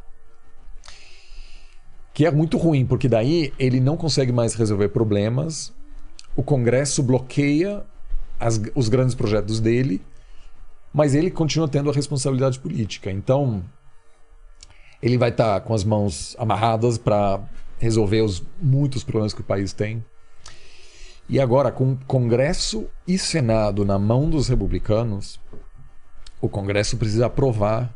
Que é muito ruim, porque daí ele não consegue mais resolver problemas, o Congresso bloqueia os grandes projetos dele, mas ele continua tendo a responsabilidade política. Então, ele vai estar com as mãos amarradas para resolver muitos problemas que o país tem. E agora, com Congresso e Senado na mão dos republicanos, o Congresso precisa aprovar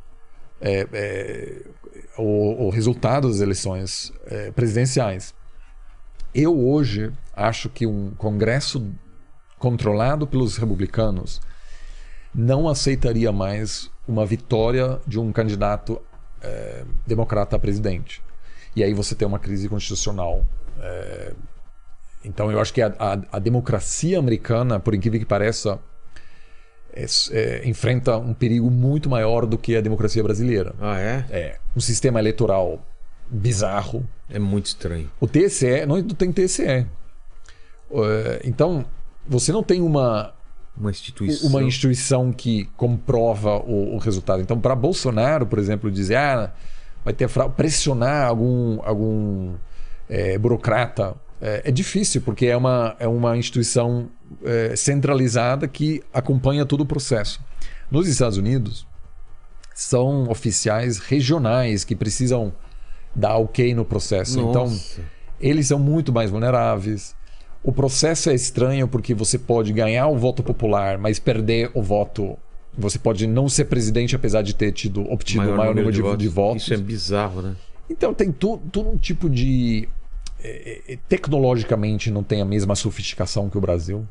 o resultado das eleições presidenciais. Eu hoje acho que um Congresso controlado pelos republicanos não aceitaria mais uma vitória de um candidato democrata a presidente. E aí você tem uma crise constitucional. Então eu acho que a democracia americana, por incrível que pareça, enfrenta um perigo muito maior do que a democracia brasileira. Um sistema eleitoral bizarro. É muito estranho. O TSE, não tem TSE. Então, você não tem uma instituição que comprova o resultado. Então, para Bolsonaro, por exemplo, dizer vai ter pressionar algum burocrata é difícil, porque é uma instituição centralizada que acompanha todo o processo. Nos Estados Unidos, são oficiais regionais que precisam dar ok no processo. Nossa. Então, eles são muito mais vulneráveis. O processo é estranho porque você pode ganhar o voto popular, mas perder o voto. Você pode não ser presidente apesar de ter obtido o maior número de votos. Isso é bizarro, né? Então tem todo um tipo de... tecnologicamente não tem a mesma sofisticação que o Brasil.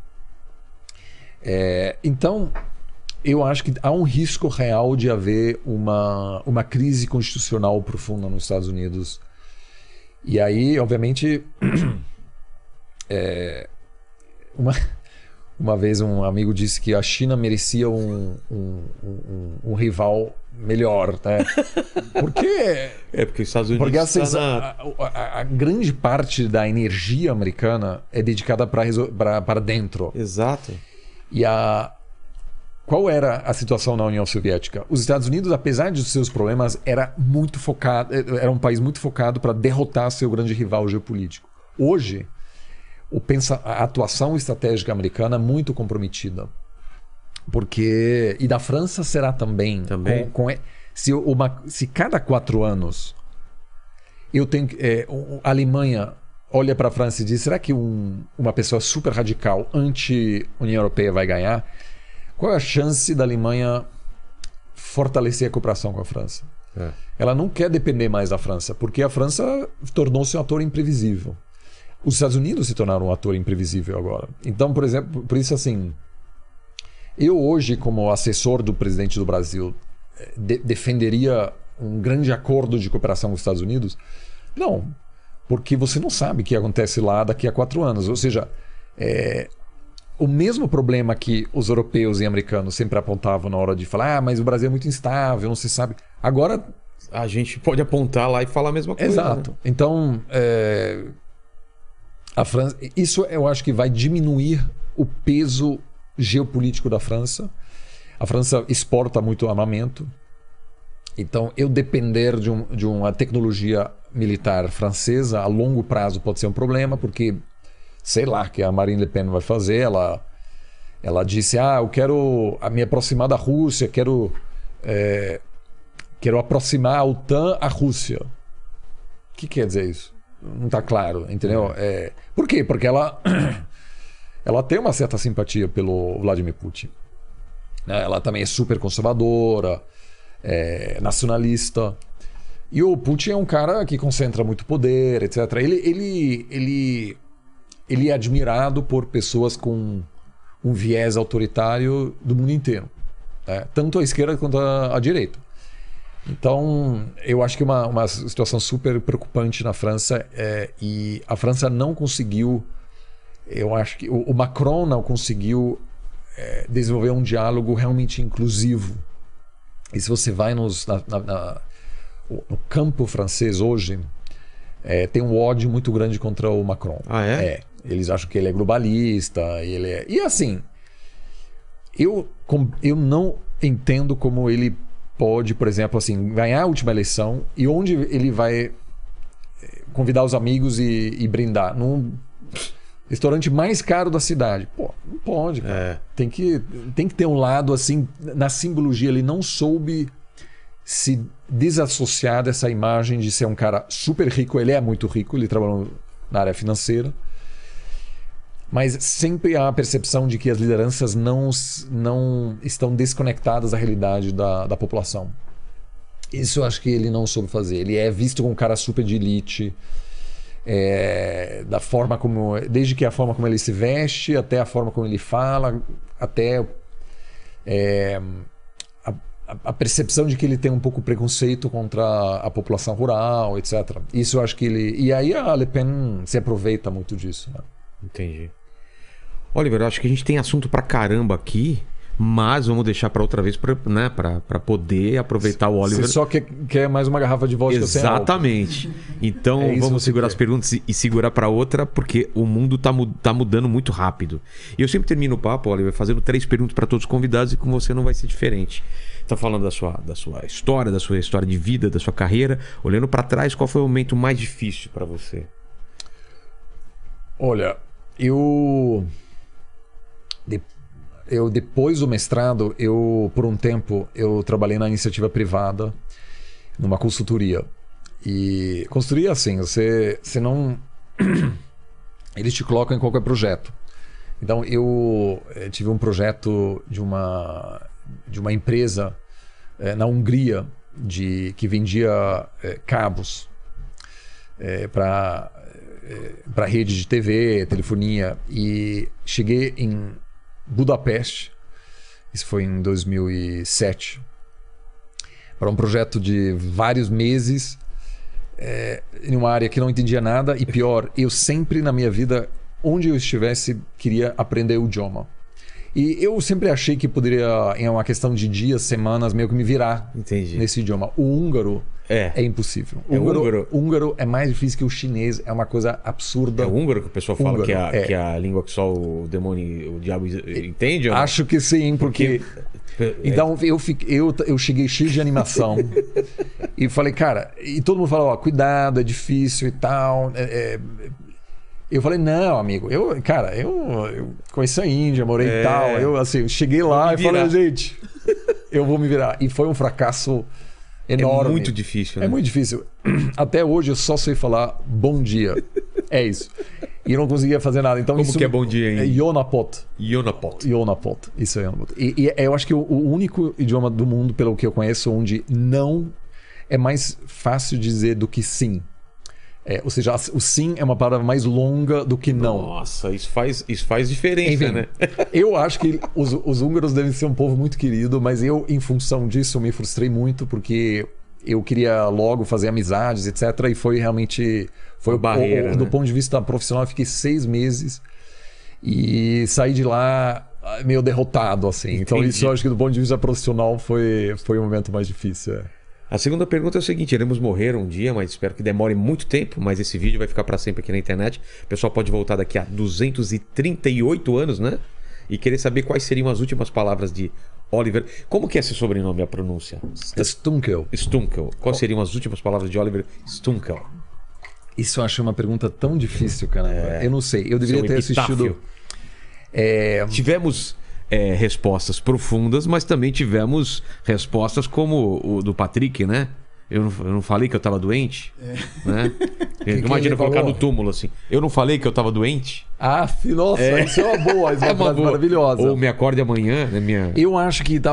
Então, eu acho que há um risco real de haver uma crise constitucional profunda nos Estados Unidos. E aí, obviamente... Uma vez um amigo disse que a China merecia um rival melhor, né? Porque os Estados Unidos a grande parte da energia americana é dedicada para dentro. Exato. E qual era a situação na União Soviética? Os Estados Unidos, apesar de seus problemas, era um país muito focado para derrotar seu grande rival geopolítico. Hoje, a atuação estratégica americana é muito comprometida. E da França será também. Se cada 4 anos a Alemanha olha para a França e diz: será que uma pessoa super radical anti-União Europeia vai ganhar? Qual é a chance da Alemanha fortalecer a cooperação com a França? Ela não quer depender mais da França, porque a França tornou-se um ator imprevisível. Os Estados Unidos se tornaram um ator imprevisível agora. Então, por exemplo, por isso assim, eu hoje, como assessor do presidente do Brasil, defenderia um grande acordo de cooperação com os Estados Unidos? Não, porque você não sabe o que acontece lá daqui a 4 anos. Ou seja, o mesmo problema que os europeus e americanos sempre apontavam na hora de falar: mas o Brasil é muito instável, não se sabe. Agora a gente pode apontar lá e falar a mesma coisa. Exato. Né? Então, a França, isso eu acho que vai diminuir o peso geopolítico da França. A França exporta muito armamento. Então, eu depender de uma tecnologia militar francesa a longo prazo pode ser um problema, porque sei lá o que a Marine Le Pen vai fazer. Ela disse: eu quero me aproximar da Rússia, quero aproximar a OTAN à Rússia. O que quer dizer isso? Não está claro, entendeu? Por quê? Porque ela tem uma certa simpatia pelo Vladimir Putin. Ela também é super conservadora, nacionalista. E o Putin é um cara que concentra muito poder, etc. Ele é admirado por pessoas com um viés autoritário do mundo inteiro, né? Tanto a esquerda quanto a direita. Então, eu acho que uma situação super preocupante na França, e a França não conseguiu, eu acho que o Macron não conseguiu desenvolver um diálogo realmente inclusivo. E se você vai no campo francês hoje, tem um ódio muito grande contra o Macron. Eles acham que ele é globalista, e assim, eu não entendo como ele pode, por exemplo, assim, ganhar a última eleição e onde ele vai convidar os amigos e brindar num restaurante mais caro da cidade. Pô, não pode, cara. Tem que ter um lado assim, na simbologia. Ele não soube se desassociar dessa imagem de ser um cara super rico. Ele é muito rico, ele trabalhou na área financeira. Mas sempre há a percepção de que as lideranças não estão desconectadas da realidade da população. Isso eu acho que ele não soube fazer. Ele é visto como um cara super de elite, desde a forma como ele se veste, até a forma como ele fala, até a percepção de que ele tem um pouco preconceito contra a população rural, etc. Isso eu acho que E aí a Le Pen se aproveita muito disso, né? Entendi. Oliver, eu acho que a gente tem assunto pra caramba aqui, mas vamos deixar para outra vez para poder aproveitar o Oliver. Você só quer mais uma garrafa de vodka sem álcool. Exatamente. Então vamos segurar as perguntas e segurar para outra, porque o mundo tá mudando muito rápido. E eu sempre termino o papo, Oliver, fazendo 3 perguntas para todos os convidados, e com você não vai ser diferente. Tá falando da sua história de vida, da sua carreira. Olhando para trás, qual foi o momento mais difícil para você? Olha, eu depois do mestrado, por um tempo, eu trabalhei na iniciativa privada, numa consultoria. E consultoria assim, você não... Eles te colocam em qualquer projeto. Então, eu tive um projeto de uma empresa na Hungria que vendia cabos para rede de TV, telefonia. E cheguei em Budapeste, isso foi em 2007, para um projeto de vários meses, em uma área que não entendia nada. E pior, eu sempre na minha vida, onde eu estivesse, queria aprender o idioma. E eu sempre achei que poderia, em uma questão de dias, semanas, meio que me virar nesse idioma. O húngaro é impossível. O húngaro é mais difícil que o chinês, é uma coisa absurda. É o húngaro que o pessoal fala que é a língua que só o demônio, o diabo entende? Ou? Acho que sim, porque... Então eu cheguei cheio de animação e falei, cara, e todo mundo fala, cuidado, é difícil e tal. Eu falei, não, amigo, eu conheci a Índia, morei e tal. Eu cheguei lá e falei, gente, eu vou me virar. E foi um fracasso enorme. É muito difícil, né? É muito difícil. Até hoje eu só sei falar bom dia. É isso. E eu não conseguia fazer nada. Então, Como que é bom dia em... É Yonapot. Yonapot. Isso é Yonapot. E eu acho que o único idioma do mundo, pelo que eu conheço, onde não é mais fácil dizer do que sim. Ou seja, o sim é uma palavra mais longa do que não. Nossa, isso faz diferença, enfim, né? Eu acho que os húngaros devem ser um povo muito querido, mas eu, em função disso, me frustrei muito, porque eu queria logo fazer amizades, etc. E foi realmente... Foi barreira, do né? ponto de vista profissional, eu fiquei 6 meses e saí de lá meio derrotado, assim. Entendi. Então isso eu acho que do ponto de vista profissional foi o momento mais difícil. A segunda pergunta é o seguinte: iremos morrer um dia, mas espero que demore muito tempo, mas esse vídeo vai ficar para sempre aqui na internet. O pessoal pode voltar daqui a 238 anos, né? E querer saber quais seriam as últimas palavras de Oliver. Como que é esse sobrenome, a pronúncia? Stunkel. Stunkel. Quais seriam as últimas palavras de Oliver Stunkel? Isso eu achei uma pergunta tão difícil, cara. Eu não sei. Eu deveria ter assistido... Tivemos respostas profundas, mas também tivemos respostas como o do Patrick, né? Eu não falei que eu tava doente? Né? Imagina colocar no túmulo assim. Eu não falei que eu tava doente? Nossa, isso é uma boa, isso é uma frase maravilhosa. Ou me acorde amanhã, né? Eu acho que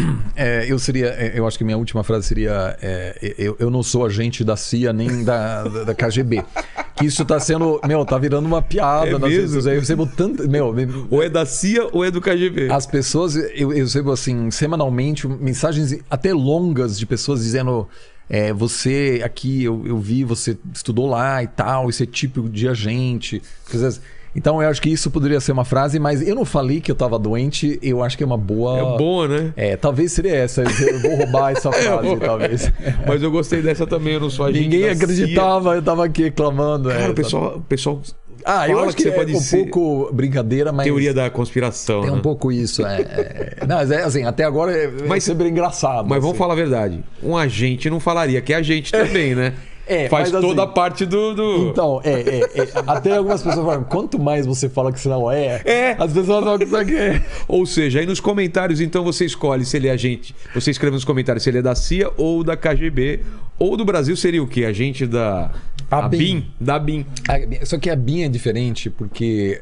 eu acho que minha última frase seria eu não sou agente da CIA nem da KGB. Que isso tá sendo, tá virando uma piada nas vezes. Eu recebo tanto, ou é da CIA ou é do KGB. As pessoas, eu recebo assim, semanalmente, mensagens até longas de pessoas dizendo: você aqui, eu vi, você estudou lá e tal, isso é típico de agente. Então eu acho que isso poderia ser uma frase, mas eu não falei que eu tava doente, eu acho que é uma boa... É boa, né? Talvez seria essa, eu vou roubar essa frase, talvez. Mas eu gostei dessa também, eu não sou agente. Ninguém acreditava, eu tava aqui reclamando. Cara, o pessoal eu acho que você pode ser um pouco brincadeira, mas... Teoria da conspiração, tem um pouco isso, Não, mas assim, até agora é sempre engraçado. Mas vamos falar a verdade, um agente não falaria que é agente também, né? Faz toda a parte do... Então, até algumas pessoas falam, quanto mais você fala que você não as pessoas não conseguem. Ou seja, aí nos comentários, então, você escolhe se ele é agente. Você escreve nos comentários se ele é da CIA ou da KGB. Ou do Brasil seria o quê? Agente da... BIM. Da BIM. Só que a BIM é diferente porque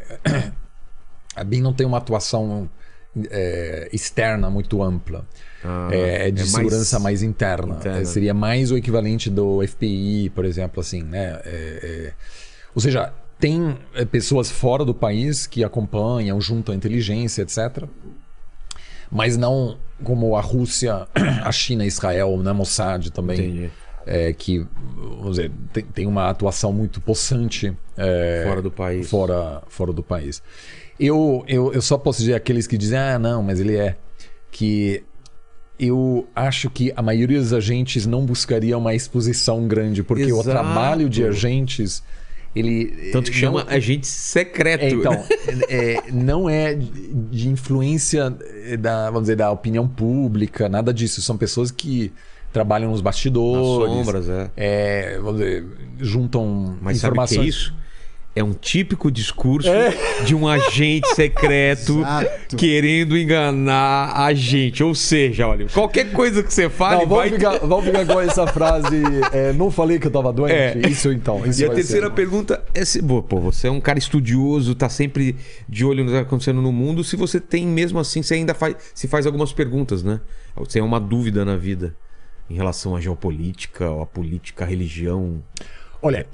a BIM não tem uma atuação externa muito ampla. De segurança mais interna. Seria mais o equivalente do FBI, por exemplo, assim, né? Ou seja, tem pessoas fora do país que acompanham, juntam inteligência, etc. Mas não como a Rússia, a China, Israel, né? Mossad também. Entendi. Que, vamos dizer, tem uma atuação muito possante fora do país. Fora do país. Eu só posso dizer aqueles que dizem, não, mas ele é. que eu acho que a maioria dos agentes não buscaria uma exposição grande, porque o Exato. trabalho de agentes, ele... Tanto que chama agente secreto. Então, não é de influência vamos dizer, da opinião pública, nada disso. São pessoas que trabalham nos bastidores. Nas sombras, vamos dizer, juntam Mas sabe o informações. que é isso? É um típico discurso de um agente secreto Exato. querendo enganar a gente. Ou seja, olha, qualquer coisa que você fale Não, vai... vamos ficar com essa frase. Não falei que eu tava doente? Isso então. Isso E a vai terceira ser. pergunta é se... Pô, você é um cara estudioso, tá sempre de olho no que tá acontecendo no mundo. Se você tem, mesmo assim, você ainda faz algumas perguntas, né? Você é uma dúvida na vida em relação à geopolítica, à política, à religião. Olha,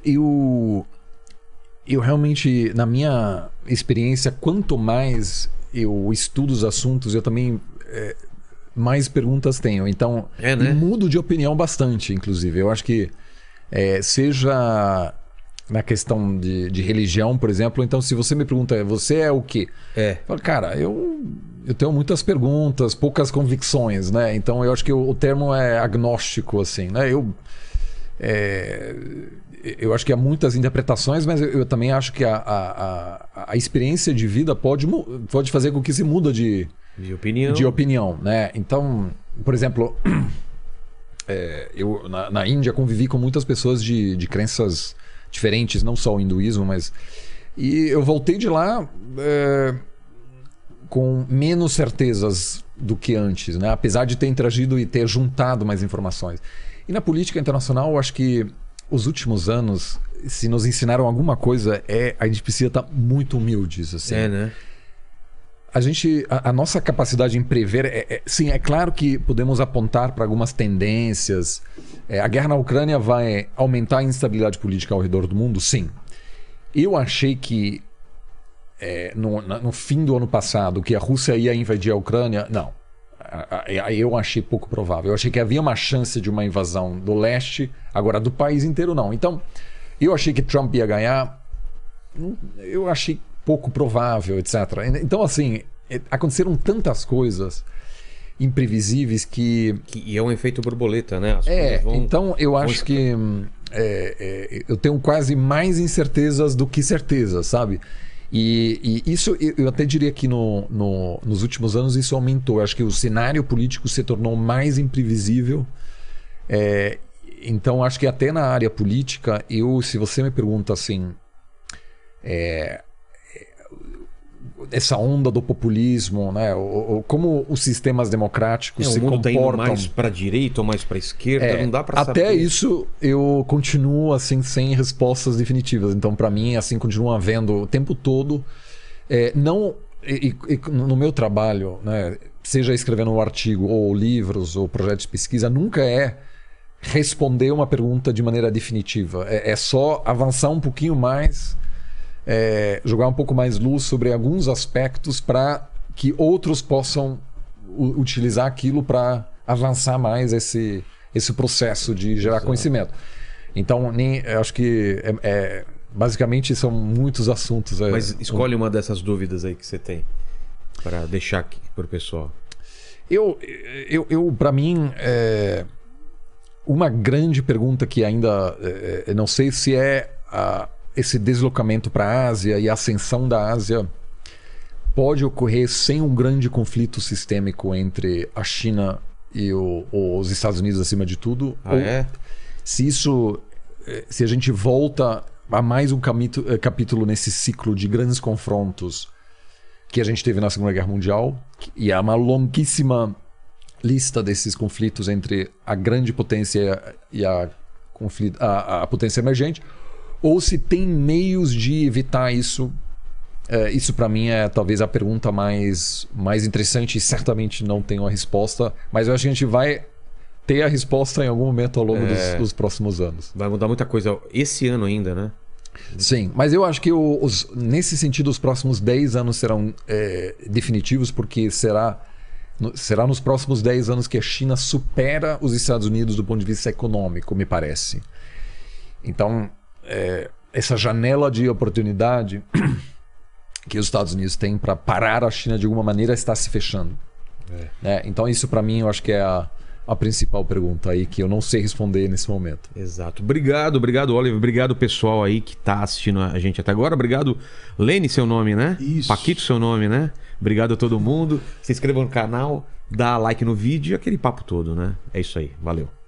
eu realmente, na minha experiência, quanto mais eu estudo os assuntos, eu também mais perguntas tenho. Então, É, né? e mudo de opinião bastante, inclusive. Eu acho que seja na questão de religião, por exemplo. Então, se você me pergunta, você é o quê? Eu falo, cara, eu tenho muitas perguntas, poucas convicções, né? Então, eu acho que o termo é agnóstico, assim, né? Eu acho que há muitas interpretações, mas eu também acho que a experiência de vida pode fazer com que se muda de opinião, né? Então, por exemplo, eu na Índia convivi com muitas pessoas de crenças diferentes, não só o hinduísmo, mas... E eu voltei de lá com menos certezas do que antes, né? Apesar de ter interagido e ter juntado mais informações. E na política internacional, eu acho que os últimos anos, se nos ensinaram alguma coisa, a gente precisa estar muito humildes, assim. né? A nossa capacidade em prever... sim, é claro que podemos apontar para algumas tendências. A guerra na Ucrânia vai aumentar a instabilidade política ao redor do mundo? Sim. Eu achei que no fim do ano passado, que a Rússia ia invadir a Ucrânia, não. Eu achei pouco provável. Eu achei que havia uma chance de uma invasão do leste, agora do país inteiro não. Então, eu achei que Trump ia ganhar, eu achei pouco provável, etc. Então, assim, aconteceram tantas coisas imprevisíveis que... E é um efeito borboleta, né? As coisas então eu acho que eu tenho quase mais incertezas do que certezas, sabe? E isso, eu até diria que nos últimos anos isso aumentou. Eu acho que o cenário político se tornou mais imprevisível. Então, acho que até na área política, se você me pergunta assim... essa onda do populismo, né? Como os sistemas democráticos se o mundo comportam... tá indo mais para direita ou mais para esquerda, não dá para saber. Até isso eu continuo assim sem respostas definitivas. Então, para mim, assim, continua havendo o tempo todo. No meu trabalho, né, seja escrevendo um artigo ou livros ou projetos de pesquisa, nunca é responder uma pergunta de maneira definitiva. É só avançar um pouquinho mais... jogar um pouco mais luz sobre alguns aspectos para que outros possam utilizar aquilo para avançar mais esse processo de gerar conhecimento. Então, eu acho que basicamente são muitos assuntos. Mas escolhe uma dessas dúvidas aí que você tem para deixar aqui para o pessoal. Para mim, uma grande pergunta que ainda não sei se esse deslocamento para a Ásia e a ascensão da Ásia pode ocorrer sem um grande conflito sistêmico entre a China e os Estados Unidos acima de tudo? Se a gente volta a mais um capítulo nesse ciclo de grandes confrontos que a gente teve na Segunda Guerra Mundial, e há uma longuíssima lista desses conflitos entre a grande potência e a potência emergente, ou se tem meios de evitar isso. Isso para mim é talvez a pergunta mais interessante, e certamente não tenho a resposta, mas eu acho que a gente vai ter a resposta em algum momento ao longo dos próximos anos. Vai mudar muita coisa esse ano ainda, né? Sim, mas eu acho que nesse sentido os próximos 10 anos serão definitivos, porque será nos próximos 10 anos que a China supera os Estados Unidos do ponto de vista econômico, me parece. Então, essa janela de oportunidade que os Estados Unidos têm para parar a China de alguma maneira está se fechando. Né? Então isso para mim eu acho que é a principal pergunta aí que eu não sei responder nesse momento. Exato. Obrigado, Oliver. Obrigado, pessoal aí que tá assistindo a gente até agora. Obrigado, Lene, seu nome, né? Isso. Paquito, seu nome, né? Obrigado a todo mundo. Se inscreva no canal, dá like no vídeo e aquele papo todo, né? É isso aí. Valeu.